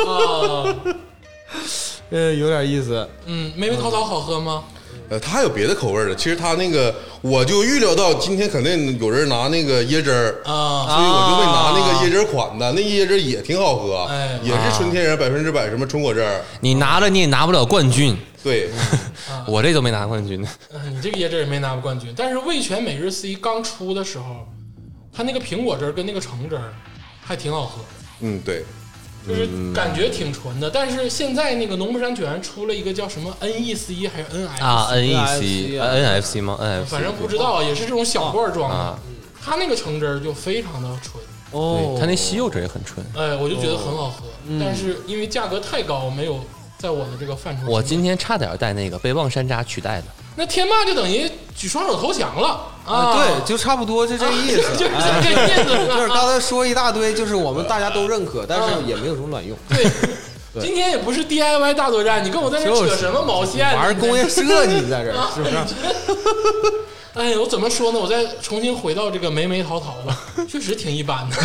呃有点意思。
嗯，梅梅桃桃好喝吗？
呃，它还有别的口味的。其实它那个，我就预料到今天肯定有人拿那个椰汁儿
啊
所以我就会拿那个椰汁儿款的，那椰汁儿也挺好喝，
哎
也是纯天然百分之百什么纯果汁儿。
你拿了你也拿不了冠军，
对，
我这都没拿冠军呢。
嗯，你这个椰汁也没拿过冠军，但是味全每日 C 刚出的时候，它那个苹果汁儿跟那个橙汁儿还挺好喝，
嗯，对，
就是感觉挺纯的。但是现在那个农夫山泉出了一个叫什么 N E C 还是 N F C
啊，N E
N
C
啊
N F C 吗？N F C，
反正不知道，也是这种小罐装的
啊。
它那个橙汁儿就非常的纯，
哦，
它那西柚汁也很纯。
哎，我就觉得很好喝。但是因为价格太高，没有在我的这个范畴之内。
我今天差点带那个被望山楂取代的。
那天霸就等于举双手投降了
啊，对，就差不多就这个意思，
就是
哎
这个意思。
就是刚才说一大堆，就是我们大家都认可，但是也没有什么卵用。
对，今天也不是 D I Y 大作战，你跟我在这扯什么毛线？
玩工业设计在这儿，是不是？
哎，我怎么说呢？我再重新回到这个梅梅桃桃吧，确实挺一般的。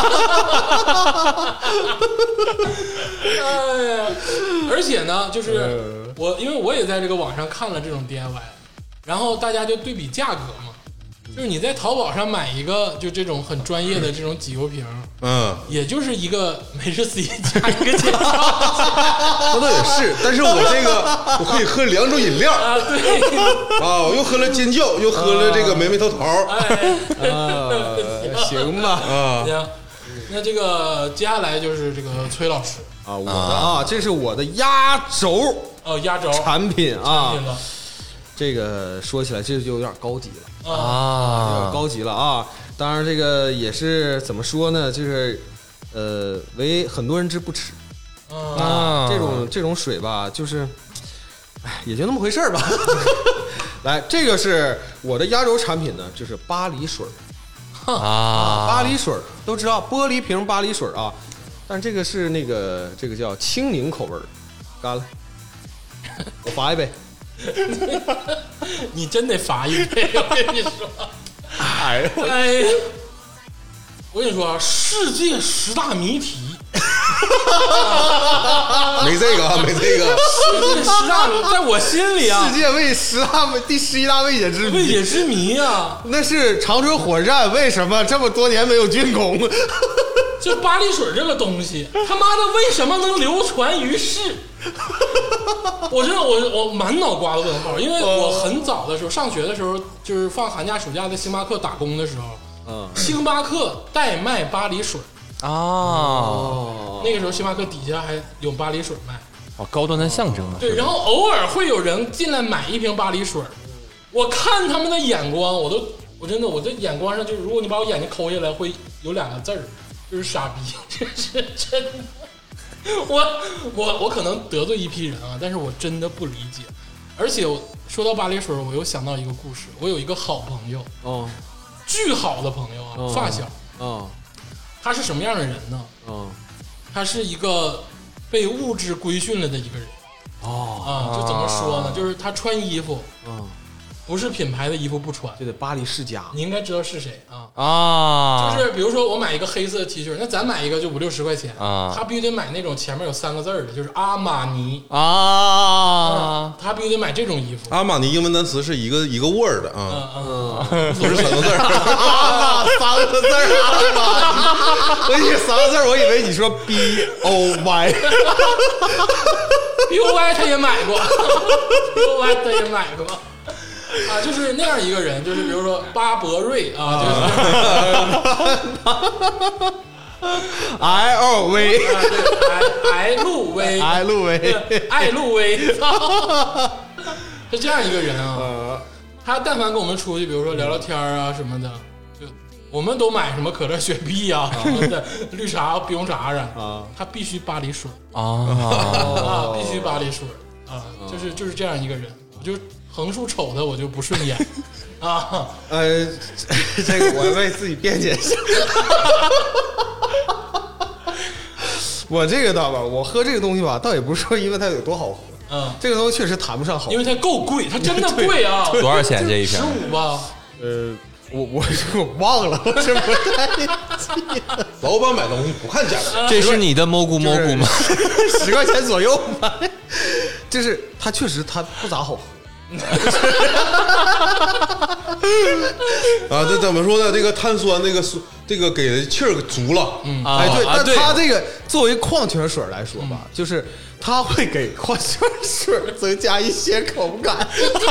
哎呀，而且呢，就是我，因为我也在这个网上看了这种 D I Y，然后大家就对比价格嘛，就是你在淘宝上买一个就这种很专业的这种挤油瓶，
嗯，
也就是一个每日 C 加一个介绍
那倒也是，但是我这个我可以喝两种饮料
啊，对，
啊，我又喝了尖叫，又喝了这个梅梅桃桃
哎，
呃，行吧，
啊，
行，那这个接下来就是这个崔老师
啊，我的啊，这是我的压轴
哦，压轴
产品啊
产品，了
这个说起来这就有点高级了，
啊，
有点
啊，
高级了啊。当然，这个也是怎么说呢？就是呃，为很多人之不耻
啊，
啊
这种这种水吧，就是，哎，也就那么回事儿吧。来，这个是我的压轴产品呢，就是巴黎水儿。
啊，
巴黎水儿都知道，玻璃瓶巴黎水儿啊，但这个是那个这个叫青柠口味儿，干了，我罚一杯。
你真得罚一杯，我跟你说。
哎呀，
哎呀，我跟你说啊，世界十大谜题，
没这个啊，没这个，
世界十大谜，在我心里啊
世，界未十大未第十一大未解之谜，
未解之谜啊，
那是长春火车站为什么这么多年没有竣工？
就巴黎水这个东西，他妈的为什么能流传于世？我真的我我满脑瓜子问号，因为我很早的时候上学的时候，就是放寒假暑假在星巴克打工的时候，
嗯，
星巴克代卖巴黎水，
啊，
哦，
那个时候星巴克底下还有巴黎水卖。
哦，高端的象征啊。
对，然后偶尔会有人进来买一瓶巴黎水，我看他们的眼光，我都我真的我这眼光上就是，如果你把我眼睛抠下来，会有两个字儿，就是傻逼，这是真的。我我我可能得罪一批人啊，但是我真的不理解。而且我说到巴黎水，我又想到一个故事，我有一个好朋友，
哦，
巨好的朋友啊，
哦
发小，
哦，
他是什么样的人呢？
哦，
他是一个被物质规训了的一个人。
哦，
啊，就怎么说呢？就是他穿衣服，
哦，
不是品牌的衣服不穿。
就得巴黎世家。
你应该知道是谁啊？
啊，
就是比如说我买一个黑色的 T 恤，那咱买一个就五六十块钱
啊
他必须得买那种前面有三个字儿的，就是阿玛尼
啊，
他必须得买这种衣服。
阿玛尼英文单词是一个一个 word 啊，
嗯嗯，
不是三个字儿。
啊，三个字儿啊！我以为三个字儿，我以为你说 B O Y。
B O Y 他也买过，B O Y 他也买过。啊，就是那样一个人，就是比如说巴博瑞啊，就是
I O V
啊，对，艾路威，
艾路威
对艾路威，操是这样一个人啊。他但凡跟我们出去，比如说聊聊天啊什么的，就我们都买什么可乐、雪碧啊、绿茶、冰红茶啥，
啊
他必须巴黎水
啊，
啊，必须巴黎水啊，就是就是这样一个人，我就横竖瞅他我就不顺眼啊。
呃，这个我为自己辩解一下。我这个倒吧，我喝这个东西吧，倒也不是说因为它有多好喝，
嗯，
这个东西确实谈不上好喝，
因为它够贵，它真的贵啊，
多少钱这一瓶
十？五吧。
呃，我我我忘了，我是不太记得，
老板买东西不看价格，
这是你的蘑菇蘑菇吗？
十块钱左右吧。就是它确实它不咋好喝。
啊，这怎么说呢？这个碳酸，这个这个给的气儿足了，嗯，
啊
哎，对，但
啊对
它这个作为矿泉水来说吧，就是它会给矿泉水增加一些口感。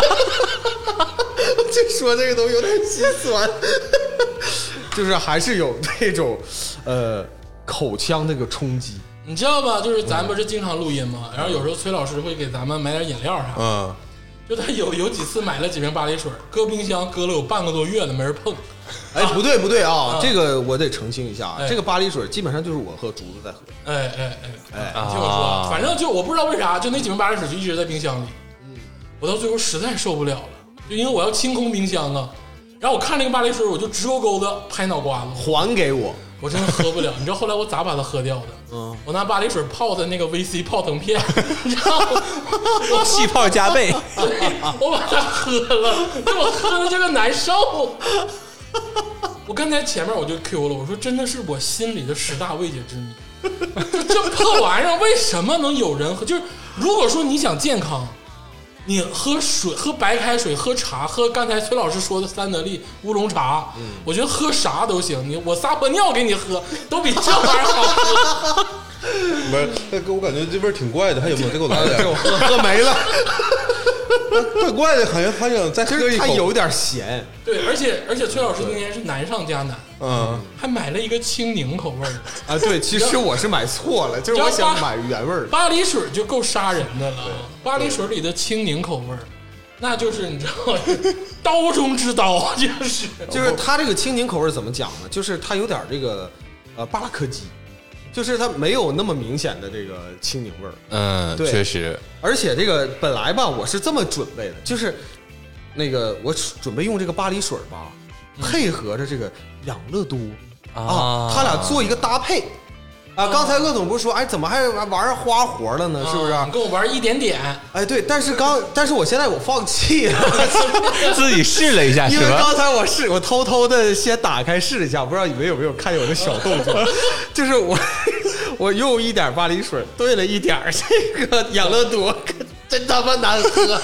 就说这个东西有点心酸，就是还是有那种呃口腔那个冲击。
你知道吧？就是咱不是经常录音吗？然后有时候崔老师会给咱们买点饮料啥的。
嗯，
就他有有几次买了几瓶巴黎水，搁冰箱搁了有半个多月了，没人碰。
哎，不对不对啊，
啊
这个我得澄清一下，
哎
这个巴黎水基本上就是我和竹子在喝。
哎哎哎
哎
你听我说，反正就我不知道为啥，就那几瓶巴黎水就一直在冰箱里。我到最后实在受不了了，就因为我要清空冰箱啊。然后我看那个巴黎水，我就直勾勾的拍脑瓜子，
还给我，
我真的喝不了。你知道后来我咋把它喝掉的？
嗯，
我拿巴黎水泡的那个 V C 泡腾片，然后
气泡加倍，
我把它喝了，我喝的这个难受。我刚才前面我就 Q 了，我说真的是我心里的十大未解之谜，就这破玩意儿为什么能有人喝？就是如果说你想健康，你喝水、喝白开水、喝茶、喝刚才崔老师说的三得利乌龙茶，嗯、我觉得喝啥都行。你我撒泡尿给你喝，都比这玩意儿好喝。
不是，那给我感觉这味儿挺怪的，还有没有？再给我来点
这我喝喝没了，
怪怪的，好像还想再
就
喝一口。
是它有点咸。
对，而且而且崔老师今天是难上加难，
嗯，
还买了一个青柠口味的。
啊，对，其实我是买错了，就是我想买原味儿的。
巴黎水就够杀人的了，巴黎水里的青柠口味儿，那就是你知道，刀中之刀，就是
就是它这个青柠口味怎么讲呢？就是它有点这个呃巴拉科基，就是它没有那么明显的这个青柠味儿。
嗯，
对
确实，
而且这个本来吧，我是这么准备的，就是那个我准备用这个巴黎水吧，配合着这个养乐多啊，他俩做一个搭配。啊，刚才鄂总不是说，哎，怎么还玩玩花活了呢？是不是？
你跟我玩一点点，
哎，对，但是刚，但是我现在我放弃了，
自己试了一下，是吧？
因为刚才我试，我偷偷的先打开试了一下，不知道你们有没有看见我的小动作，就是我我用一点巴黎水兑了一点这个养乐多，真他妈难喝，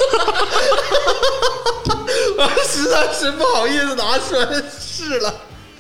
我实在是不好意思拿出来试了。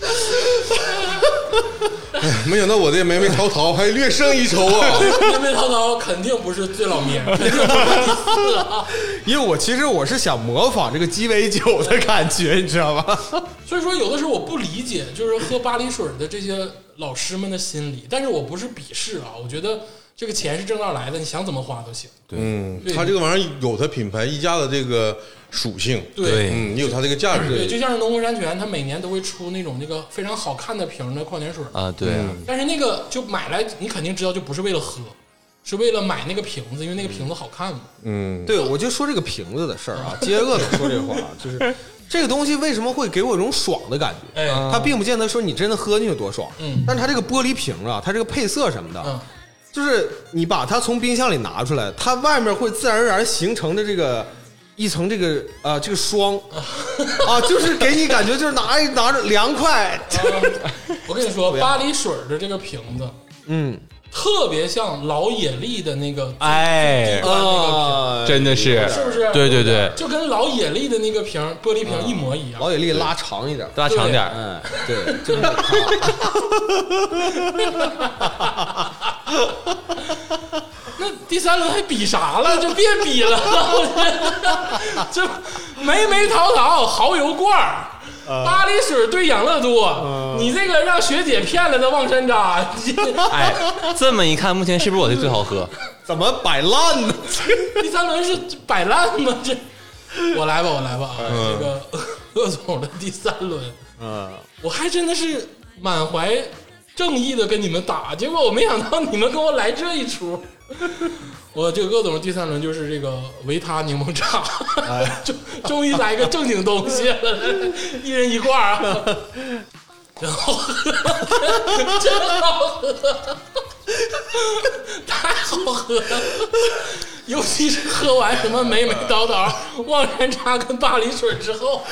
哎呀，没想到我这梅梅淘淘还略胜一筹啊！
梅梅淘淘肯定不是最老面，肯定不是第四啊。
因为我其实我是想模仿这个鸡尾酒的感觉，你知道吗？
所以说，有的时候我不理解，就是喝巴黎水的这些老师们的心理，但是我不是鄙视啊，我觉得这个钱是正道来的，你想怎么花都行。
嗯，
对
它这个玩意儿有它品牌溢价的这个属性，
对
嗯，也有它这个价值。
对，就像是农夫山泉，它每年都会出那种那个非常好看的瓶的矿泉水
啊，对啊，
但是那个就买来，你肯定知道，就不是为了喝，是为了买那个瓶子，因为那个瓶子好看嘛。
嗯，
对，我就说这个瓶子的事儿啊，接着鄂总说这话，就是这个东西为什么会给我一种爽的感觉？
哎
它并不见得说你真的喝进去多爽，
嗯
但是它这个玻璃瓶啊，它这个配色什么的，
嗯
就是你把它从冰箱里拿出来，它外面会自然而然形成的这个一层这个啊、呃、这个霜啊，就是给你感觉就是拿拿着凉快。
我跟你说，巴黎水的这个瓶子
嗯
特别像老野丽的那个
哎
最关那个
啊，
真的是，
瓶，是不是？
对对对，
就跟老野丽的那个瓶玻璃瓶一模一样。
老野丽拉长一点，
拉长点儿。
哎，对，就是它。
那第三轮还比啥了？就别比了，这梅梅桃桃蚝油罐儿。巴黎水对养乐多，你这个让学姐骗了的望山楂，
哎，这么一看，目前是不是我的最好喝？
怎么摆烂呢？
第三轮是摆烂吗？这我来吧，我来吧啊！这个鄂总的第三轮，
嗯，
我还真的是满怀正义的跟你们打，结果我没想到你们跟我来这一出。我这个鄂总的第三轮就是这个维他柠檬茶，终终于来一个正经东西了，一人一罐啊，真好喝，真好喝，太好喝了，尤其是喝完什么美美叨叨、望山茶跟巴黎水之后，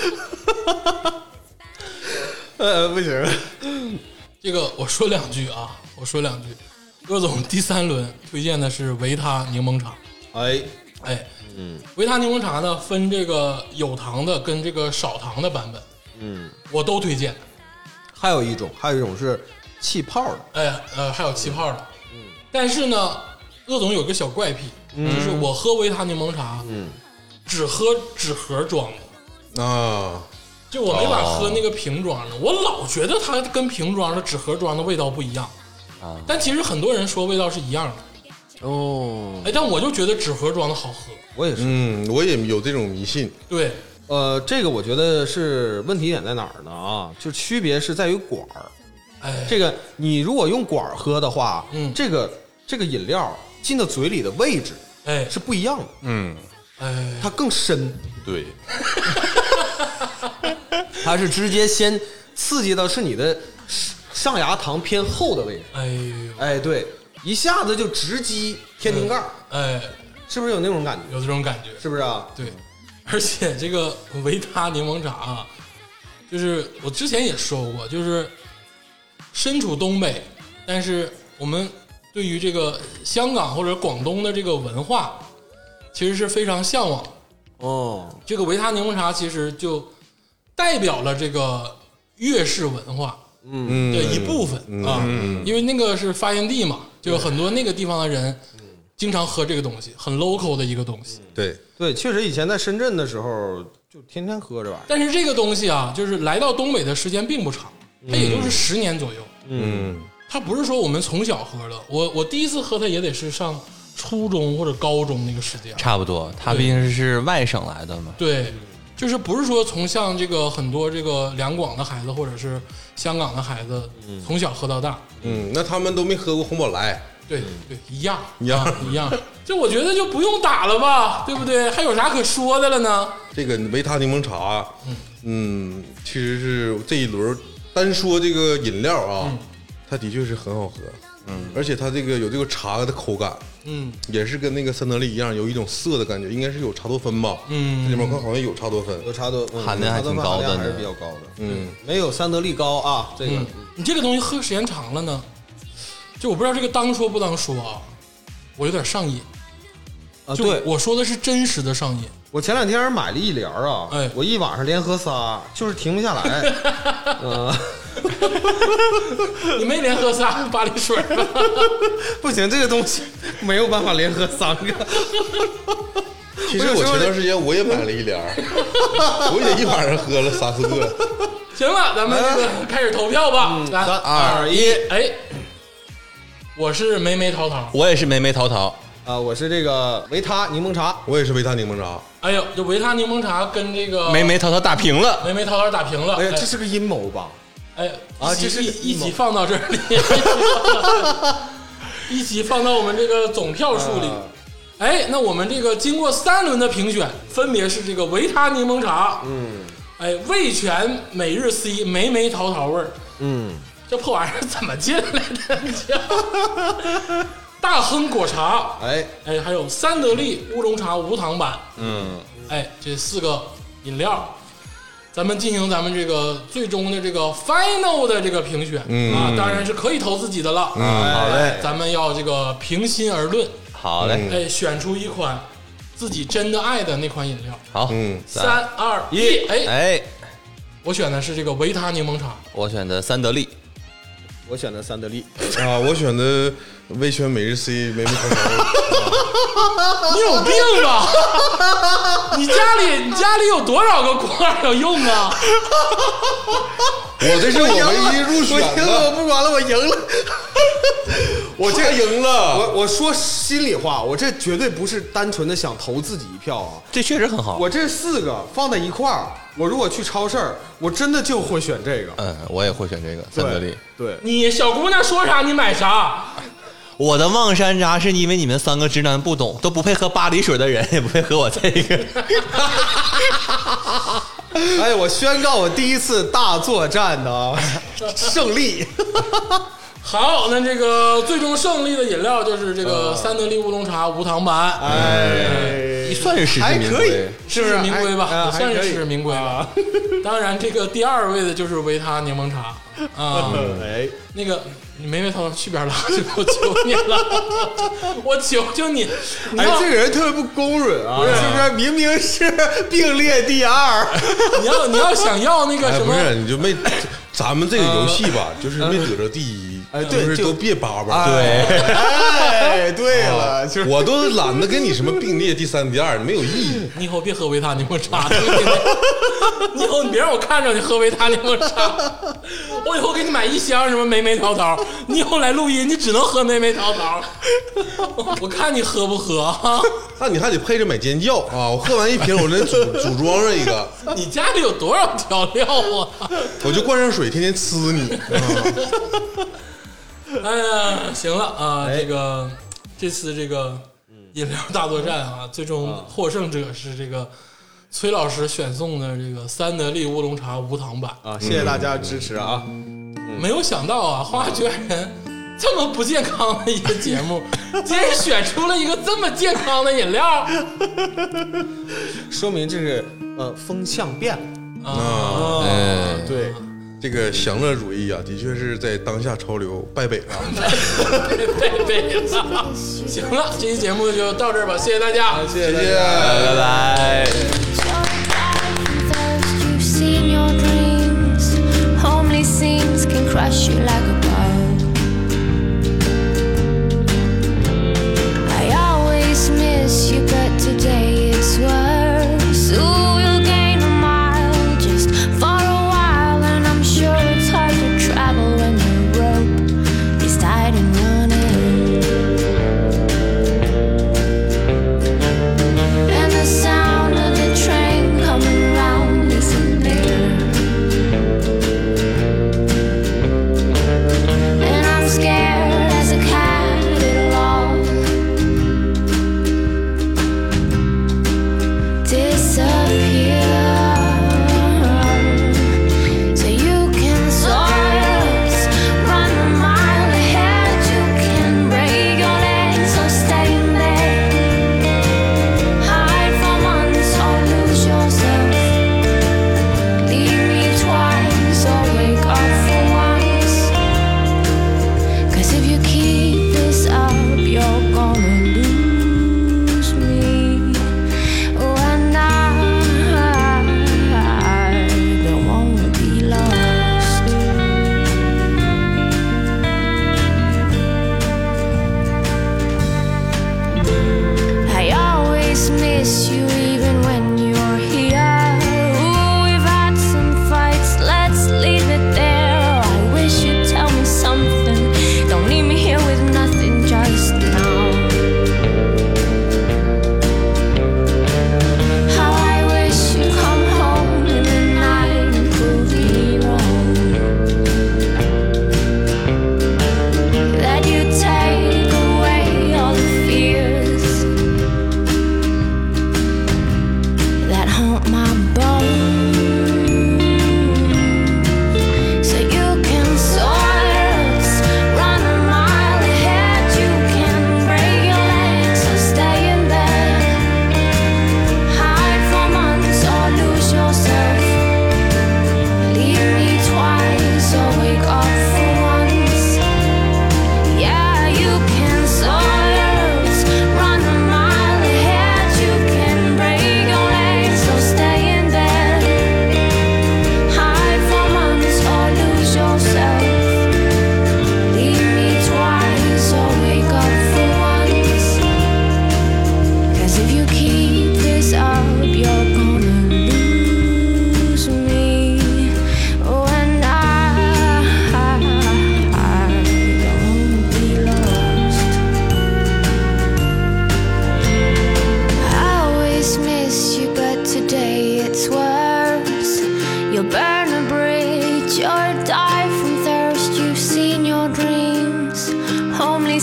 呃，不行，
这个我说两句啊，我说两句。鄂总第三轮推荐的是维他柠檬茶，
哎，
哎，嗯，维他柠檬茶呢分这个有糖的跟这个少糖的版本，
嗯，
我都推荐。
还有一种，还有一种是气泡的，
哎，呃，还有气泡的，嗯，但是呢，鄂总有个小怪癖，就是我喝维他柠檬茶，
嗯，
只喝纸盒装的，
啊，
就我没法喝那个瓶装的，我老觉得它跟瓶装的、纸盒装的味道不一样。
啊，
但其实很多人说味道是一样的，
哦，
哎，但我就觉得纸盒装的好喝。
我也是，
嗯，我也有这种迷信。
对，
呃，这个我觉得是问题点在哪儿呢？啊，就区别是在于管儿。
哎，
这个你如果用管儿喝的话，
嗯
这个这个饮料进到嘴里的位置
哎
是不一样的，
嗯，
哎，
它更深，
对，
它是直接先刺激到是你的上牙膛偏后的位置。
哎呦，
哎，对，一下子就直击天灵盖儿，
哎，
是不是有那种感觉？
有这种感觉。
是不是啊？
对，而且这个维他柠檬茶啊，就是我之前也说过，就是身处东北，但是我们对于这个香港或者广东的这个文化，其实是非常向往。
哦，
这个维他柠檬茶其实就代表了这个粤式文化
嗯
的一部分、啊，因为那个是发源地嘛，就有很多那个地方的人经常喝这个东西，很 local 的一个东西。
对，
对，确实以前在深圳的时候就天天喝这玩意儿。
但是这个东西啊，就是来到东北的时间并不长，它也就是十年左右。
嗯，
它不是说我们从小喝的，我我第一次喝它也得是上初中或者高中那个时间。
差不多，他毕竟是外省来的嘛。
对，就是不是说从像这个很多这个两广的孩子或者是香港的孩子从小喝到大。
嗯，那他们都没喝过红宝来，
对对，一样
一样
啊一样。这我觉得就不用打了吧，对不对？还有啥可说的了呢？
这个维他柠檬茶，嗯，其实是这一轮单说这个饮料啊，它的确是很好喝，嗯，而且它这个有这个茶的口感，
嗯
也是跟那个三得利一样，有一种涩的感觉，应该是有茶多酚吧，
嗯
这里面我看好像有茶多酚，
有茶多嗯
含量还挺高的呢
茶多酚含量还是比较高的，
嗯，
没有三得利高啊。这个
嗯，你这个东西喝时间长了呢，就我不知道这个当说不当说啊，我有点上瘾。
啊，
就
对，
我说的是真实的上瘾。
我前两天买了一帘儿啊，
哎
我一晚上连喝仨，就是停不下来。嗯，
你没连喝仨巴黎水吧？
不行，这个东西没有办法连喝三个。
其实我前段时间我也买了一帘儿，我也一晚上喝了三四个，
行了，咱们这个开始投票吧。来，
三二一，
哎，我是梅梅桃桃。
我也是梅梅桃桃，
啊，我是这个维他柠檬茶。
我也是维他柠檬茶，
哎呦，这维他柠檬茶跟这个
梅梅桃桃打平了。
梅梅桃桃打平了。
哎呀，这是个阴谋吧？
哎
啊
一起
这是
一一起放到这里，一起放到我们这个总票数里。
啊
哎，那我们这个经过三轮的评选，分别是这个维他柠檬茶，
嗯
哎，味全每日 C 梅梅桃桃味儿，
嗯，
这破玩意儿怎么进来的？ 大亨果茶，
哎，
哎，还有三得利乌龙茶无糖版，
嗯，
哎，这四个饮料，咱们进行咱们这个最终的这个 final 的这个评选、
嗯
啊，当然是可以投自己的了。
嗯
好嘞，
咱们要这个平心而论，
好嘞，
哎，选出一款自己真的爱的那款饮料。
好，
嗯
三二一，哎，
哎，
我选的是这个维他柠檬茶。
我选的三得利，
我选的三得利，
啊，我选的味全每日 C 美美口头。
你有病吧？你家里你家里有多少个罐要用啊？
我这是我唯一入选
我赢了，
的，
我不管了，我赢了。
我这赢了。
我我说心里话，我这绝对不是单纯的想投自己一票啊！
这确实很好。
我这四个放在一块儿，我如果去超市儿，我真的就会选这个。
嗯，我也会选这个三得利。
对，
你小姑娘说啥你买啥。
我的望山楂是因为你们三个直男不懂，都不配喝巴黎水的人，也不配喝我这个。
哎，我宣告我第一次大作战的胜利。
好，那这个最终胜利的饮料就是这个三得利乌龙茶无糖版，
哎，
也算是实至名
还可以
归。，
实至名归吧，
哎
也算是
还可以
实至名归吧。当然，这个第二位的就是维他柠檬茶啊。
哎，
那个你没没头去边拉去，我求你了，我求求你，你
哎，
要
这个人特别不公允啊！
不是
是不是？明明是并列第二。
你要你要想要那个
哎，
什么，
不是，你就没，咱们这个游戏吧，就是没得着第一，
哎对就
就是都别叭叭。
对，哎，对了，就是
我都懒得跟你什么并列第三、第二，没有意义。
你以后别喝维他柠檬茶，对不对？你以后你别让我看着你喝维他柠檬茶，我以后给你买一箱什么梅梅桃桃，你以后来录音你只能喝梅梅桃桃，我看你喝不喝啊？
那你还得配着买尖叫啊！我喝完一瓶，我再组组装上一个，
你家里有多少调料啊？
我就灌上水，天天呲你。
哎呀，行了啊，
哎
这个这次这个饮料大作战啊，最终获胜者是这个崔老师选送的这个三得利乌龙茶无糖版。
啊，谢谢大家支持啊！
没有想到啊，花居然这么不健康的一个节目，竟然选出了一个这么健康的饮料
说明这是呃风向变了。
啊！
嗯，
对，
这个享乐主义啊，的确是在当下潮流败北了。
贝贝了。行了，这期节目就到这儿吧，谢谢大家，
谢谢大
谢谢。
家。
拜拜。
First, you've seen your dreams. Homely scenes can crush you like a bug. I always miss you, but today it's worse. Ooh, you'll gain a mile just for a while, and I'm sure it's hard to travel when the rope is tight and running. And the sound of the train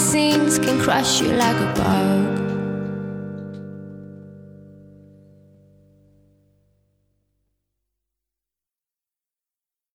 scenes can crush you like a bug.